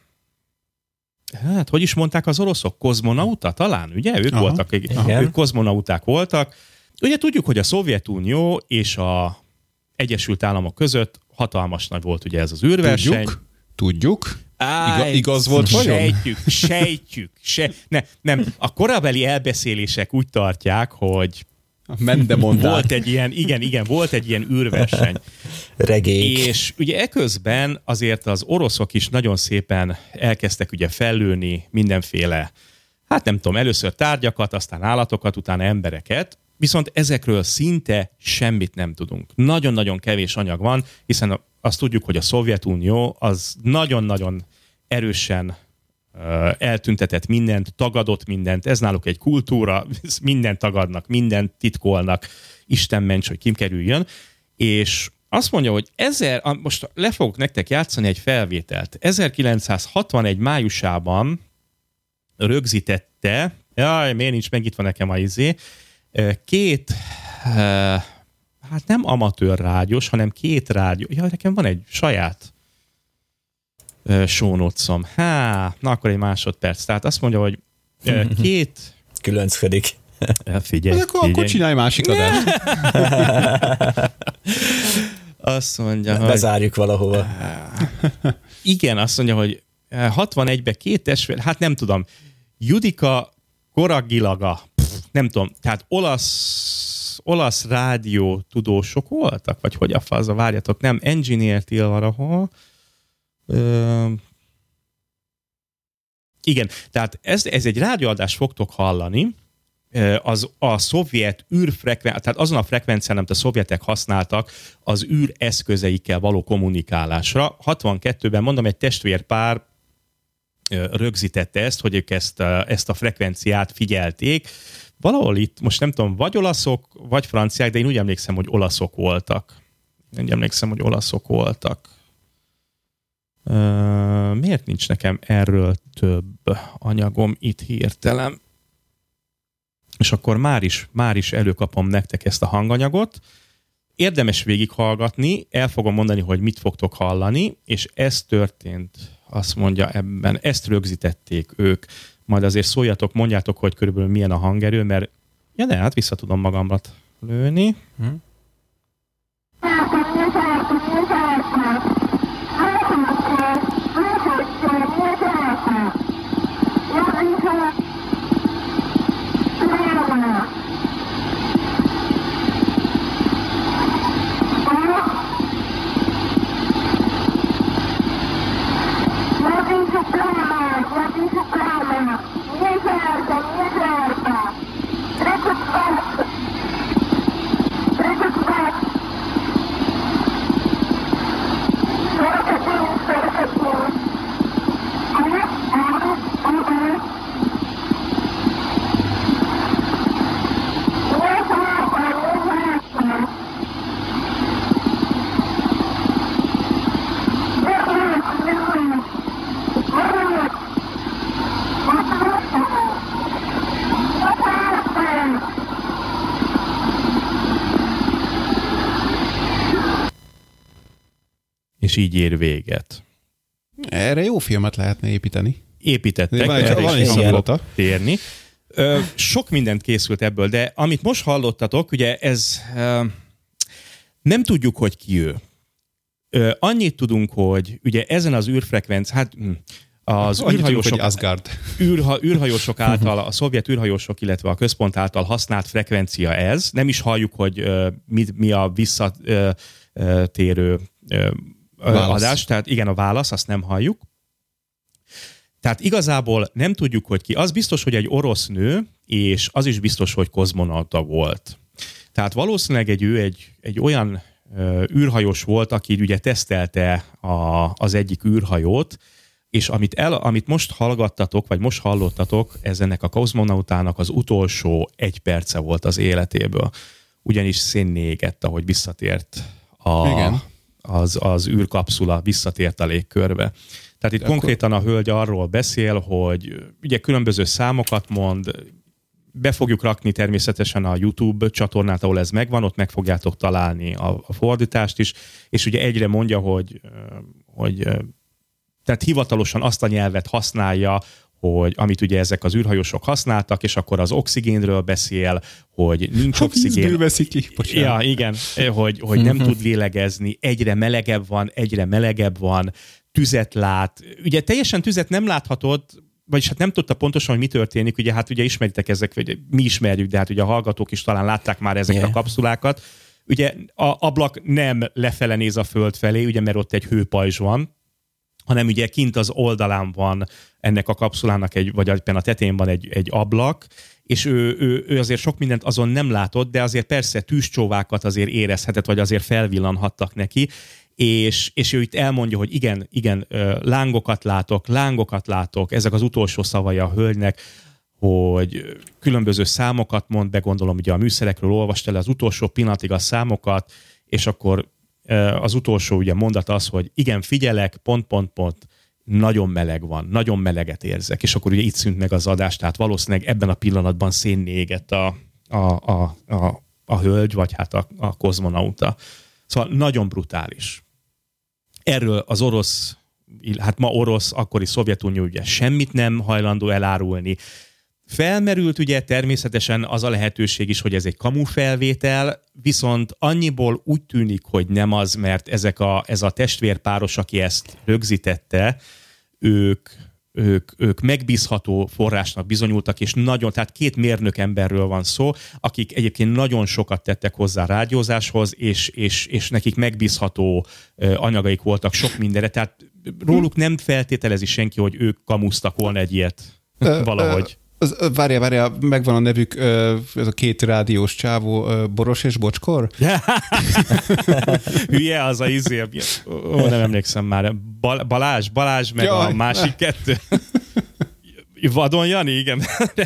Hát, hogy is mondták az oroszok? Kozmonauta talán, ugye? Ők Aha, voltak, igen. ők kozmonauták voltak. Ugye tudjuk, hogy a Szovjetunió és a Egyesült Államok között hatalmas nagy volt ugye ez az űrverseny. Tudjuk, tudjuk. Á, Iga, igaz volt vajon? Sejtjük, sejtjük. Se, ne, nem, a korabeli elbeszélések úgy tartják, hogy Mendemondál. volt egy ilyen, igen, igen, volt egy ilyen űrverseny. Regék. És ugye eközben azért az oroszok is nagyon szépen elkezdtek ugye fellőni mindenféle, hát nem tudom, először tárgyakat, aztán állatokat, utána embereket, viszont ezekről szinte semmit nem tudunk. Nagyon-nagyon kevés anyag van, hiszen azt tudjuk, hogy a Szovjetunió az nagyon-nagyon erősen uh, eltüntetett mindent, tagadott mindent, ez náluk egy kultúra, mindent tagadnak, mindent titkolnak, Isten ments, hogy kim kerüljön, és azt mondja, hogy ezer, most le fogok nektek játszani egy felvételt. ezerkilencszázhatvanegy májusában rögzítette, jaj, miért nincs meg, itt van nekem a izé, két, hát nem amatőr rádiós, hanem két rádió. Ja, nekem van egy saját show notes-om. Há, na akkor egy másodperc. Tehát azt mondja, hogy két... Különcködik. Figyelj, Hát akkor, akkor csinálj másik adást. Azt mondja, hogy... Bezárjuk valahova. Igen, azt mondja, hogy hatvanegyben két testvér, hát nem tudom, Judika Koragilaga, pff, nem tudom, tehát olasz, olasz rádió tudósok voltak, vagy hogy a faza, várjatok, nem, engineert ír valahol. Ö... Igen, tehát ez, ez egy rádióadást fogtok hallani, az a szovjet űrfrekvencián, tehát azon a frekvencián, amit a szovjetek használtak az űr eszközeikkel való kommunikálásra. hatvankettőben mondom, egy testvérpár rögzítette ezt, hogy ők ezt, ezt a frekvenciát figyelték. Valahol itt, most nem tudom, vagy olaszok, vagy franciák, de én úgy emlékszem, hogy olaszok voltak. Én emlékszem, hogy olaszok voltak. Uh, miért nincs nekem erről több anyagom itt hirtelen? És akkor már is, már is előkapom nektek ezt a hanganyagot. Érdemes végighallgatni, el fogom mondani, hogy mit fogtok hallani, és ez történt, azt mondja ebben, ezt rögzítették ők. Majd azért szóljatok, mondjátok, hogy körülbelül milyen a hangerő, mert ja ne, hát vissza tudom magamra lőni. Hm? És így ér véget. Erre jó filmet lehetne építeni. Építettek, van, erre van is is hangolata térni. Ö, sok mindent készült ebből, de amit most hallottatok, ugye ez ö, nem tudjuk, hogy ki ő. Ö, annyit tudunk, hogy ugye ezen az űrfrekvenc, hát Az Annyit űrhajósok, tudjuk, Asgard. űrha, űrhajósok által, a szovjet űrhajósok, illetve a központ által használt frekvencia ez. Nem is halljuk, hogy uh, mi, mi a visszatérő uh, uh, adás. Tehát igen, a válasz, azt nem halljuk. Tehát igazából nem tudjuk, hogy ki. Az biztos, hogy egy orosz nő, és az is biztos, hogy kozmonauta volt. Tehát valószínűleg egy ő egy, egy olyan uh, űrhajós volt, aki ugye tesztelte a, az egyik űrhajót, és amit, el, amit most hallgattatok, vagy most hallottatok, ez ennek a kozmonautának az utolsó egy perce volt az életéből. Ugyanis szénné égett, ahogy visszatért a, Igen. az, az űrkapszula, visszatért a légkörbe. Tehát itt De konkrétan akkor... a hölgy arról beszél, hogy ugye különböző számokat mond, be fogjuk rakni természetesen a YouTube csatornát, ahol ez megvan, ott meg fogjátok találni a, a fordítást is, és ugye egyre mondja, hogy, hogy tehát hivatalosan azt a nyelvet használja, hogy amit ugye ezek az űrhajósok használtak, és akkor az oxigénről beszél, hogy nincs oxigén. veszi ki, ja, igen, hogy, hogy nem tud lélegezni, egyre melegebb van, egyre melegebb van, tüzet lát. Ugye teljesen tüzet nem láthatod, vagyis hát nem tudta pontosan, hogy mi történik, ugye hát ugye ismeritek ezek, vagy mi ismerjük, de hát ugye a hallgatók is talán látták már ezeket yeah. a kapszulákat. Ugye a ablak nem lefele néz a föld felé, ugye mert ott egy hőpajzs van, hanem ugye kint az oldalán van ennek a kapszulának, egy, vagy ebben a tetején van egy, egy ablak, és ő, ő, ő azért sok mindent azon nem látott, de azért persze tűzcsóvákat azért érezhetett, vagy azért felvillanhattak neki, és, és ő itt elmondja, hogy igen, igen, lángokat látok, lángokat látok, ezek az utolsó szavai a hölgynek, hogy különböző számokat mond, begondolom, ugye a műszerekről olvasta le az utolsó pillanatig a számokat, és akkor az utolsó ugye mondat az, hogy igen, figyelek, pont, pont, pont, nagyon meleg van, nagyon meleget érzek, és akkor ugye itt szűnt meg az adás, tehát valószínűleg ebben a pillanatban szénné égett a, a, a, a, a hölgy, vagy hát a, a kozmonauta. Szóval nagyon brutális. Erről az orosz, hát ma orosz, akkori Szovjetunió ugye semmit nem hajlandó elárulni. Felmerült ugye természetesen az a lehetőség is, hogy ez egy kamufelvétel, viszont annyiból úgy tűnik, hogy nem az, mert ezek a, ez a testvérpáros, aki ezt rögzítette, ők, ők, ők megbízható forrásnak bizonyultak, és nagyon, tehát két mérnök emberről van szó, akik egyébként nagyon sokat tettek hozzá a rádiózáshoz, és, és, és nekik megbízható anyagaik voltak sok mindenre, tehát róluk nem feltételezi senki, hogy ők kamusztak volna egy ilyet valahogy. Várjál, várjál, megvan a nevük, ez a két rádiós csávó, Boros és Bocskor? Hülye, az a izé, ó, nem emlékszem már. Bal- Balázs, Balázs, meg Jaj, a másik kettő. Vadon Jani, igen.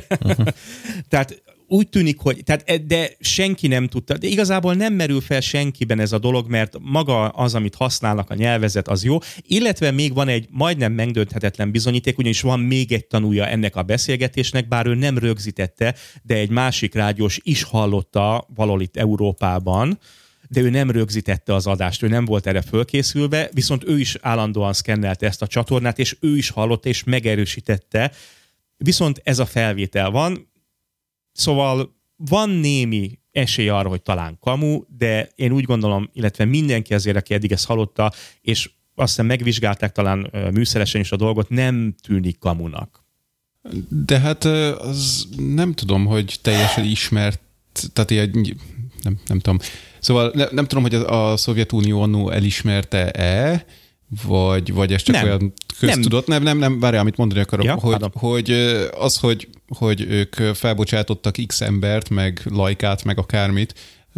Tehát úgy tűnik, hogy, tehát, de senki nem tudta, de igazából nem merül fel senkiben ez a dolog, mert maga az, amit használnak a nyelvezet, az jó, illetve még van egy majdnem megdönthetetlen bizonyíték, ugyanis van még egy tanúja ennek a beszélgetésnek, bár ő nem rögzítette, de egy másik rádiós is hallotta valahol itt Európában, de ő nem rögzítette az adást, ő nem volt erre fölkészülve, viszont ő is állandóan szkennelte ezt a csatornát, és ő is hallotta, és megerősítette, viszont ez a felvétel van. Szóval van némi esély arra, hogy talán kamu, de én úgy gondolom, illetve mindenki azért, aki eddig ezt hallotta, és azt hiszem megvizsgálták talán műszeresen is a dolgot, nem tűnik kamunak. De hát az nem tudom, hogy teljesen ismert, tehát ilyen, nem, nem tudom. Szóval ne, nem tudom, hogy a, a Szovjetunió annó elismerte-e, vagy, vagy ez csak nem. olyan köztudott. Nem, nem, nem, várjál, amit mondani akarok, ja, hogy, hogy az, hogy, hogy ők felbocsátottak X embert, meg Lajkát, meg akármit,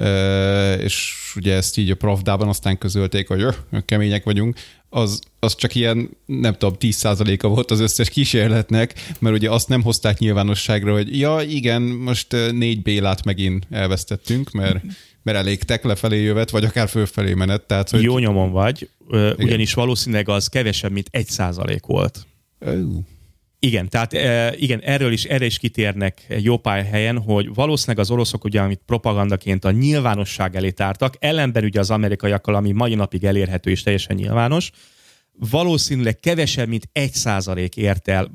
és ugye ezt így a Pravdában aztán közölték, hogy öh, kemények vagyunk, az, az csak ilyen, nem tudom, tíz százaléka volt az összes kísérletnek, mert ugye azt nem hozták nyilvánosságra, hogy ja, igen, most négy Bélát megint elvesztettünk, mert mert elégtek lefelé jövet, vagy akár fölfelé menet. Tehát, hogy... Jó nyomon vagy, ugyanis valószínűleg az kevesebb, mint egy százalék volt. Oh. Igen, tehát igen, erről is, erre is kitérnek egy jó pár helyen, hogy valószínűleg az oroszok, ugye, amit propagandaként a nyilvánosság elé tártak, ellenben ugye az amerikaiakkal, ami mai napig elérhető és teljesen nyilvános, valószínűleg kevesebb, mint egy százalék ért el.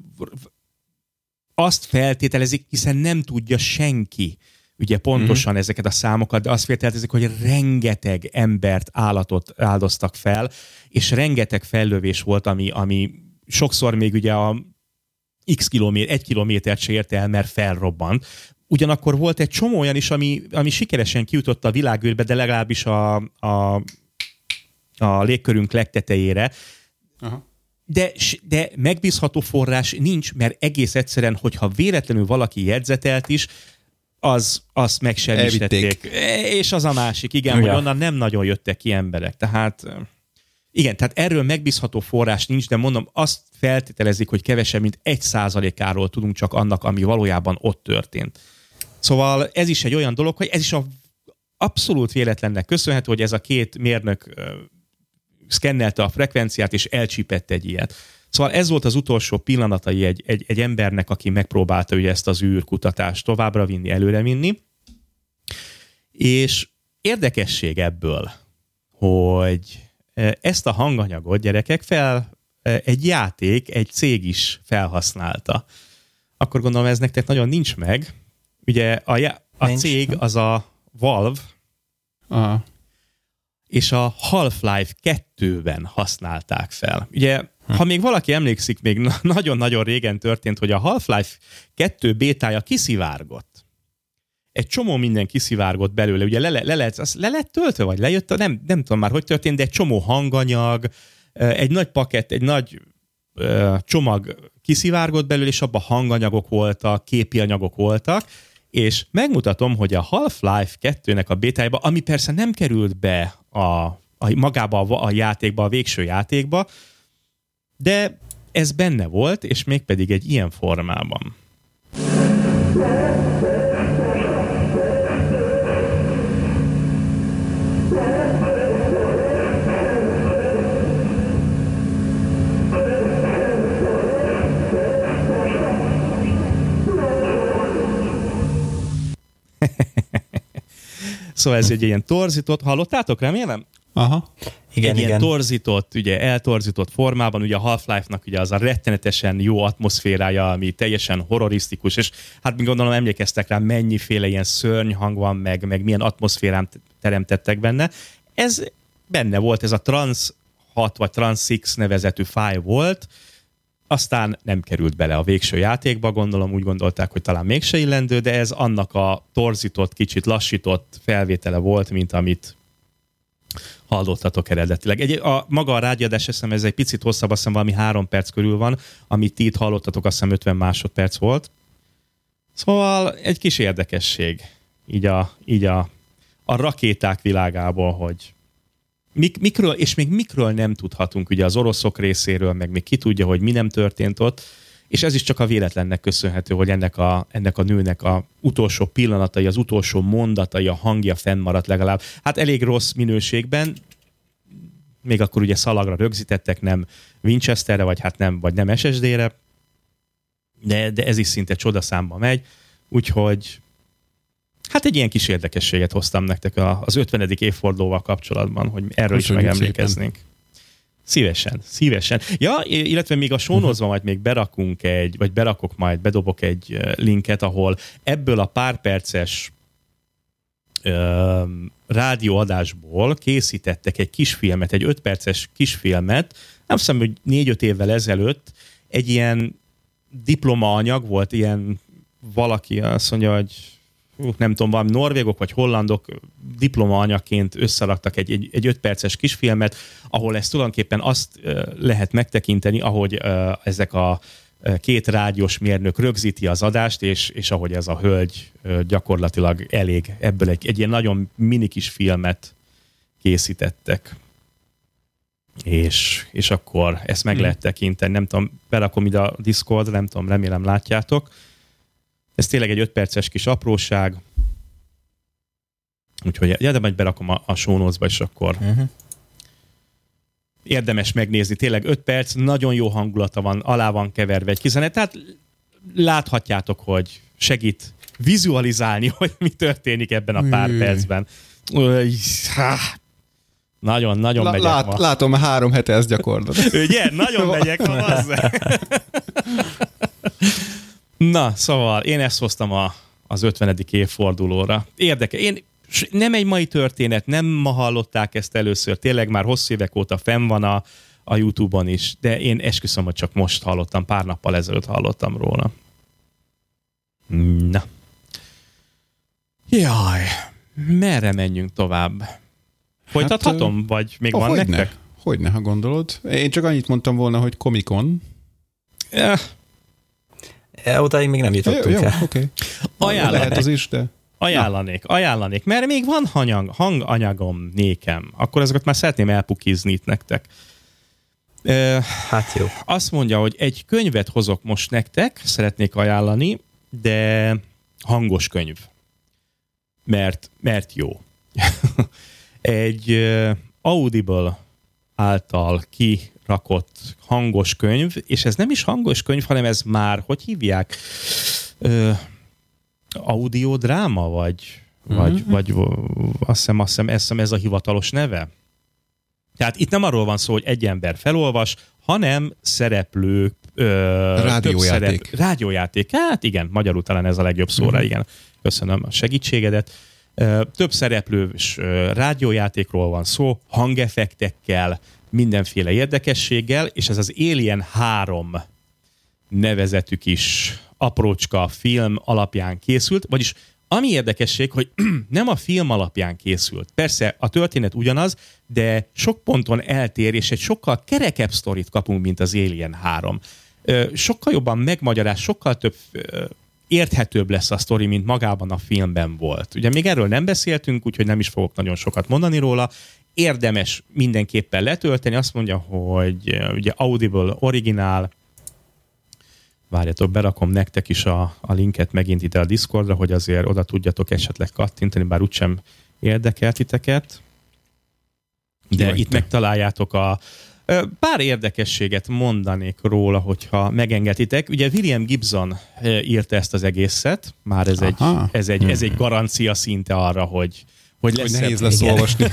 Azt feltételezik, hiszen nem tudja senki, ugye pontosan mm-hmm. ezeket a számokat, de azt feltételezik, hogy rengeteg embert, állatot áldoztak fel, és rengeteg fellövés volt, ami, ami sokszor még ugye a x kilométer, egy kilométert se érte el, mert felrobbant. Ugyanakkor volt egy csomó olyan is, ami, ami sikeresen kijutott a világűrbe, de legalábbis a, a, a légkörünk legtetejére. Aha. De, de megbízható forrás nincs, mert egész egyszerűen, hogyha véletlenül valaki jegyzetelt is, az, azt megsemmisítették. És az a másik, igen, ja. hogy onnan nem nagyon jöttek ki emberek. Tehát igen, tehát erről megbízható forrás nincs, de mondom, azt feltételezik, hogy kevesebb, mint egy százalékáról tudunk csak annak, ami valójában ott történt. Szóval ez is egy olyan dolog, hogy ez is a abszolút véletlennek köszönhető, hogy ez a két mérnök uh, szkennelte a frekvenciát, és elcsípett egy ilyet. Szóval ez volt az utolsó pillanatai egy, egy, egy embernek, aki megpróbálta ugye ezt az űrkutatást továbbra vinni, előre vinni. És érdekesség ebből, hogy ezt a hanganyagot, gyerekek, fel egy játék, egy cég is felhasználta. Akkor gondolom, ez nektek nagyon nincs meg. Ugye a, já- a nincs. Cég az a Valve, aha. és a Half-Life kettőben használták fel. Ugye, hm. ha még valaki emlékszik, még nagyon-nagyon régen történt, hogy a Half-Life kettő bétája kiszivárgott. Egy csomó minden kiszivárgott belőle. Ugye le, le, le, lehet, le lett töltve, vagy lejött? Nem, nem tudom már, hogy történt, de egy csomó hanganyag, egy nagy pakett, egy nagy uh, csomag kiszivárgott belőle, és abban hanganyagok voltak, képi anyagok voltak, és megmutatom, hogy a Half-Life kettőnek a bétájába, ami persze nem került be a, a magába a, a játékba, a végső játékba, de ez benne volt, és mégpedig egy ilyen formában. Szóval ez egy ilyen torzított, hallottátok, remélem? Aha. Igen, egy igen. ilyen torzított, ugye eltorzított formában, ugye a Half-Life-nak ugye az a rettenetesen jó atmoszférája, ami teljesen horrorisztikus, és hát mi gondolom emlékeztek rá, mennyiféle ilyen szörnyhang van, meg, meg milyen atmoszférát teremtettek benne. Ez benne volt, ez a Trans hat vagy Trans hat nevezetű fájl volt, aztán nem került bele a végső játékba, gondolom úgy gondolták, hogy talán mégse illendő, de ez annak a torzított, kicsit lassított felvétele volt, mint amit hallottatok eredetileg. Egy, a, maga a rádióadás, azt hiszem, ez egy picit hosszabb, azt hiszem valami három perc körül van, amit ti itt hallottatok, azt hiszem ötven másodperc volt. Szóval egy kis érdekesség így a, így a, a rakéták világából, hogy Mik, mikről, és még mikről nem tudhatunk ugye az oroszok részéről, meg még ki tudja, hogy mi nem történt ott, és ez is csak a véletlennek köszönhető, hogy ennek a, ennek a nőnek a utolsó pillanatai, az utolsó mondatai, a hangja fennmaradt legalább. Hát elég rossz minőségben, még akkor ugye szalagra rögzítettek, nem Winchesterre, vagy hát nem, vagy nem es es dé-re, de, de ez is szinte csodaszámba megy, úgyhogy hát egy ilyen kis érdekességet hoztam nektek az ötvenedik évfordulóval kapcsolatban, hogy erről Köszönjük is megemlékeznénk. Szépen. Szívesen, szívesen. Ja, illetve még a shownozban majd még berakunk egy, vagy berakok majd, bedobok egy linket, ahol ebből a pár perces ö, rádióadásból készítettek egy kisfilmet, egy öt perces kisfilmet, nem hiszem, hogy négy-öt évvel ezelőtt egy ilyen diplomaanyag volt, ilyen valaki azt mondja, hogy nem tudom, valami norvégok vagy hollandok diplomaanyagként összeraktak egy, egy, egy öt perces kisfilmet, ahol ezt tulajdonképpen azt uh, lehet megtekinteni, ahogy uh, ezek a uh, két rádiós mérnök rögzíti az adást, és, és ahogy ez a hölgy uh, gyakorlatilag elég ebből egy, egy ilyen nagyon mini kis filmet készítettek. És, és akkor ezt meg hmm. lehet tekinteni. Nem tudom, berakom ide a Discord, nem tudom, remélem látjátok. Ez tényleg egy öt perces kis apróság. Úgyhogy, ja, de majd berakom a, a show notes-ba, és akkor uh-huh. érdemes megnézni. Tényleg öt perc, nagyon jó hangulata van, alá van keverve egy kizenet, tehát láthatjátok, hogy segít vizualizálni, hogy mi történik ebben a pár percben. Nagyon, nagyon La, megyek lát, ma. Látom, három hete ez gyakorlat. Ugye? Nagyon megyek ma, azzal. Na, szóval én ezt hoztam a, az ötvenedik évfordulóra. Érdekes. Én, nem egy mai történet, nem ma hallották ezt először, tényleg már hosszú évek óta fenn van a, a YouTube-on is, de én esküszöm, hogy csak most hallottam, pár nappal ezelőtt hallottam róla. Na. Jaj, merre menjünk tovább? Folytathatom, hát, vagy még van hogyne, nektek? Hogyne, ha gondolod. Én csak annyit mondtam volna, hogy Comic-Con. Ja. E, odáig még nem jutottunk jó, el. Jó, oké. Okay. Lehet az is, de... Ajánlanék, ajánlanék, mert még van hanyag, hanganyagom nékem. Akkor ezeket már szeretném elpukizni itt nektek. Uh, hát jó. Azt mondja, hogy egy könyvet hozok most nektek, szeretnék ajánlani, de hangos könyv. Mert, mert jó. Egy uh, Audible által kirakott hangos könyv, és ez nem is hangos könyv, hanem ez már, hogy hívják? Uh, audiodráma, vagy, mm-hmm. vagy, vagy azt hiszem, azt hiszem, azt hiszem ez a hivatalos neve. Tehát itt nem arról van szó, hogy egy ember felolvas, hanem szereplők, rádiójáték. Szerep, rádiójáték. Hát igen, magyarul talán ez a legjobb szóra, mm-hmm. igen. Köszönöm a segítségedet. Több szereplős rádiójátékról van szó, hangeffektekkel, mindenféle érdekességgel, és ez az Alien három nevezetű kis aprócska film alapján készült, vagyis ami érdekesség, hogy nem a film alapján készült. Persze a történet ugyanaz, de sok ponton eltér, és egy sokkal kerekebb sztorit kapunk, mint az Alien három. Sokkal jobban megmagyaráz, sokkal több érthetőbb lesz a sztori, mint magában a filmben volt. Ugye még erről nem beszéltünk, úgyhogy nem is fogok nagyon sokat mondani róla. Érdemes mindenképpen letölteni. Azt mondja, hogy ugye Audible originál. Várjatok, berakom nektek is a, a linket megint ide a Discordra, hogy azért oda tudjatok esetleg kattintani, bár úgysem érdekel titeket. De Jaj, itt te. megtaláljátok a... Pár érdekességet mondanék róla, hogyha megengeditek. Ugye William Gibson írta ezt az egészet, már ez, egy, ez, egy, ez egy garancia szinte arra, hogy hogy, lesz hogy nehéz lesz igen. olvasni.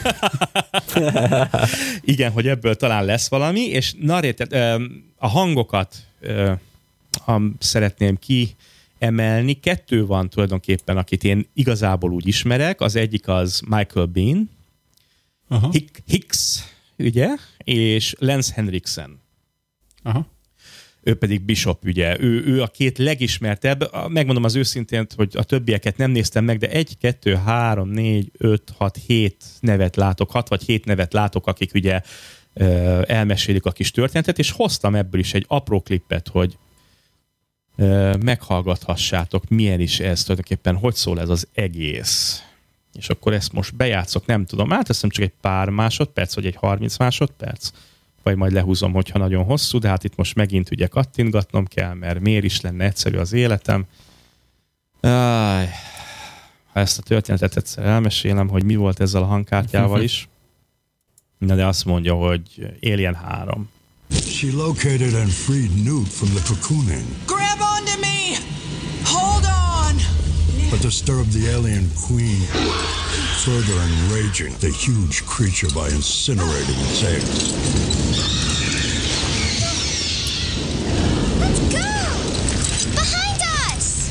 Igen, hogy ebből talán lesz valami, és narrét, a hangokat ha szeretném kiemelni. Kettő van tulajdonképpen, akit én igazából úgy ismerek. Az egyik az Michael Biehn, Aha. Hick, Hicks, ugye, és Lance Henriksen. Aha. Ő pedig Bishop, ugye. Ő, ő a két legismertebb. Megmondom az őszintén, hogy a többieket nem néztem meg, de egy, kettő, három, négy, öt, hat, hét nevet látok, hat vagy hét nevet látok, akik ugye elmesélik a kis történetet, és hoztam ebből is egy apró klippet, hogy meghallgathassátok, milyen is ez tulajdonképpen, hogy szól ez az egész. És akkor ezt most bejátszok, nem tudom, átteszem csak egy pár másodperc, vagy egy harminc másodperc, vagy majd lehúzom, hogyha nagyon hosszú, de hát itt most megint ugye kattintgatnom kell, mert miért is lenne egyszerű az életem. Áj, ha ezt a történetet egyszer elmesélem, hogy mi volt ezzel a hangkártyával is. Na de azt mondja, hogy Alien három. She located and freed Newt from the cocooning. Grab onto me! Hold on! But disturbed the alien queen, further enraging the huge creature by incinerating its eggs. Let's go! Behind us!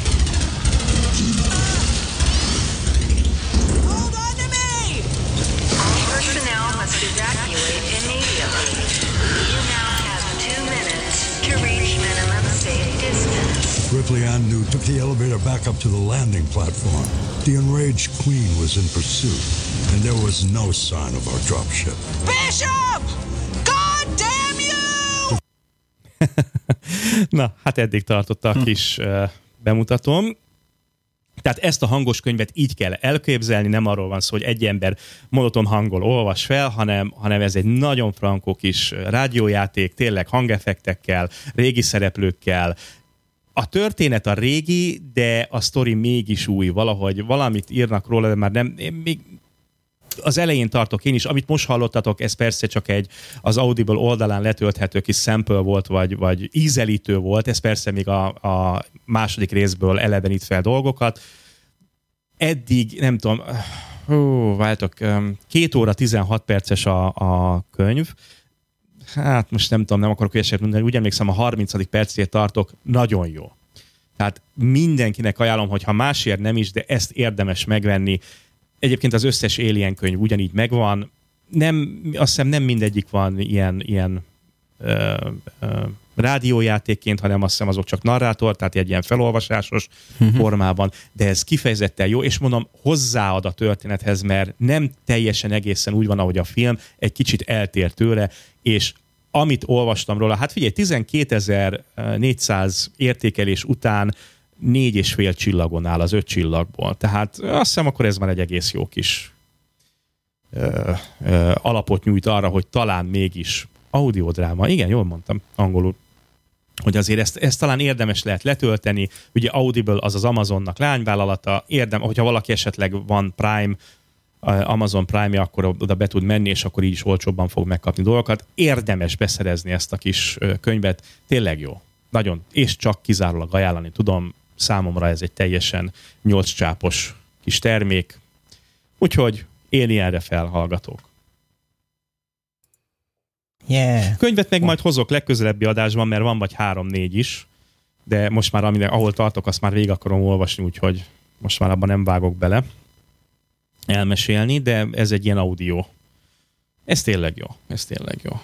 Hold on to me! All personnel must evacuate immediately. You now have two minutes to reach minimum safe distance. Ripley and Newt took the elevator back up to the landing platform. The enraged queen was in pursuit, and there was no sign of our dropship. Bishop! God damn you! Na, hát eddig tartott a kis uh, bemutatóm. Tehát ezt a hangos könyvet így kell elképzelni, nem arról van szó, hogy egy ember monoton hangol olvas fel, hanem, hanem ez egy nagyon frankó kis rádiójáték, tényleg hangeffektekkel, régi szereplőkkel. A történet a régi, de a sztori mégis új. Valahogy valamit írnak róla, de már nem... Én még az elején tartok én is. Amit most hallottatok, ez persze csak egy az Audible oldalán letölthető kis sample volt, vagy, vagy ízelítő volt. Ez persze még a, a második részből elevenít fel dolgokat. Eddig, nem tudom, hú, váltok, két óra tizenhat perces a, a könyv. Hát most nem tudom, nem akarok eset mondani, úgy emlékszem, a harmincadik percét tartok, nagyon jó. Tehát mindenkinek ajánlom, hogy ha másért nem is, de ezt érdemes megvenni. Egyébként az összes Alien könyv ugyanígy megvan. Nem, azt hiszem nem mindegyik van ilyen, ilyen ö, ö, rádiójátékként, hanem azt hiszem azok csak narrátor, tehát egy ilyen felolvasásos uh-huh. formában, de ez kifejezetten jó, és mondom, hozzáad a történethez, mert nem teljesen egészen úgy van, ahogy a film, egy kicsit eltér tőle, és amit olvastam róla, hát figyelj, tizenkétezer-négyszáz értékelés után négy és fél csillagon áll az öt csillagból. Tehát azt hiszem, akkor ez már egy egész jó kis ö, ö, alapot nyújt arra, hogy talán mégis audiodráma, igen, jól mondtam angolul, hogy azért ezt, ezt talán érdemes lehet letölteni. Ugye Audible az az Amazonnak lányvállalata, érdem, hogyha valaki esetleg van Prime, Amazon Prime-ja, akkor oda be tud menni, és akkor így is olcsóbban fog megkapni dolgokat. Érdemes beszerezni ezt a kis könyvet. Tényleg jó. Nagyon. És csak kizárólag ajánlani tudom. Számomra ez egy teljesen nyolc csápos kis termék. Úgyhogy én ilyenre felhallgatok. Yeah. Könyvet meg majd hozok legközelebbi adásban, mert van vagy három-négy is, de most már amire, ahol tartok, azt már végig akarom olvasni, úgyhogy most már abban nem vágok bele elmesélni, de ez egy ilyen audio. Ez tényleg jó. Ez tényleg jó.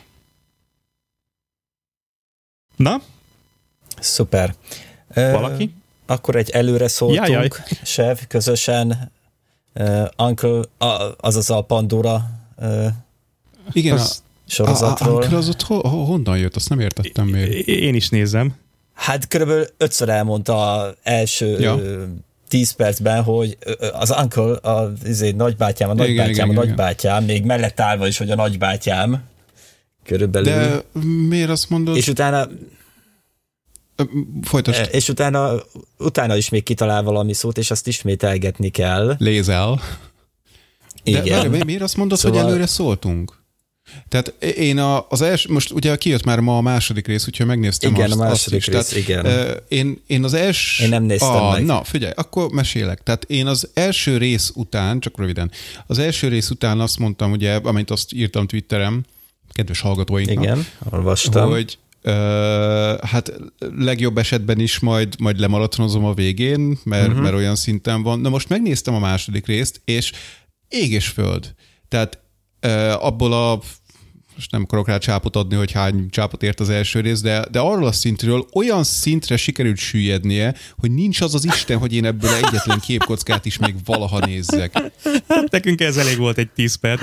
Na? Szuper. Valaki? Ö, akkor egy előre szóltunk, Jajjaj. Sev, közösen, uh, Uncle, a, azaz a Pandora uh, Igen, az, sorozatról. A, a, a, az ott ho, ho, honnan jött? Azt nem értettem még. Én is nézem. Hát körülbelül ötször elmondta első ja. tíz percben, hogy az Uncle, az izé, nagybátyám, a nagybátyám, igen, igen, a nagybátyám, igen. Még mellett állva is, hogy a nagybátyám. Körülbelül. De miért azt mondod? És utána Folytasd. És utána, utána is még kitalál valami szót, és azt ismételgetni kell. Lézel. Igen. De várj, miért azt mondod, szóval... hogy előre szóltunk? Tehát én a, az első, most ugye kijött már ma a második rész, úgyhogy megnéztem igen, azt, a második azt is. rész, Tehát, igen. Én, én az első... Én nem néztem a, meg. Na, figyelj, akkor mesélek. Tehát én az első rész után, csak röviden, az első rész után azt mondtam, ugye, amint azt írtam Twitteren, kedves hallgatóinknak. Igen, olvastam. Hogy Uh, hát legjobb esetben is majd, majd lemaratonozom a végén, mert, uh-huh. mert olyan szinten van. Na most megnéztem a második részt, és ég és föld. Tehát uh, abból a, most nem akarok rá csápot adni, hogy hány csápot ért az első rész, de, de arról a szintről olyan szintre sikerült süllyednie, hogy nincs az az Isten, hogy én ebből egyetlen képkockát is még valaha nézzek. Hát nekünk ez elég volt egy tíz perc.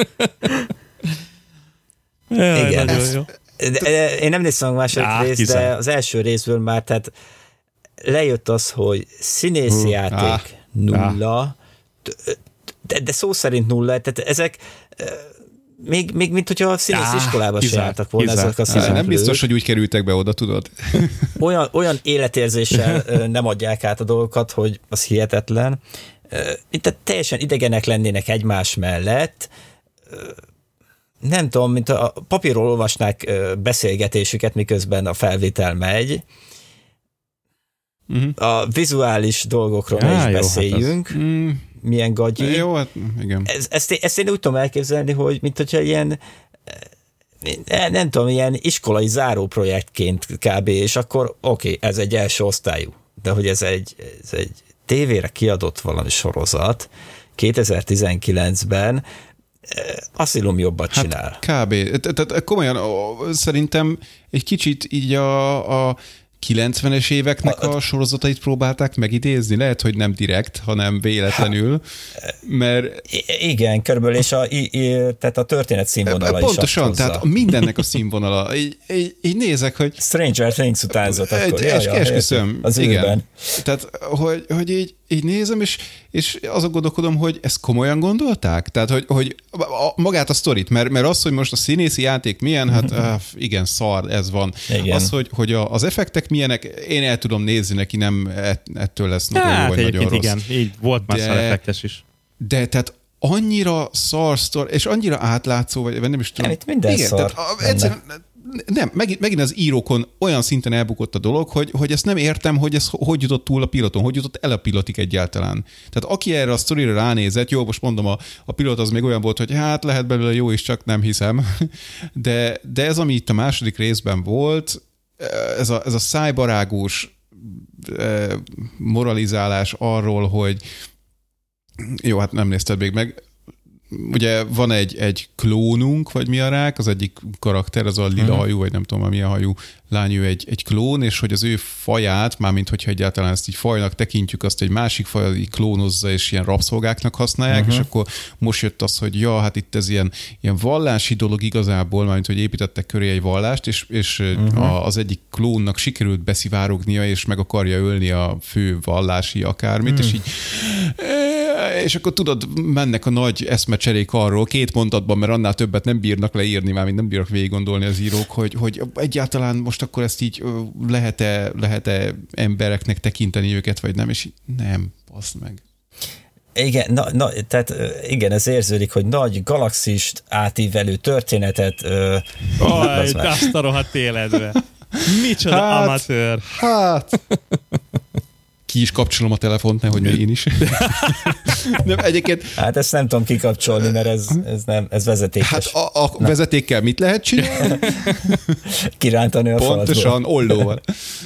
Jaj, igen. nagyon jó. De, én nem néztem a második Á, részt, kizán. De az első részből már tehát lejött az, hogy színészi uh, játék ah, nulla, ah. De, de szó szerint nulla, tehát ezek még, még mint hogyha a színész ah, iskolába se jártak volna ezek a színészek. Nem biztos, hogy úgy kerültek be oda, tudod. Olyan, olyan életérzéssel nem adják át a dolgokat, hogy az hihetetlen. Tehát teljesen idegenek lennének egymás mellett, nem tudom, mint a papírról olvasnák beszélgetésüket, miközben a felvétel megy. Uh-huh. A vizuális dolgokról ja, is jó, beszéljünk. Hát az... Milyen gagyi. Jó, hát igen. Ez, ezt, ezt én úgy tudom elképzelni, hogy mint hogyha ilyen nem tudom, ilyen iskolai záróprojektként kb. És akkor oké, okay, ez egy első osztályú. De hogy ez egy, ez egy tévére kiadott valami sorozat kétezer-tizenkilencben, Asylum jobbat csinál. Hát kb. Tehát komolyan szerintem egy kicsit így a, a kilencvenes éveknek a, a sorozatait próbálták megidézni. Lehet, hogy nem direkt, hanem véletlenül, mert... Igen, körülbelül, és a, tehát a történet színvonala is pontosan, tehát mindennek a színvonala. Így, így, így nézek, hogy... Stranger Things utánzat akkor. Egy, ja, esküszöm. Az igen. Űrben. Tehát, hogy, hogy így, így nézem, és, és azon gondolkodom, hogy ezt komolyan gondolták? Tehát, hogy, hogy a, magát a sztorit, mert, mert az, hogy most a színészi játék milyen, hát uh, igen, szar, ez van. Igen. Az, hogy, hogy a, az effektek milyenek, én el tudom nézni neki, nem ettől lesz nagyon hát, jó, vagy nagyon rossz. Igen, így volt már szar effektes is. De tehát annyira szar sztor, és annyira átlátszó, vagy nem is tudom. Itt minden igen, szar. Tehát, egyszerűen, nem, megint, megint az írókon olyan szinten elbukott a dolog, hogy, hogy ezt nem értem, hogy ez hogy jutott túl a piloton, hogy jutott el a pilotig egyáltalán. Tehát aki erre a sztorira ránézett, jó, most mondom, a, a pilot az még olyan volt, hogy hát lehet belőle jó is, csak nem hiszem. De, de ez, ami itt a második részben volt, ez a, ez a szájbarágós moralizálás arról, hogy jó, hát nem nézted még meg, ugye van egy, egy klónunk, vagy mi a rák, az egyik karakter, az a lila hajú, vagy nem tudom, milyen hajú lány, ő egy, egy klón, és hogy az ő faját, mármint hogyha egyáltalán ezt így fajnak tekintjük, azt egy másik faj így klónozza, és ilyen rabszolgáknak használják, uh-huh. és akkor most jött az, hogy ja, hát itt ez ilyen, ilyen vallási dolog igazából, mármint hogy építettek köré egy vallást, és, és uh-huh. az egyik klónnak sikerült beszivárognia, és meg akarja ölni a fő vallási akármit, uh-huh. és így és akkor tudod, mennek a nagy eszmecserék arról, két mondatban, mert annál többet nem bírnak leírni, már mint nem bírnak végig gondolni az írók, hogy, hogy egyáltalán most akkor ezt így lehet-e, lehet-e embereknek tekinteni őket, vagy nem, és így, nem, basz meg. Igen, na, na, tehát igen, ez érződik, hogy nagy galaxist átívelő történetet Aj, azt a rohadt életbe. Micsoda hát, amatőr. Hát... Ki is kapcsolom a telefont, nehogy még én is. Nem, egyébként... Hát ezt nem tudom kikapcsolni, mert ez, ez, nem, ez vezetékes. Hát a, a vezetékkel mit lehet csinálni? Kirántani a faltól. Pontosan, ollóval.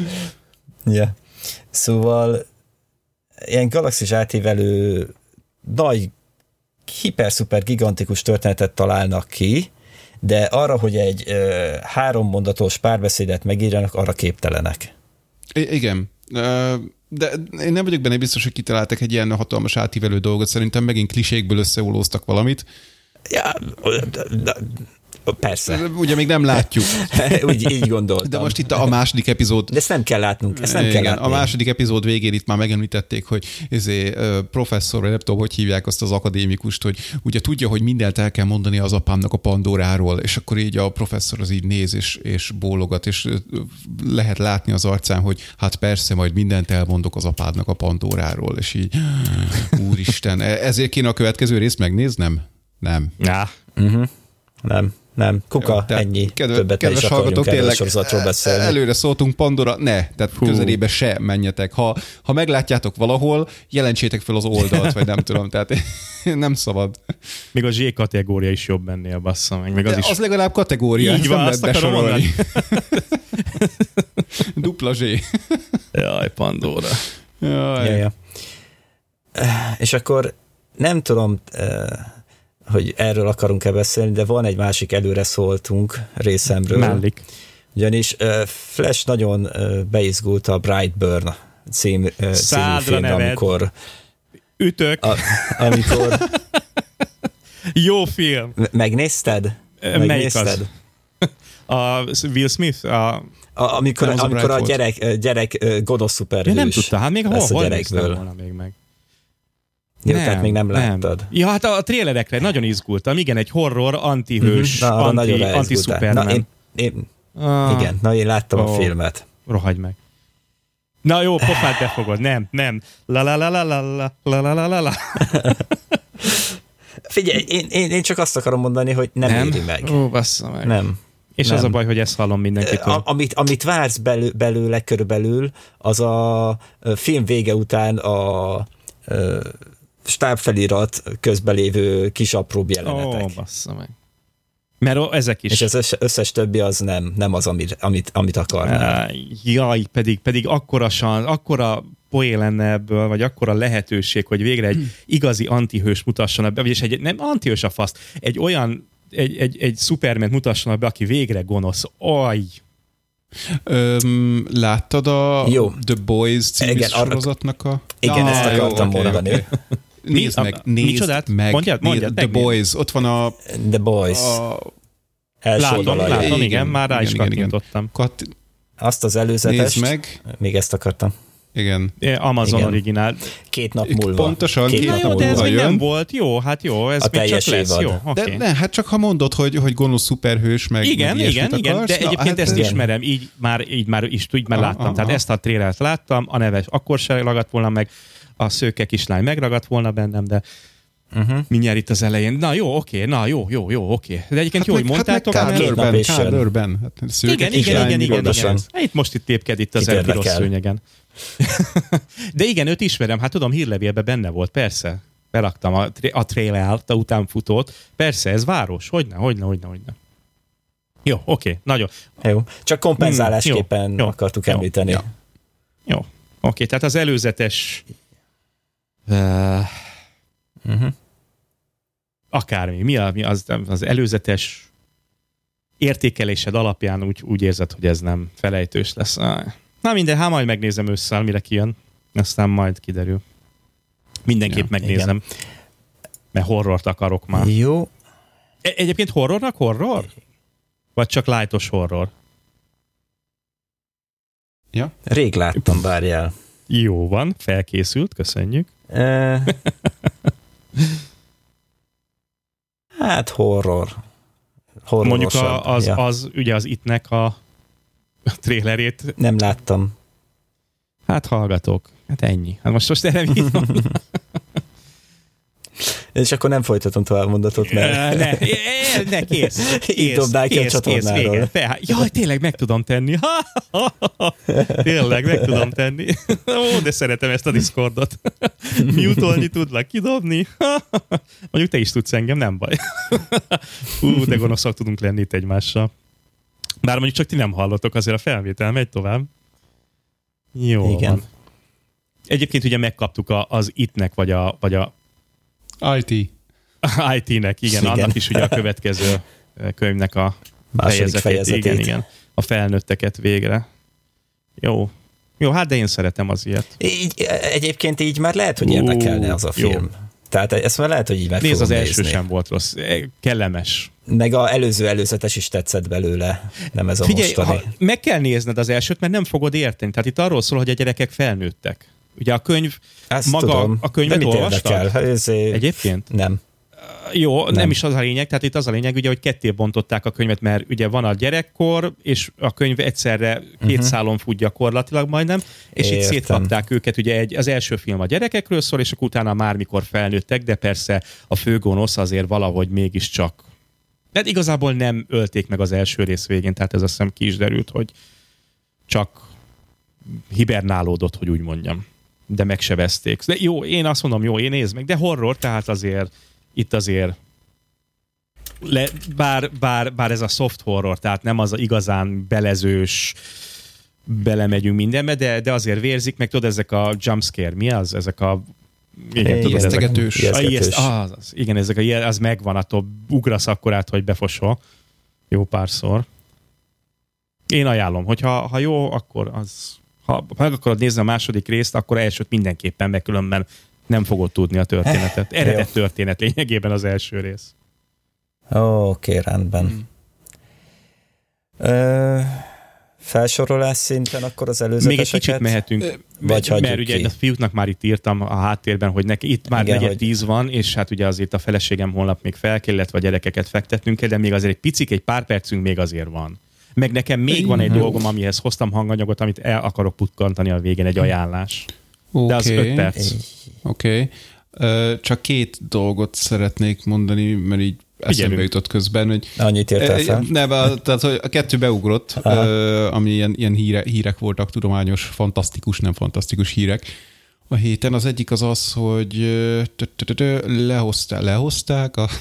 Ja. Szóval ilyen galaxis átívelő nagy, hiper-szuper gigantikus történetet találnak ki, de arra, hogy egy ö, három mondatos párbeszédet megírjanak, arra képtelenek. I- igen. Uh... De én nem vagyok benne biztos, hogy kitaláltak egy ilyen hatalmas átívelő dolgot. Szerintem megint klisékből összeolóztak valamit. Ja, persze. Ugye még nem látjuk. Úgy, így gondoltam. De most itt a második epizód... De ezt nem kell látnunk, ezt nem igen, kell látni. A második epizód végén itt már megemlítették, hogy ezé, professzor, vagy nem tudom, hogy hívják azt az akadémikust, hogy ugye tudja, hogy mindent el kell mondani az apámnak a Pandóráról, és akkor így a professzor az így néz és, és bólogat, és lehet látni az arcán, hogy hát persze, majd mindent elmondok az apádnak a Pandóráról, és így úristen, ezért kéne a következő részt megnéznem? Nem. Ja. Uh-huh. Nem. Nem, kuka, jó, ennyi. Kedve, Többet kedves is hallgatók, akarjunk erről a tényleg sorozatról beszélni. Előre szóltunk, Pandora, ne, tehát Hú. közelébe se menjetek. Ha, ha meglátjátok valahol, jelentsétek fel az oldalt, vagy nem tudom, tehát nem szabad. Még a Z kategória is jobb ennél, bassza meg. Még az, is... az legalább kategória, így van, nem azt lehet akarom mondani. Dupla Z. Jaj, Pandora. Jaj. Ja, ja. És akkor nem tudom... hogy erről akarunk-e beszélni, de van egy másik előre szóltunk részemről. Mellik. Ugyanis uh, Flash nagyon uh, beizgult a Brightburn cím, uh, című film, amikor... Ütök. A, amikor... Jó film. Megnézted? Megnézted? A Will Smith? A... A, amikor a, amikor a gyerek, gyerek gonosz szuperhős. Ja, nem tudta, hát még hol, hol néztem volna még meg. Jó, nem, tehát még nem láttad. Nem. Ja, hát a trélerekre nagyon izgultam. Igen, egy horror, antihős, uh-huh. na, anti, anti-szuperman. Na, én, én, ah. Igen, na én láttam oh. a filmet. Rohagy meg. Na jó, pofát befogod. Nem, nem. La la la la la la la la la la. Figyelj, én, én, én csak azt akarom mondani, hogy nem, nem? éri meg. Ó, bassza meg. Nem. És nem. Az a baj, hogy ezt hallom mindenkitől. A, amit, amit vársz belő, belőle körülbelül, az a film vége után a, a stábfelirat közben lévő kis apróbb jelenetek. Ó, bassza meg. Mert ezek is. És az összes többi az nem, nem az, amit, amit, amit akarnál. Jaj, pedig, pedig akkora, san, akkora poén lenne ebből, vagy akkora lehetőség, hogy végre egy igazi antihős mutassanak be, vagyis egy, nem antihős a fasz, egy olyan, egy, egy, egy szuperment mutassanak be, aki végre gonosz. Aj! Öm, láttad a Jó. The Boys című igen, sorozatnak a... Igen, ah, ezt akartam jó, mondani. Okay, okay. Nézd meg, nézd meg. Mondjad, mondjad, The Boys, ott van a... The Boys. A, látom, látom, igen, igen, már rá igen, is kattintottam. Kat... Azt az előzetest. Nézd meg. Még ezt akartam. Igen. Amazon igen. originál. Két nap múlva. Pontosan, két, két nap múlva. De ez még nem volt. Jó, hát jó, ez a még csak lesz. Évad. Jó, okay. De ne, hát csak ha mondod, hogy, hogy gonosz szuperhős, meg igen, meg igen, igen, akarsz, de na, egyébként hát ezt igen. ismerem, így már, így már, is, így már ah, láttam. ah, Tehát ah. ezt a trélert láttam, a neve akkor se ragadt volna meg, a szőke kislány megragadt volna bennem, de uh-huh. mindjárt itt az elején. Na jó, oké, na jó, jó, jó, oké. De egyébként hát jó, hogy mondtátok. Hát meg Carl Urban. Hát igen, igen, igen, igen, igen. Itt most itt tépked itt az elpiros szőnyegen. De igen, őt ismerem, hát tudom, hírlevélben benne volt, persze. Beraktam a, a trailert, a utánfutót. Persze, ez város, hogyne, hogyne, hogyne, hogyne. Jó, oké, nagyon. Jó, csak kompenzálásképpen mm, jó, akartuk jó, említeni. Jó, jó. Oké, tehát az előzetes... Uh, uh-huh. akármi. Mi, a, mi az, az előzetes értékelésed alapján úgy, úgy érzed, hogy ez nem felejtős lesz. Na minden, hát majd megnézem ősszel, mire kijön. Aztán majd kiderül. Mindenképp ja, megnézem. Igen. Mert horrort akarok már. Jó. E- egyébként horrornak horror? Vagy csak lightos horror? Ja. Rég láttam, várjál. Jó van, felkészült, köszönjük. E... hát horror. Mondjuk a, az, ja. az, ugye az It-nek a trélerét. Nem láttam. Hát hallgatok. Hát ennyi. Hát most most erre mit van? És akkor nem folytatom tovább mondatot, mert... Ne, ne, kész. Így dobnál ki a csatornáról. Jaj, tényleg meg tudom tenni. Tényleg meg tudom tenni. Ó, de szeretem ezt a Discordot. Mute-olni tudlak kidobni. Mondjuk te is tudsz engem, nem baj. Ú, de gonoszak tudunk lenni itt egymással. Bár mondjuk csak ti nem hallotok, azért a felvétel megy tovább. Jó igen. Van. Egyébként ugye megkaptuk a, az It-nek, vagy a, vagy a i té. i té-nek, igen, igen, annak is ugye a következő könyvnek a második fejezetét. Igen, igen. A felnőtteket végre. Jó. Jó, hát de én szeretem az ilyet. Így, egyébként így már lehet, hogy érdekelne az a film. Jó. Tehát ezt már lehet, hogy így meg Nézd, fogom az első nézni. sem volt rossz. Kellemes. Meg az előző előzetes is tetszett belőle, nem ez a Figyelj, mostani. Ha meg kell nézned az elsőt, mert nem fogod érteni. Tehát itt arról szól, hogy a gyerekek felnőttek. Ugye a könyv, ezt maga tudom. a könyvet de mit olvastad? Érdekel? Egyébként? Nem. Jó, nem. nem is az a lényeg, tehát itt az a lényeg, ugye, hogy ketté bontották a könyvet, mert ugye van a gyerekkor, és a könyv egyszerre két uh-huh. szálon fut gyakorlatilag majdnem, és Értem. Itt szétkapták őket, ugye egy, az első film a gyerekekről szól, és akkor utána már mikor felnőttek, de persze a főgonosz azért valahogy mégiscsak. De igazából nem ölték meg az első rész végén, tehát ez azt hiszem ki is derült, hogy csak hibernálódott, hogy úgy mondjam. De megsebezték. De jó, én azt mondom, jó, én nézd meg, de horror, tehát azért itt azért le, bár, bár, bár ez a soft horror, tehát nem az a igazán belezős, belemegyünk mindenbe, de, de azért vérzik, meg tudod, ezek a jumpscare, mi az? Ezek a igen, tudod, ijesztegetős. Ezek, a, ijeszt, az, az, igen, ezek a, az megvan, attól ugrasz akkorát, hogy befosol. Jó párszor. Én ajánlom, hogyha ha jó, akkor az... Ha meg akarod nézni a második részt, akkor elsőt mindenképpen, meg különben nem fogod tudni a történetet. Eredet történet lényegében az első rész. Ó, oké, rendben. Hmm. Ö, felsorolás szinten akkor az előzeteseket? Még egy kicsit mehetünk, vagy mert ugye ki? A fiúknak már itt írtam a háttérben, hogy neki itt már negyed hogy... tíz van, és hát ugye azért a feleségem holnap még fel kell, illetve a gyerekeket fektetnünk kell, de még azért egy picik, egy pár percünk még azért van. Meg nekem még van egy dolgom, amihez hoztam hanganyagot, amit el akarok putkantani a végén, egy ajánlás. Okay. De az öt perc. Oké. Okay. Csak két dolgot szeretnék mondani, mert így eszembe jutott közben, hogy... Annyit értel fel? Nem, tehát hogy a kettő beugrott, ami ilyen, ilyen híre, hírek voltak, tudományos, fantasztikus, nem fantasztikus hírek a héten. Az egyik az az, hogy lehozták, lehozták a...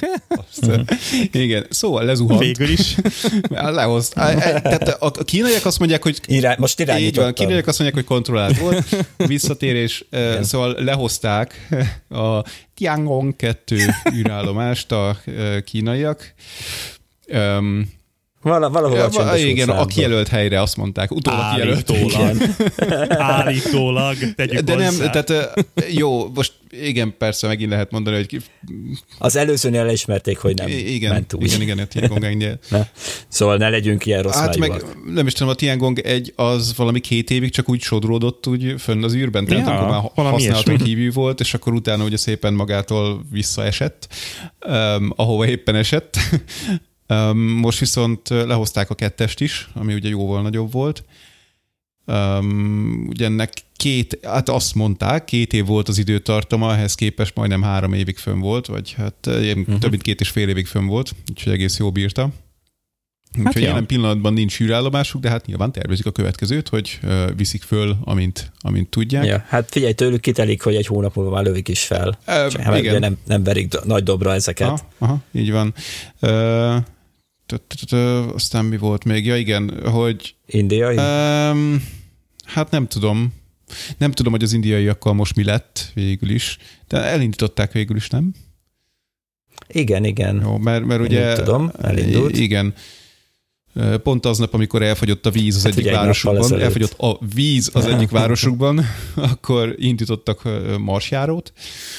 Igen, szóval lezuhant. Végül is. Lehozt. Tehát a kínaiak azt mondják, hogy Irá, most irányítottam. A kínaiak azt mondják, hogy kontrollált volt. Visszatérés, igen. Szóval lehozták a Tiangong kettő űrállomást a kínaiak. Um, Vala, valahol a csendes igen, a kijelölt helyre azt mondták. Utólag Állítólag. Állítólag. Tegyük De nem, hozzá. tehát jó, most igen, persze megint lehet mondani, hogy... Az előzőnél elismerték, hogy nem igen, ment úgy. Igen, igen, a Tiangong egynél. Szóval ne legyünk ilyen rossz Hát májúak. meg nem is tudom, a Tiangong egy az valami két évig csak úgy sodródott úgy fönn az űrben, tehát ja, akkor már használaton kívül volt, és akkor utána ugye szépen magától visszaesett, um, ahova éppen esett. Um, most viszont lehozták a kettest is, ami ugye jóval nagyobb volt. Um, ugye ennek két, hát azt mondták, két év volt az időtartama, ehhez képest majdnem három évig fönn volt, vagy hát uh-huh. több mint két és fél évig fönn volt, úgyhogy egész jó bírta. Hát úgyhogy jelen pillanatban nincs űrállomásuk, de hát nyilván tervezik a következőt, hogy uh, viszik föl, amint, amint tudják. Ja, hát figyelj, tőlük kitelik, hogy egy hónap múlva már lövik is fel. Uh, Csak, igen. Nem, nem verik nagy dobra ezeket. Aha, aha, így van. Uh, Aztán mi volt még? Ja igen, hogy... Indiai? Um, hát nem tudom. Nem tudom, hogy az indiaiakkal most mi lett végül is. De elindították végül is, nem? Igen, igen. Jó, mert, mert ugye... Én tudom, elindult. Igen. Pont aznap, amikor elfogyott a víz az hát egyik városukban, elfogyott a víz az egyik városukban, akkor indítottak marsjárót.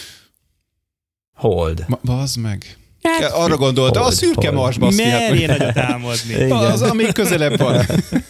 Hold. Ma, bazd meg. Hát, arra gondolta, hold, a szürke hold. Mars, baszki. Merjél hát, nagyot álmodni. Az, ami közelebb van.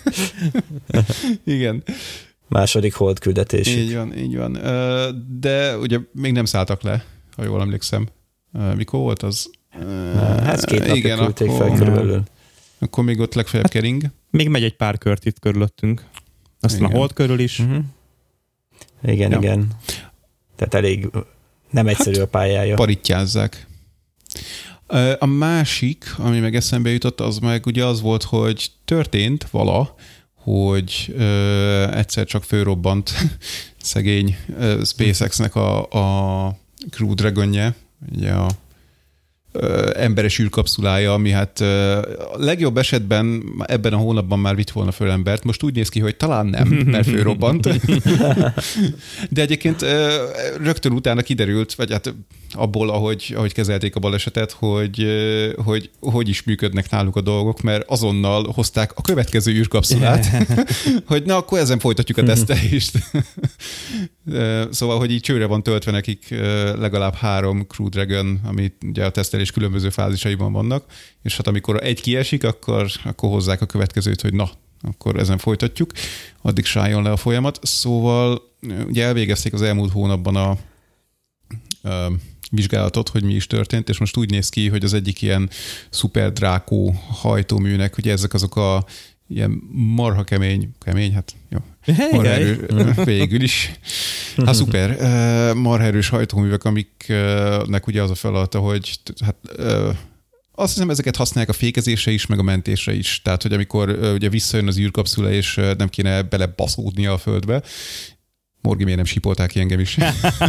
Igen. Második hold küldetésük. Így van, így van. De ugye még nem szálltak le, ha jól emlékszem. Mikor volt az? Hát két napja igen, küldték akkor, fel körülbelül. Akkor még ott legfeljebb hát, kering. Még megy egy pár kört itt körülöttünk. Aztán igen. A hold körül is. Uh-huh. Igen, ja. igen. Tehát elég nem egyszerű hát, a pályája. Parittyázzák. A másik, ami meg eszembe jutott, az meg ugye az volt, hogy történt vala, hogy ö, egyszer csak fölrobbant szegény ö, SpaceX-nek a, a Crew Dragonje, ugye a ö, emberes űrkapszulája, ami hát ö, a legjobb esetben ebben a hónapban már vitt volna föl embert. Most úgy néz ki, hogy talán nem, mert fölrobbant. De egyébként ö, rögtön utána kiderült, vagy hát abból, ahogy, ahogy kezelték a balesetet, hogy, hogy hogy is működnek náluk a dolgok, mert azonnal hozták a következő űrkapszulát, hogy na, akkor ezen folytatjuk a tesztelést. Szóval, hogy így csőre van töltve nekik legalább három Crew Dragon, amit ugye a tesztelés különböző fázisaiban vannak, és hát amikor egy kiesik, akkor, akkor hozzák a következőt, hogy na, akkor ezen folytatjuk, addig sálljon le a folyamat. Szóval ugye elvégezték az elmúlt hónapban a, a vizsgálatot, hogy mi is történt, és most úgy néz ki, hogy az egyik ilyen szuper drákó hajtóműnek, ugye ezek azok a ilyen marha kemény, kemény, hát jó, marha erő, végül is. Hát szuper, marha erős hajtóművek, amiknek ugye az a feladata, hogy hát azt hiszem, ezeket használják a fékezésre is, meg a mentésre is. Tehát, hogy amikor ugye visszajön az űrkapszula, és nem kéne belebaszódnia a földbe. Morgi, miért nem sípolták ki engem is?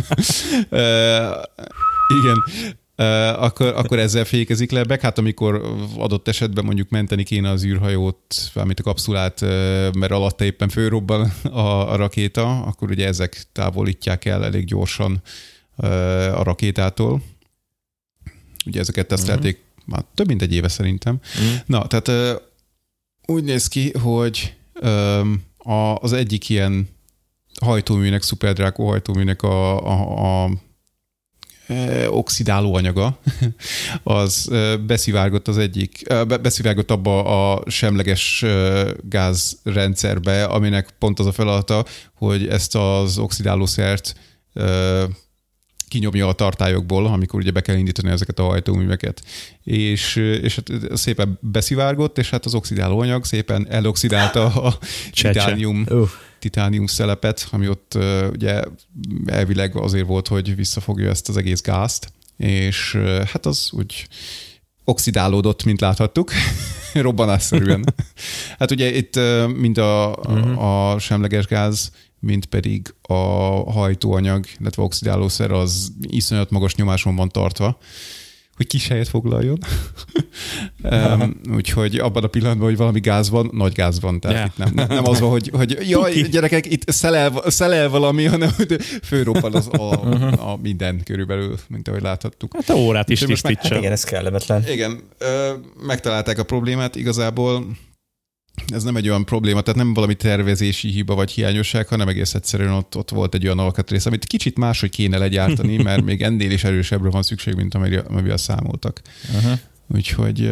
Igen, uh, akkor, akkor ezzel fékezik le be. Hát amikor adott esetben mondjuk menteni kéne az űrhajót, valamint a kapszulát, uh, mert alatta éppen fölrobban a, a rakéta, akkor ugye ezek távolítják el elég gyorsan uh, a rakétától. Ugye ezeket tesztelték uh-huh. már több mint egy éve szerintem. Uh-huh. Na, tehát uh, úgy néz ki, hogy um, a, az egyik ilyen hajtóműnek, szuperdrákó hajtóműnek a, a, a oxidáló anyaga, az beszivárgott az egyik, beszivárgott abba a semleges gázrendszerbe, aminek pont az a feladata, hogy ezt az oxidálószert kinyomja a tartályokból, amikor ugye be kell indítani ezeket a hajtóműveket. És, és hát szépen beszivárgott, és hát az oxidáló anyag szépen eloxidálta a titánium, uh. titánium szelepet, ami ott uh, ugye elvileg azért volt, hogy visszafogja ezt az egész gázt, és uh, hát az úgy oxidálódott, mint láthattuk, robbanásszerűen. Hát ugye itt uh, mind a, uh-huh. a semleges gáz, mint pedig a hajtóanyag, illetve oxidálószer az iszonyat magas nyomáson van tartva, hogy kis helyet foglaljon. um, úgyhogy abban a pillanatban, hogy valami gáz van, nagy gáz van. Tehát yeah. itt nem, nem az van, hogy, hogy jaj, gyerekek, itt szelel, szelel valami, hanem hogy fölroppan az a, a minden körülbelül, mint ahogy láthattuk. Hát a órát is tisztítsa. Hát igen, ez kellemetlen. Igen, megtalálták a problémát, igazából ez nem egy olyan probléma, tehát nem valami tervezési hiba vagy hiányosság, hanem egész egyszerűen ott, ott volt egy olyan alkatrész, amit kicsit máshogy kéne legyártani, mert még ennél is erősebbre van szükség, mint amivel számoltak. Uh-huh. Úgyhogy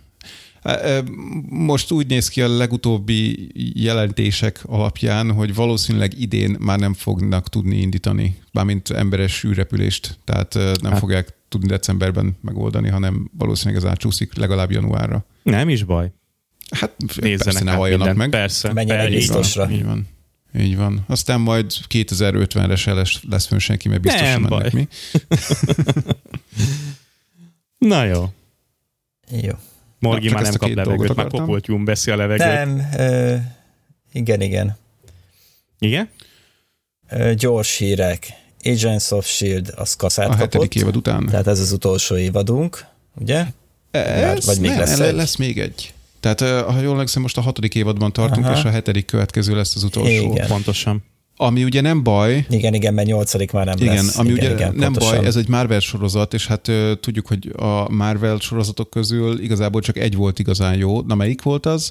most úgy néz ki a legutóbbi jelentések alapján, hogy valószínűleg idén már nem fognak tudni indítani, mármint emberes űrrepülést, tehát nem hát. fogják tudni decemberben megoldani, hanem valószínűleg ez átcsúszik legalább januárra. Nem is baj. Hát persze ne halljanak meg. Persze. Menjenek biztosra. Így van. Így van. Aztán majd kétezer-ötvenre se lesz, lesz fönn senki, mert biztosan nem mennek baj. mi. Na jó. Jó. Morgi Na, már nem kap levegőt, már Popoltyúm veszi a levegőt. Nem. Ö, igen, igen. Igen? Ö, gyors hírek. Agents of S H I E L D az kaszát a kapott. A hetedik évad után. Tehát ez az utolsó évadunk, ugye? Ez, Vagy még nem, lesz egy? egy? Lesz még egy. Tehát, ha jól emlékszem, most a hatodik évadban tartunk, Aha. és a hetedik következő lesz az utolsó. Igen. Pontosan. ami ugye nem baj, Igen, igen, mert nyolcadik már nem igen, lesz. ami igen, ugye igen, nem pontosan. baj, ez egy Marvel sorozat, és hát ö, tudjuk, hogy a Marvel sorozatok közül igazából csak egy volt igazán jó. Na, melyik volt az?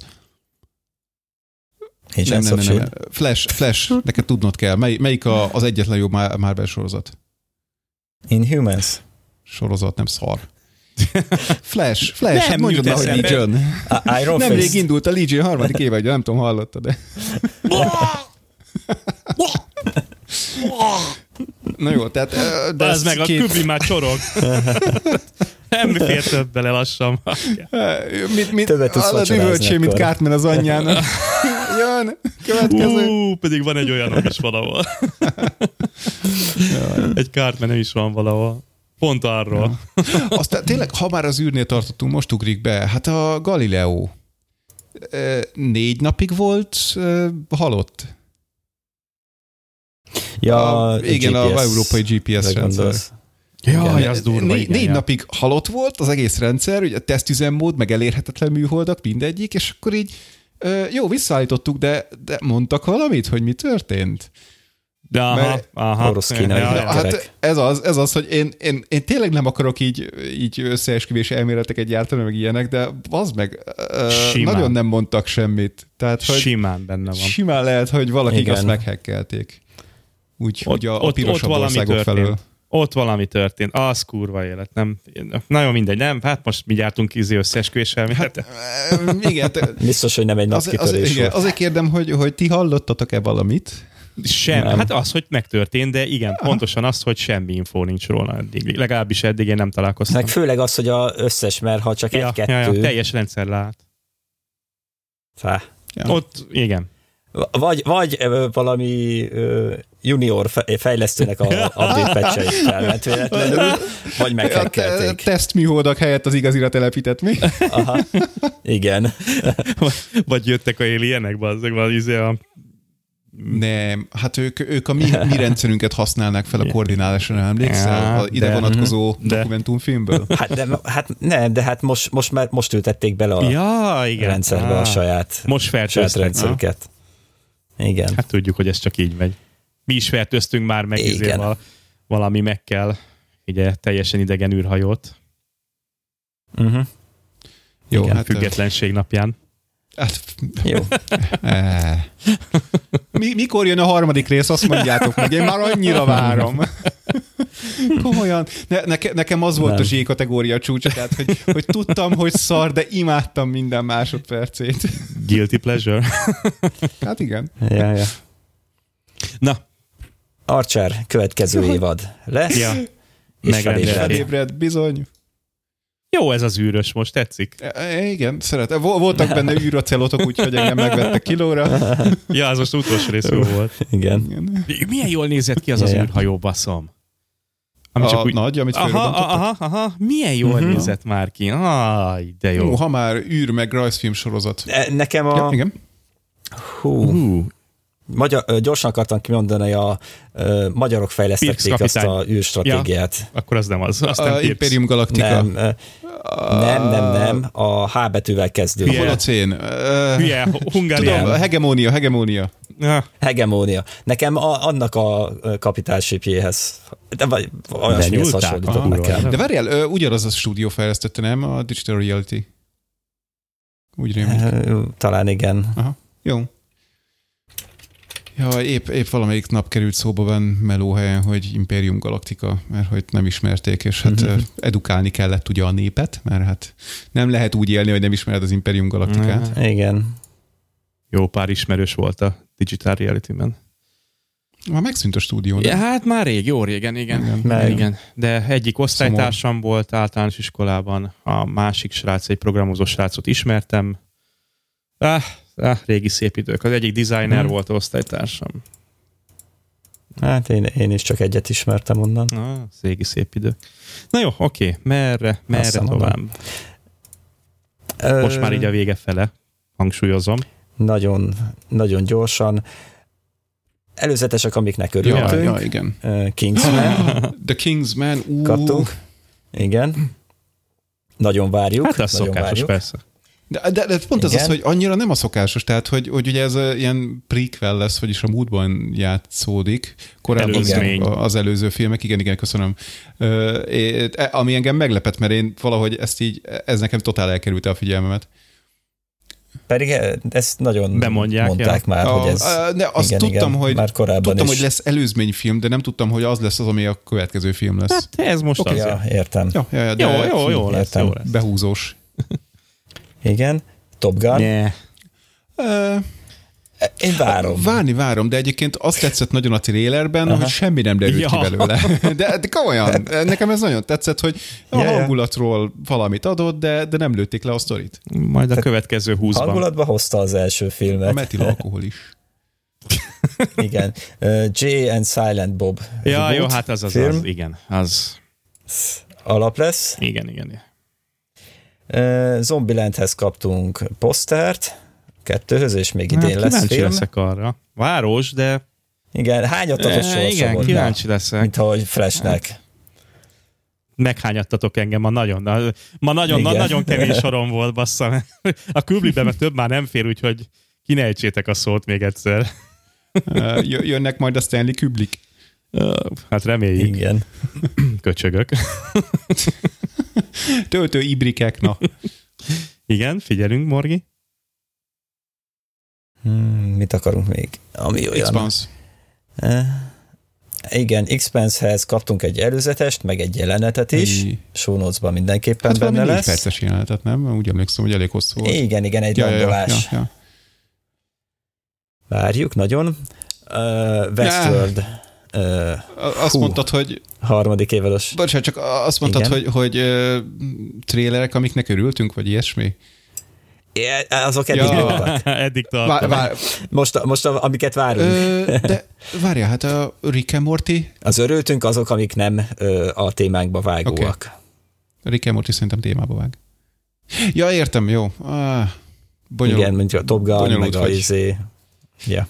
Nem, nem, nem, nem. Flash, Flash, neked tudnod kell. Mely, melyik a, az egyetlen jó Marvel sorozat? Inhumans? Sorozat, nem szar. Flash, Flash, Nem hát mondjad jut már, hogy eszembe. Legion. A Iron Nemrég Fist? indult a Legion harmadik éve, ugye nem tudom, hallottad, de... Na jó, tehát... ö, De ez meg a két- kübli már csorog. Nem fér több bele lassan. Mit, mit, Többet tudsz hallod, vacsorázni üvöltsé, mint akkor. Cartman az anyjának. Jön, következő. Ú, pedig van egy olyanom is valahol. Egy Cartman is van valahol. Pont arról. Aztán tényleg, ha már az űrnél tartottunk, most ugrik be. Hát a Galileo ö, négy napig volt ö, halott. Ja, a, igen, gé pé es a európai gé pé es re rendszer. gondolsz. Jaj, az durva, Né, igen, négy ja. napig halott volt az egész rendszer, ugye tesztüzemmód, meg elérhetetlen műholdak, mindegyik, és akkor így ö, jó, visszaállítottuk, de, de mondtak valamit, hogy mi történt? De aha, Mert- aha. Orosz kínai Ja, ja. hackerek. Hát ez az, ez az, hogy én, én, én tényleg nem akarok így, így összeesküvési elméleteket gyártani, meg ilyenek, de az meg ö, Simán. nagyon nem mondtak semmit. Tehát, hogy Simán benne van. simán lehet, hogy valakik Igen. azt meghekkelték. Úgy, Ott, úgy a, a ott, ott pirosabb valami országok történt. felől. Ott valami történt. Az kurva élet. Nem, nagyon mindegy, nem? Hát most mi gyártunk ízi összeesküvés elméletet. Ö, Igen, te, Biztos, hogy nem egy az, az, napkitörés igen, volt. azért kérdem, hogy, hogy ti hallottatok-e valamit? Sem. Nem. Hát az, hogy megtörtént, de igen, pontosan az, hogy semmi infó nincs róla eddig. Legalábbis eddig én nem találkoztam. Meg főleg az, hogy a összes, mert ha csak ja, egy-kettő... ja, ja, teljes rendszer lát. Fá. Ja. Ott, igen. Vagy, vagy ö, valami ö, junior fe- fejlesztőnek a update patch-eit felment véletlenül, vagy A te, meghekkelték. tesztműholdak helyett az igazira telepített mi? Aha. Igen. Vagy, vagy jöttek a alienek, bazzeg, vagy izé a... Nem, hát ők, ők a mi, mi rendszerünket használnák fel a koordinálásra, emlékszel? Ja, A ide de- vonatkozó de. dokumentumfilmből? Hát, de, hát nem, de hát most, most már most ültették bele a Ja, igen. rendszerbe Á, a saját, Most saját fertőztek. rendszerüket. Igen. Hát tudjuk, hogy ez csak így megy. Mi is fertőztünk már meg Igen. izé val- valami meg kell, ugye teljesen idegen űrhajót. Uh-huh. Jó, Igen, hát... függetlenség napján. hát Jó. eh. Mi, mikor jön a harmadik rész, azt mondjátok meg, én már annyira várom. Komolyan. Ne, neke, nekem az volt Nem. a zsé kategória csúcsa, tehát hogy, hogy tudtam, hogy szar, de imádtam minden másodpercét. Guilty pleasure. Hát igen. Ja, ja. Na, Archer, következő évad lesz. ja. És Megrendelték. felébred. Felébred, bizony. Jó ez az űrös most, tetszik? E, igen, szeretem. Voltak benne űrocelotok, úgyhogy engem megvettek kilóra. Ja, az most utolsó rész jó volt. Igen. Igen. Milyen jól nézett ki az az Ja, ja. űrhajó, baszom. Ami A csak úgy... nagy, amit Aha, fölrobbantottak. aha, aha, milyen jól Mhm. nézett már ki. Aj, de jó. Jó, ha már űr meg rajzfilm sorozat. E, Nekem a... Ja, igen. Hú, Hú, magyar, ö, gyorsan akartam kimondani, a ö, magyarok fejlesztették Pirx azt kapitány. a űrstratégiát. akkor az nem az. Aztán A Pirx. Imperium Galactica. Nem, ö, nem, nem, nem, a H betűvel kezdődik. Hülye. Holocén. Uh, Hülye, Tudom, Hungária. hegemónia, hegemónia. Ja. Hegemónia. Nekem a, annak a kapitálsipjéhez, de vagy olyasmihez Lenyúlták? hasonlított Aha. nekem. De várjál, ö, ugyanaz a stúdió fejlesztette, nem? A Digital Reality. Úgy rémlik. Ö, Talán igen. Jó. Ja, épp, épp valamelyik nap került szóba van melóhelyen, hogy Imperium Galactica, mert hogy nem ismerték, és hát Mhm. uh-huh. edukálni kellett ugye a népet, mert hát nem lehet úgy élni, hogy nem ismered az Imperium Galacticát. Mhm. Igen. Jó pár ismerős volt a Digital Reality-ben. Már megszűnt a stúdió, Ja, nem? hát már rég, jó régen, igen. Igen. igen. Meg. igen. De egyik osztálytársam volt általános iskolában, a másik srác, egy programozó srácot ismertem. Ah, ah, régi szép idők. Az egyik designer Mhm. volt osztálytársam. Hát én, én is csak egyet ismertem onnan. Ah, az régi szép idők. Na jó, oké. Merre, merre Azt mondom. tovább? Most Ö, már így a vége fele, hangsúlyozom. Nagyon, nagyon gyorsan. Előzetesek, amiknek Ja, örültünk. ja, igen. Ö, Kingsman The Kingsman, ú, kaptunk. Igen. Nagyon várjuk. Hát az nagyon szokásos, várjuk. persze. De, de, de pont ez Igen. az, hogy annyira nem a szokásos, tehát hogy, hogy ugye ez a, ilyen prequel lesz, vagyis a múltban játszódik, korábban Előzmény. az előző filmek, igen, igen, köszönöm. Ö, é, ami engem meglepett, mert én valahogy ezt így, ez nekem totál elkerülte a figyelmemet. Pedig ezt nagyon Bemondják, mondták ja. már, A, hogy ez... a, de azt igen, tudtam, igen, hogy, már korábban tudtam is. hogy lesz előzményfilm, de nem tudtam, hogy az lesz az, ami a következő film lesz. Hát ez most Oké. az. Ja, értem. Ja, ja, ja, de Jó, jó, jó lesz, értem. jó lesz. behúzós. Igen. Top Gun. Yeah. Ö, Én várom. Várni várom, de egyébként azt tetszett nagyon a trélerben, hogy semmi nem derült Ja. ki belőle. De, de komolyan, nekem ez nagyon tetszett, hogy a Ja, ja. hangulatról valamit adott, de, de nem lőtték le a sztorit. Majd a következő húszban. Hangulatba hozta az első A filmet. metil alkohol is. Igen. Uh, Jay and Silent Bob. Ja, reboot jó, hát az az, film. az, igen. Az, Alap lesz. igen, igen. Uh, Zombielandhez kaptunk posztert, kettőhöz, és még idén Hát lesz kíváncsi film. leszek arra. Város, de Igen, hányattatos e, sorsa igen, volt kíváncsi már, leszek. mint ahogy Flashnek. Meghányattatok engem ma nagyon. Ma nagyon, na, Igen. nagyon kevés sorom volt, bassza. A Kubrickben meg több már nem fér, úgyhogy kinejtsétek a szót még egyszer. Ö, Jönnek majd a Stanley Kubrick. Hát reméljük. Igen. Köcsögök. Töltő ibrikek, na. Igen, figyelünk, Morgi. Hmm, mit akarunk még? Ami olyan... Expanse. Eh, igen, Expanse-hez kaptunk egy előzetest, meg egy jelenetet is. Egy- Show notes-ban mindenképpen Hát valami benne négy lesz. perces jelenetet, nem? Úgy emlékszem, hogy elég hosszú volt. Igen, igen, egy Ja, ja, ja, landolás. ja, ja. Várjuk nagyon. Uh, Westworld uh, Azt Hú. mondtad, hogy harmadik évados. bocsánat, csak azt mondtad, Igen. hogy, hogy uh, trélerek, amiknek örültünk, vagy ilyesmi? É, azok eddig Ja. voltak. Eddig Vár, tartom. vár, Most, most a, amiket várunk. ö, de várjál, hát a Rick and Morty, Az örültünk azok, amik nem ö, a témánkba vágóak. Rick and Morty szerintem témába vág. Ja, értem, jó. Ah, bonyolult. Igen, mint a Top Gun, bonyolult meg a vagy. izé. Ja.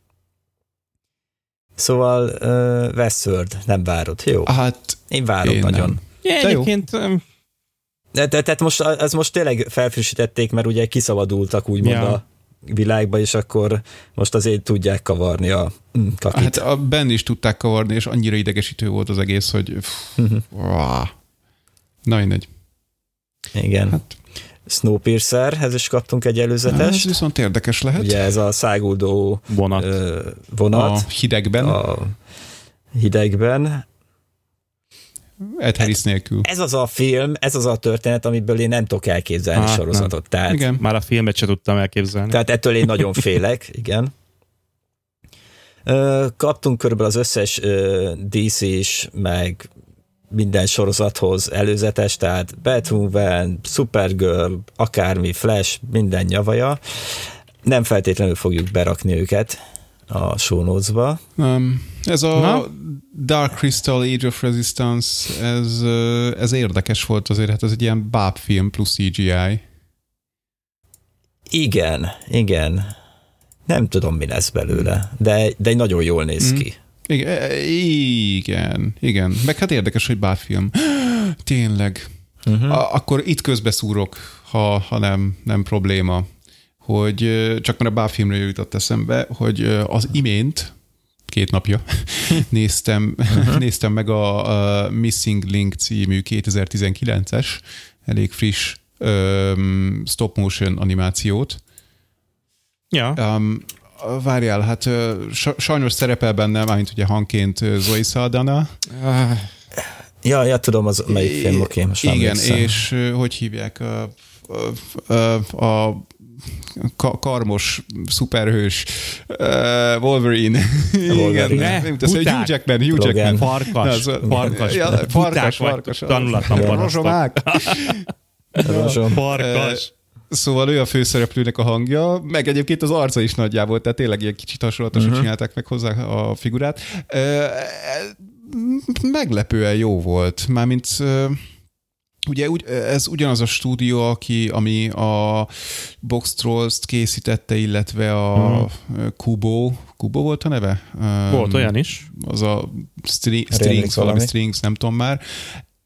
Szóval uh, Westworld, nem várod, jó? Hát Én várom én nagyon. nem. Ja, De jó. egyébként um, De, de, tehát most, ez most tényleg felfrissítették, mert ugye kiszabadultak úgymond Ja. a világba, és akkor most azért tudják kavarni a mm, kakit. Hát a benn is tudták kavarni, és annyira idegesítő volt az egész, hogy pff, ah. Na mindegy. Igen. Hát, Snowpiercerhez is kaptunk egy ez előzetest. viszont érdekes lehet. Ugye ez a száguldó vonat. ö, vonat A hidegben, a... a hidegben. Ed Harris nélkül. Ez az a film, ez az a történet, amiből én nem tudok elképzelni Hát, sorozatot. Tehát, Igen. Már a filmet se tudtam elképzelni. tehát ettől én nagyon félek, igen. Ö, Kaptunk körülbelül az összes ö, dé cé-s, meg minden sorozathoz előzetes, tehát Batwoman, Supergirl, akármi, Flash, minden nyavaja. Nem feltétlenül fogjuk berakni őket a show notes-ba. Um, ez a Na? Dark Crystal Age of Resistance, ez, ö, ez érdekes volt azért, hát ez egy ilyen bábfilm plusz cé gé í. Igen, igen. Nem tudom, mi lesz belőle, de, de nagyon jól néz Mm. ki. Igen, igen, igen. Meg hát érdekes, hogy bábfilm. Tényleg. Uh-huh. A, akkor itt közbeszúrok, ha, ha nem, nem probléma, hogy ö, csak már a bábfilmről jutott eszembe, hogy ö, az imént, két napja, néztem, uh-huh. néztem meg a, a Missing Link című kétezer-tizenkilences, elég friss um, stop motion animációt. Ja. Um, várjál, hát ö, sa- sajnos szerepel benne, mármint ugye hangként ö, Zoe Saldana. Ja, ja, tudom, az melyik film, oké, most Igen, emlékszem. és ö, hogy hívják a, a, a, a ka- karmos szuperhős uh, Wolverine. Wolverine. Igen, Ne, nem tesz, buták. Hugh Jackman, Hugh Logan. Jackman. Farkas, Na, az- farkas, Ja, buták farkas, vagy, farkas. tanulatlan parasztok. Rozsomák. Rozsom. Farkas. Szóval ő a főszereplőnek a hangja, meg egyébként az arca is nagyjából, tehát tényleg ilyen kicsit hasonlatosan uh-huh. csinálták meg hozzá a figurát. Ö, Meglepően jó volt, mármint ö, ugye úgy- ez ugyanaz a stúdió, aki, ami a Box Trolls-t készítette, illetve a uh-huh. Kubo, Kubo volt a neve? Volt olyan is. Az a stri- Rémlik Strings, valami valami. Strings, nem tudom már.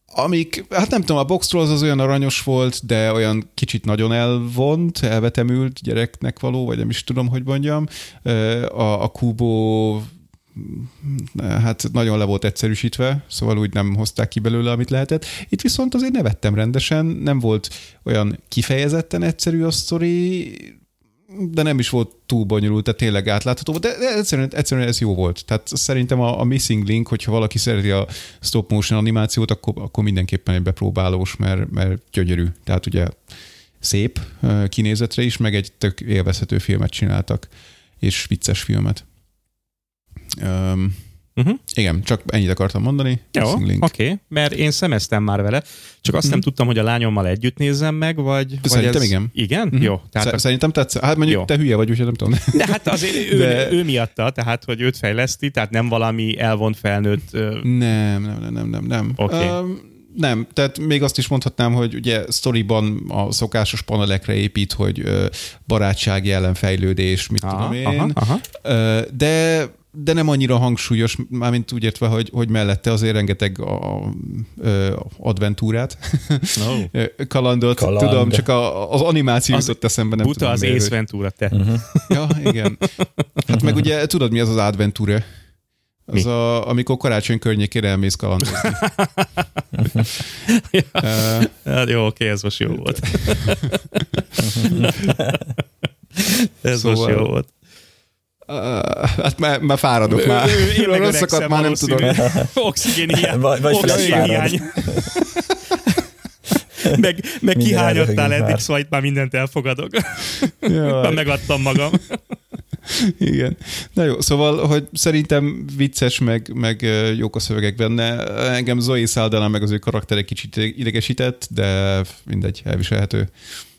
amik, hát nem tudom, a Box Trolls az olyan aranyos volt, de olyan kicsit nagyon elvont, elvetemült gyereknek való, vagy nem is tudom, hogy mondjam. A, a Kubo hát nagyon le volt egyszerűsítve, szóval úgy nem hozták ki belőle, amit lehetett. Itt viszont azért nevettem rendesen, nem volt olyan kifejezetten egyszerű a sztori, de nem is volt túl bonyolult, tehát tényleg átlátható, de egyszerűen, egyszerűen ez jó volt. Tehát szerintem a, a Missing Link, hogyha valaki szereti a stop motion animációt, akkor, akkor mindenképpen egy bepróbálós, mert, mert gyönyörű. Tehát ugye szép kinézetre is, meg egy tök élvezhető filmet csináltak, és vicces filmet. Um, uh-huh. Igen, csak ennyit akartam mondani. Jó, oké, okay, mert én szemeztem már vele, csak azt uh-huh. nem tudtam, hogy a lányommal együtt nézzem meg, vagy... Szerintem vagy ez... igen. Igen? Uh-huh. Jó. Tehát Sz- szerintem tetsz. Hát mondjuk jó. Te hülye vagy, úgyhogy nem tudom. De hát azért ő, De... ő miatta, tehát hogy őt fejleszti, tehát nem valami elvont felnőtt... Uh... Nem, nem, nem, nem, nem. Oké. Okay. Um, nem, tehát még azt is mondhatnám, hogy ugye sztoriban a szokásos panelekre épít, hogy uh, barátsági ellenfejlődés, mit aha, tudom én. Aha, aha. Uh, de de nem annyira hangsúlyos, mármint úgy értve, hogy, hogy mellette azért rengeteg a, a, a adventúrát, oh. kalandot, Kaland. tudom, csak a, az animáció jutott eszembe, nem buta tudom. Buta az Ace Ventura, te. Uh-huh. Ja, igen. Hát meg ugye tudod, mi az az adventure? Az, a, amikor karácsony környékén elmész kalandozni. ja. uh, hát jó, oké, ez most jó volt. ez szóval... most jó volt. Uh, hát már, már fáradok ő, már. Ő, én meg rosszakat már nem tudom. Oxigén hiány. Vagy, vagy Oxigén hiány. meg meg kihányadtál eddig, már. Szóval itt már mindent elfogadok. Már megadtam magam. Igen. Na jó, szóval, hogy szerintem vicces, meg, meg jók a szövegek benne. Engem Zoe Saldana meg az ő karaktere kicsit idegesített, de mindegy, elviselhető.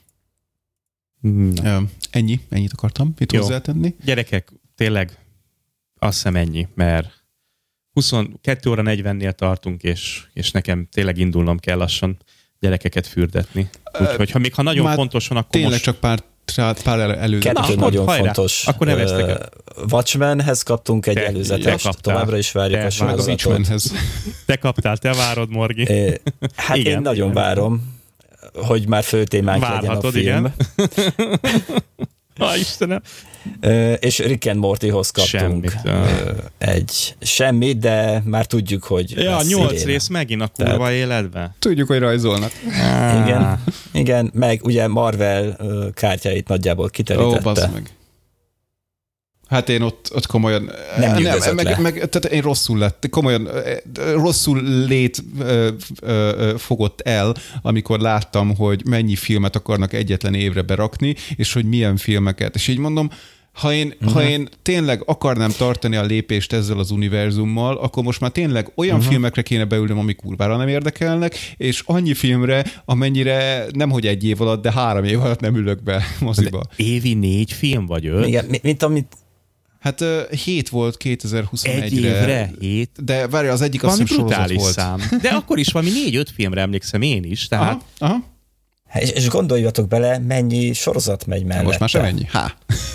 Na. Ennyi, ennyit akartam itt hozzátenni. Gyerekek, tényleg azt hiszem ennyi, mert huszonkettő óra negyvennél tartunk, és, és nekem tényleg indulnom kell lassan gyerekeket fürdetni. Úgyhogy ha még ha nagyon Már fontos van, akkor tényleg most... csak pár, pár előző. Kettő Na, nagyon hajrá. fontos. Akkor neveztek el. Uh, Watchmenhez kaptunk egy te, előzetest, továbbra is várjuk te, a sorozatot. Te kaptál, te várod, Morgi. Uh, hát igen, én nagyon igen. várom, hogy már főtémánk Várhatod, legyen a film. Ha, Istenem. Uh, és Rick and Mortyhoz kaptunk uh, egy semmit, de már tudjuk, hogy ja, nyolc rész megint a kurva Tehát, életben. Tudjuk, hogy rajzolnak. Ah. Igen, igen, meg ugye Marvel uh, kártyáit nagyjából kiterítette. Ó, bassz meg. Hát én ott, ott komolyan... Nem, nem meg, meg, tehát én rosszul lett, komolyan rosszul lét ö, ö, fogott el, amikor láttam, hogy mennyi filmet akarnak egyetlen évre berakni, és hogy milyen filmeket. És így mondom, ha én, uh-huh. ha én tényleg akarnám tartani a lépést ezzel az univerzummal, akkor most már tényleg olyan uh-huh. filmekre kéne beülnöm, ami kurvára nem érdekelnek, és annyi filmre, amennyire nemhogy egy év alatt, de három év alatt nem ülök be moziba. De évi négy film vagy öt? Igen, mint amit Hát uh, hét volt kétezer-huszonegyre. Egy évre hét? De várj, az egyik azt hiszem sorozat volt. Szám. De akkor is valami négy-öt filmre emlékszem én is. Tehát... Aha, aha. És, és gondoljatok bele, mennyi sorozat megy mellette. Most már sem ennyi. Há.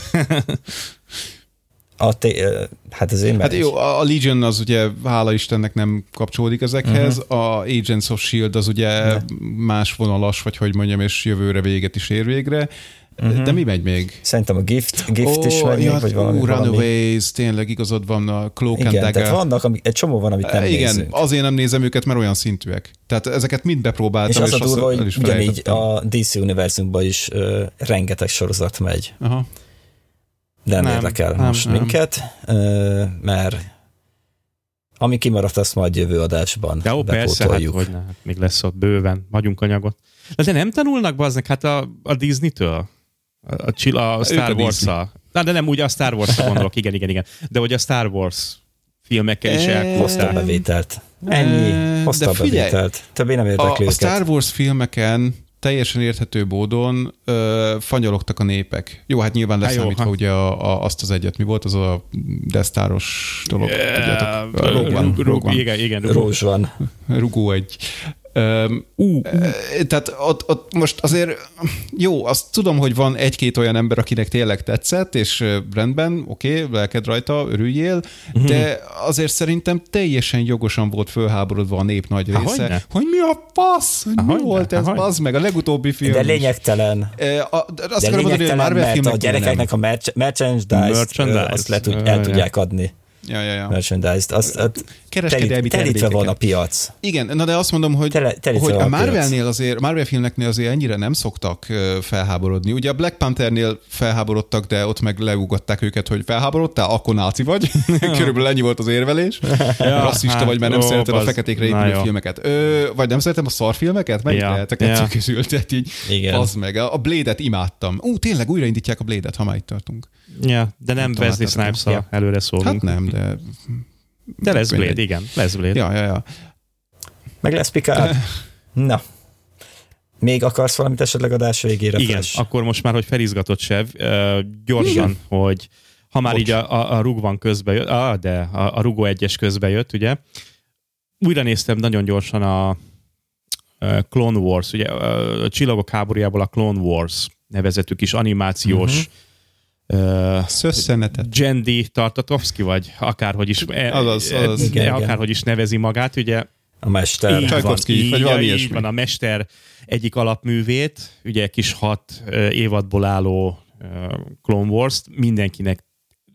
A té- hát az én Hát jó, a Legion az ugye, hála Istennek nem kapcsolódik ezekhez. Uh-huh. A Agents of Shield az ugye ne. más vonalas, vagy hogy mondjam, és jövőre véget is ér végre. Uh-huh. De mi megy még? Szerintem a Gift, Gift oh, is megy ja, még, vagy valami. Uh, Runaways, tényleg igazad van, a Cloak igen, and Dagger. Tehát vannak, amik, egy csomó van, amit nem igen, nézünk. Azért nem nézem őket, mert olyan szintűek. Tehát ezeket mind bepróbáltam. És az és a durva, hogy hogy ugyanígy a dé cé univerzumban is uh, rengeteg sorozat megy. Aha. De nem, nem érdekel nem, most nem. minket, uh, mert ami kimaradt, azt majd jövő adásban de ó, persze, hát, hogy ne, hát még lesz ott bőven, vagyunk anyagot. De nem tanulnak bazdnek hát a, a Disney-től? A, a, a Star Wars-a. Na, de nem úgy a Star Wars-ra gondolok, igen, igen, igen. De hogy a Star Wars filmekkel is elhozták. Hozta a bevételt. Ennyi. Hozta a bevételt. Többé nem érdekli a, őket. A Star Wars filmeken teljesen érthető módon ö, fanyalogtak a népek. Jó, hát nyilván leszámítva ugye a, a, azt az egyet. Mi volt az a Death Star-os dolog? Yeah, Rogue One. Igen, igen. Rózs van. Rugó egy. Um, uh, uh. Tehát ott, ott most azért jó, azt tudom, hogy van egy-két olyan ember, akinek tényleg tetszett, és rendben, oké, okay, lelked rajta, örüljél, uh-huh. de azért szerintem teljesen jogosan volt fölháborodva a nép nagy része, Ahogyne? hogy mi a fasz, hogy mi volt ez, bazd meg, a legutóbbi film. De lényegtelen. E, a, de azt de akarom mondani, hogy Marvel filmek a gyerekeknek nem. a merch- merchandise-t azt le tud, el tudják adni. Ja, ja, ja. Merchandise-t. Azt, azt kereskedelmi telítve van a piac. Igen, na de azt mondom, hogy, Tele, hogy a Marvelnél azért, Marvel filmeknél azért ennyire nem szoktak felháborodni. Ugye a Black Panthernél felháborodtak, de ott meg leugatták őket, hogy felháborodtál, akkor náci vagy. Körülbelül ennyi volt az érvelés. Ja, rasszista hát, vagy, mert nem ó, szereted az... a feketékre épülő filmeket. Ö, vagy nem szeretem a szarfilmeket? Melyik ja, lehet a kettő ja. közül? Tehát így, az meg. A Blade-et imádtam. Ú, tényleg újraindítják a Blade-et, ha már itt tartunk. Ja, de nem Wesley Snipes-szal ja. előre szólunk. Hát nem, de... De lesz Blade, igen, lesz Blade. Ja, ja, ja. Meg lesz Picard. Na. Még akarsz valamit esetleg adás végére? Igen, fresh? Akkor most már, hogy felizgatott Sev, uh, gyorsan, igen. hogy ha már Bocs. így a, a, a rug van közbe jött, ah, de a, a rugó egyes közbe jött, ugye. Újra néztem nagyon gyorsan a, a Clone Wars, ugye a Csillagok háborújából a Clone Wars nevezetű kis animációs uh-huh. Uh, Szösszenetet. Jendi Tartakovsky, vagy akárhogy is, azaz, azaz. Igen, akárhogy is nevezi magát, ugye. A mester. Csajkovszky, vagy valami így van, a mester egyik alapművét, ugye kis hat uh, évadból álló uh, Clone Wars-t mindenkinek,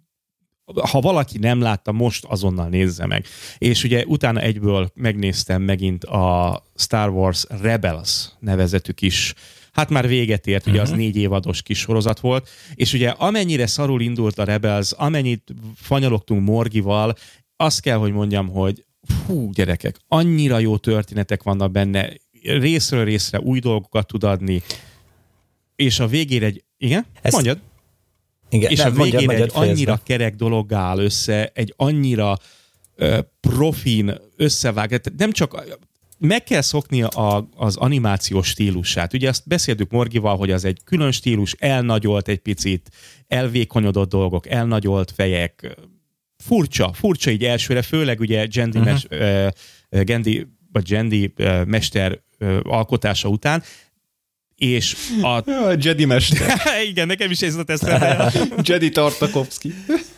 ha valaki nem látta, most azonnal nézze meg. És ugye utána egyből megnéztem megint a Star Wars Rebels nevezetű kis, hát már véget ért, ugye uh-huh. az négy évados kis sorozat volt, és ugye amennyire szarul indult a Rebels, amennyit fanyalogtunk Morgival, azt kell, hogy mondjam, hogy hú, gyerekek, annyira jó történetek vannak benne, részről részre új dolgokat tud adni, és a végére egy... Igen? Ezt... Mondjad. Igen, és nem, a végére mondjad, egy mondjad, annyira kerek dolog áll össze, egy annyira uh, profin összevág, nem csak... Meg kell szokni a, az animációs stílusát. Ugye azt beszéltük Morgival, hogy az egy külön stílus, elnagyolt egy picit, elvékonyodott dolgok, elnagyolt fejek. Furcsa, furcsa így elsőre, főleg ugye Jendi, uh-huh. mes, uh, Gendi, vagy Jendi uh, mester uh, alkotása után, és a... Ja, Jedi mester. Igen, nekem is ez a eszembe. Jedi Tartakovsky.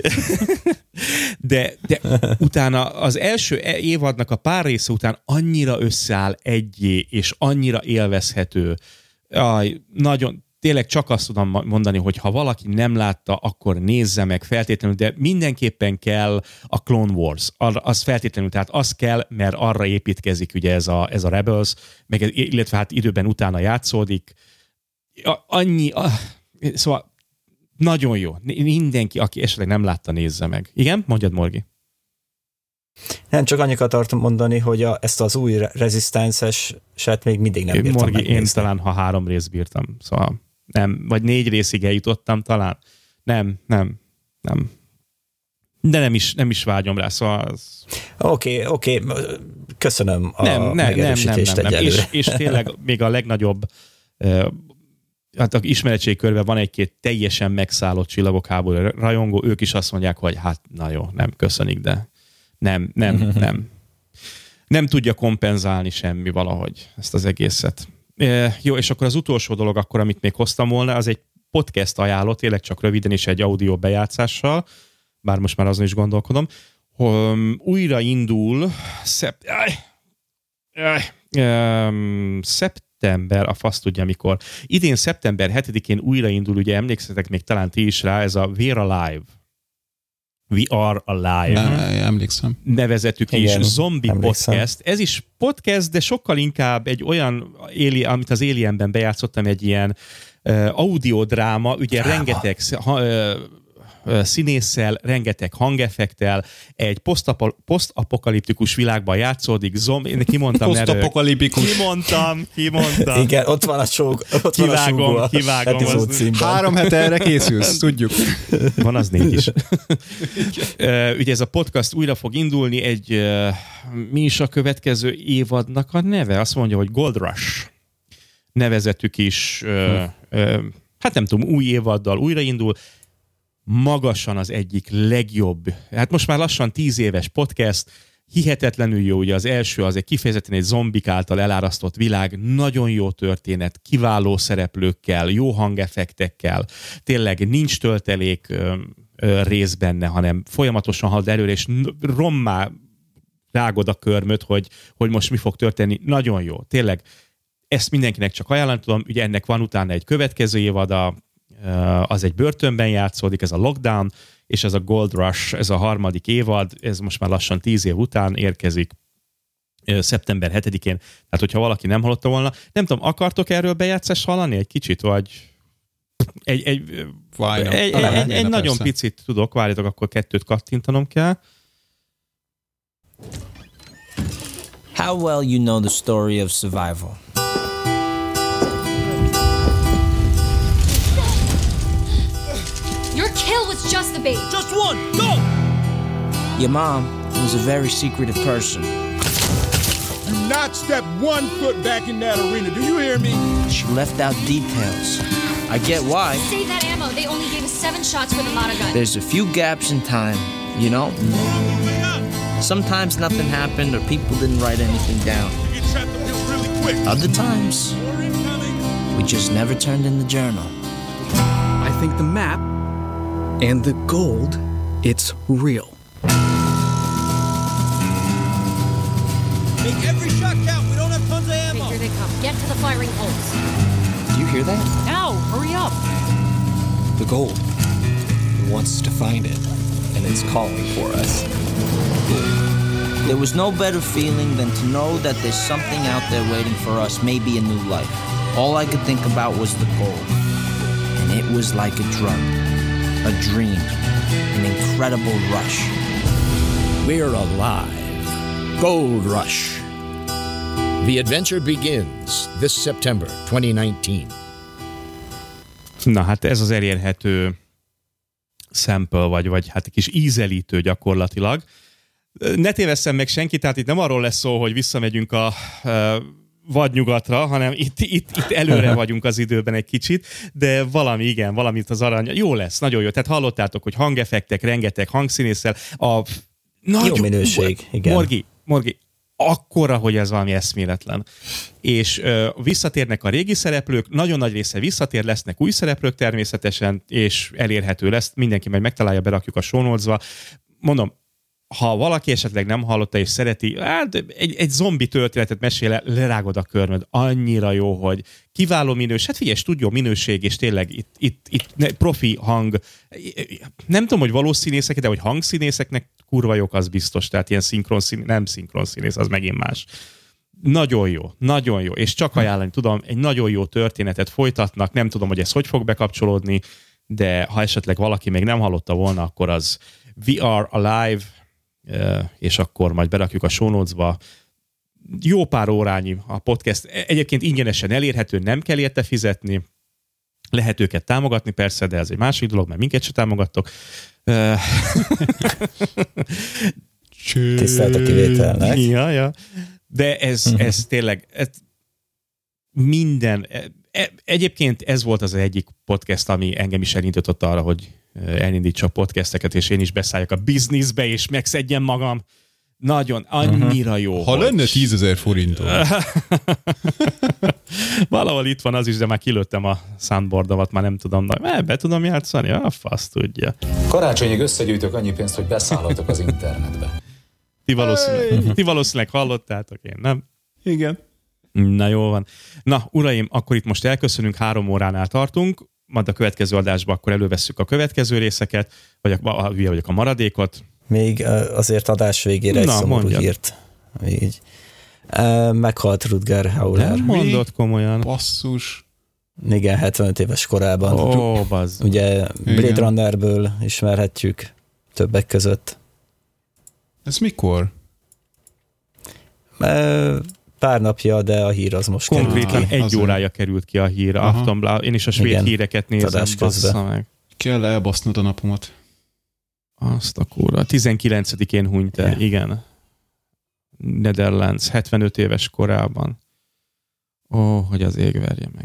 De, de utána az első évadnak a pár része után annyira összeáll egyé, és annyira élvezhető. Aj, nagyon, tényleg csak azt tudom mondani, hogy ha valaki nem látta, akkor nézze meg feltétlenül, de mindenképpen kell a Clone Wars. Az feltétlenül, tehát az kell, mert arra építkezik ugye ez a, ez a Rebels, meg, illetve hát időben utána játszódik. Annyi, ah, szóval nagyon jó. Mindenki, aki esetleg nem látta, nézze meg. Igen? Mondjad, Morgi. Nem, csak annyit akartam mondani, hogy a, ezt az új Resistance-eset még mindig nem bírtam Morgi, megnézni. Én talán, ha három rész bírtam. Szóval nem, vagy négy részig eljutottam talán. Nem, nem, nem. De nem is, nem is vágyom rá, szóval az... Oké, okay, oké, okay. Köszönöm a nem, nem, megerősítést nem, nem, nem. egyelőre. És, és tényleg még a legnagyobb uh, hát a ismeretségkörben van egy-két teljesen megszállott Csillagok háború rajongó, ők is azt mondják, hogy hát na jó, nem köszönik, de nem, nem, nem. Nem tudja kompenzálni semmi valahogy ezt az egészet. E, jó, és akkor az utolsó dolog akkor, amit még hoztam volna, az egy podcast ajánló, tényleg csak röviden is egy audio bejátszással, bár most már azon is gondolkodom, hogy újra indul szep... Aj, aj, um, szeptember, a fasz tudja mikor. Idén szeptember hetedikén újraindul, ugye emlékszetek még talán ti is rá, ez a We're Alive. We Are Alive. Ne, emlékszem. Nevezetű kis Igen, zombi emlékszem. podcast. Ez is podcast, de sokkal inkább egy olyan, amit az Alienben bejátszottam, egy ilyen uh, audiodráma, ugye Dráma. rengeteg ha, uh, színésszel, rengeteg hangeffektel, egy posztapokaliptikus világban játszódik, zombi, kimondtam erről. Posztapokaliptikus. Kimondtam, kimondtam. Igen, ott van a sóg, ott kivágom, van a kivágom. Az Három hete erre készülsz, tudjuk. Van az négy is. uh, ugye ez a podcast újra fog indulni, egy uh, mi is a következő évadnak a neve? Azt mondja, hogy Gold Rush nevezetű kis uh, uh, hát nem tudom, új évaddal újraindul. Magasan az egyik legjobb, hát most már lassan tíz éves podcast, hihetetlenül jó, ugye az első az egy kifejezetten egy zombik által elárasztott világ, nagyon jó történet, kiváló szereplőkkel, jó hangeffektekkel, tényleg nincs töltelék ö, ö, rész benne, hanem folyamatosan halad előre, és rommá rágod a körmöt, hogy, hogy most mi fog történni. Nagyon jó, tényleg. Ezt mindenkinek csak ajánlani tudom, ugye ennek van utána egy következő évada, az egy börtönben játszódik, ez a Lockdown, és ez a Gold Rush, ez a harmadik évad, ez most már lassan tíz év után érkezik szeptember hetedikén, tehát hogyha valaki nem hallotta volna, nem tudom, akartok erről bejátszást hallani egy kicsit, vagy egy, egy, egy, egy, egy, egy nagyon picit tudok, várjatok, akkor kettőt kattintanom kell. How well you know the story of survival? Your kill was just the bait. Just one, go! Your mom was a very secretive person. Do not step one foot back in that arena, do you hear me? She left out details. I get why. Save that ammo. They only gave us seven shots for the Mata gun. There's a few gaps in time, you know? Sometimes nothing happened or people didn't write anything down. Other times, we just never turned in the journal. I think the map and the gold, it's real. Make every shot count. We don't have tons of ammo. Okay, here they come. Get to the firing holes. Do you hear that? Now, hurry up. The gold wants to find it, and it's calling for us. There was no better feeling than to know that there's something out there waiting for us, maybe a new life. All I could think about was the gold. And it was like a drug, a dream, an incredible rush. We're alive. Gold Rush. The adventure begins this September twenty nineteen. Na hát ez az elérhető sample, vagy, vagy hát egy kis ízelítő gyakorlatilag. Ne tévesszem meg senki, tehát itt nem arról lesz szó, hogy visszamegyünk a uh, vadnyugatra, hanem itt, itt, itt előre vagyunk az időben egy kicsit, de valami, igen, valamit az arany. Jó lesz, nagyon jó. Tehát hallottátok, hogy hangeffektek, rengeteg hangszínésszel. A Nagy, jó minőség, igen. Morgi, Morgi, akkora, hogy ez valami eszméletlen. És ö, visszatérnek a régi szereplők, nagyon nagy része visszatér, lesznek új szereplők természetesen, és elérhető lesz, mindenki majd megtalálja, berakjuk a show notes-ba. Mondom, ha valaki esetleg nem hallotta és szereti, hát egy, egy zombi történetet mesél, lerágod a körmöd. Annyira jó, hogy kiváló minőség, hát figyelj, stúdió minőség, és tényleg itt, itt, itt profi hang. Nem tudom, hogy valós színészek, de hogy hangszínészeknek kurva jók, az biztos. Tehát ilyen szinkron színész, nem szinkron színész, az megint más. Nagyon jó, nagyon jó. És csak ajánlani tudom, egy nagyon jó történetet folytatnak, nem tudom, hogy ez hogy fog bekapcsolódni, de ha esetleg valaki még nem hallotta volna, akkor az We Are Alive, és akkor majd berakjuk a show notes-ba. Jó pár órányi a podcast. Egyébként ingyenesen elérhető, nem kell érte fizetni. Lehet őket támogatni, persze, de ez egy másik dolog, mert minket se támogattok. Tisztelt a kivételnek. Ja, ja. De ez, uh-huh. ez tényleg ez minden... Egyébként ez volt az egyik podcast, ami engem is elindított arra, hogy elindítsak podcasteket, és én is beszálljak a bizniszbe, és megszedjem magam. Nagyon, annyira jó. Ha hogy... lenne tízezer forintom. Valahol itt van az is, de már kilőttem a soundboardomat, már nem tudom, de be tudom játszani? Ja, fasz tudja. Karácsonyig összegyűjtök annyi pénzt, hogy beszállhatok az internetbe. Ti valószínűleg, hey. ti valószínűleg hallottátok, én nem? Igen. Na jól van. Na, uraim, akkor itt most elköszönünk, három óránál tartunk, majd a következő adásban akkor elővesszük a következő részeket, vagy a, a, vagy a maradékot. Még azért adás végére egy Na, szomorú mondjad. hírt. Így. Meghalt Rutger Hauer. Nem mondott komolyan. Basszus. Igen, hetvenöt éves korában. Ó, bazd. Ugye Blade Igen. Runnerből ismerhetjük többek között. Ez mikor? Pár napja, de a hír az most Konkrétan került ki. egy Azért. órája került ki a hír. Aftonbladet. Én is a svéd Igen. híreket nézem. Bassza meg. Kell elbasznod a napomat. Azt a kóra. tizenkilencedikén hunyt el, Igen. igen. Netherlands, hetvenöt éves korában. Ó, hogy az ég verje meg.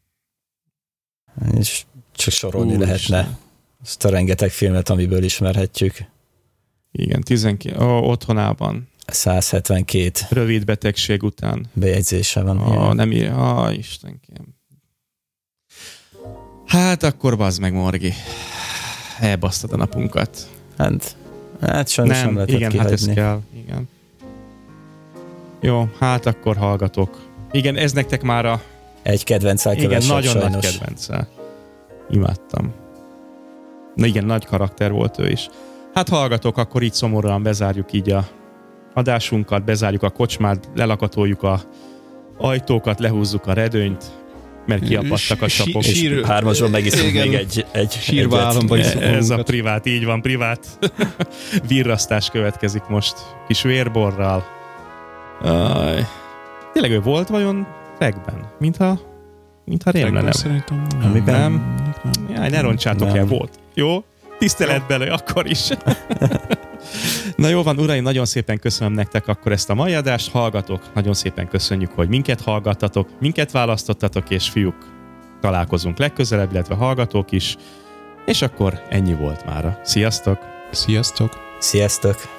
És csak sorolni Úr lehetne Isten. azt a rengeteg filmet, amiből ismerhetjük. Igen, tizenkilenc Ó, otthonában. száz hetvenkét rövid betegség után. Bejegyzése van. Ah, nem ír. Ah, Istenkém. Hát akkor bazd meg, Morgi. Elbasztad a napunkat. Hát, hát sajnos nem, nem lehetett igen, kihagyni. Hát ez kell. Igen. Jó, hát akkor hallgatok. Igen, ez nektek már a... Egy kedvencel kövesebb, igen, nagyon sajnos. nagy kedvencel. Imádtam. Na igen, nagy karakter volt ő is. Hát hallgatok, akkor így szomorúan bezárjuk így a adásunkat, bezárjuk a kocsmát, lelakatoljuk a ajtókat, lehúzzuk a redőnyt, mert kiapadtak a csapok. És hármasban megiszunk még egy, egy sírva álomba iszunk. Ez a privát, így van, privát virrasztás következik most kis vérborral. Aj. Tényleg ő volt vajon regben? Mintha mintha rém lenne. Szerintem nem. Nem? nem. Jaj, ne roncsátok el, volt. Jó? Tisztelet bele, akkor is. Na jó van, uraim, nagyon szépen köszönöm nektek akkor ezt a mai adást, hallgatok, nagyon szépen köszönjük, hogy minket hallgattatok, minket választottatok, és fiúk, találkozunk legközelebb, illetve hallgatók is, és akkor ennyi volt mára. Sziasztok! Sziasztok! Sziasztok!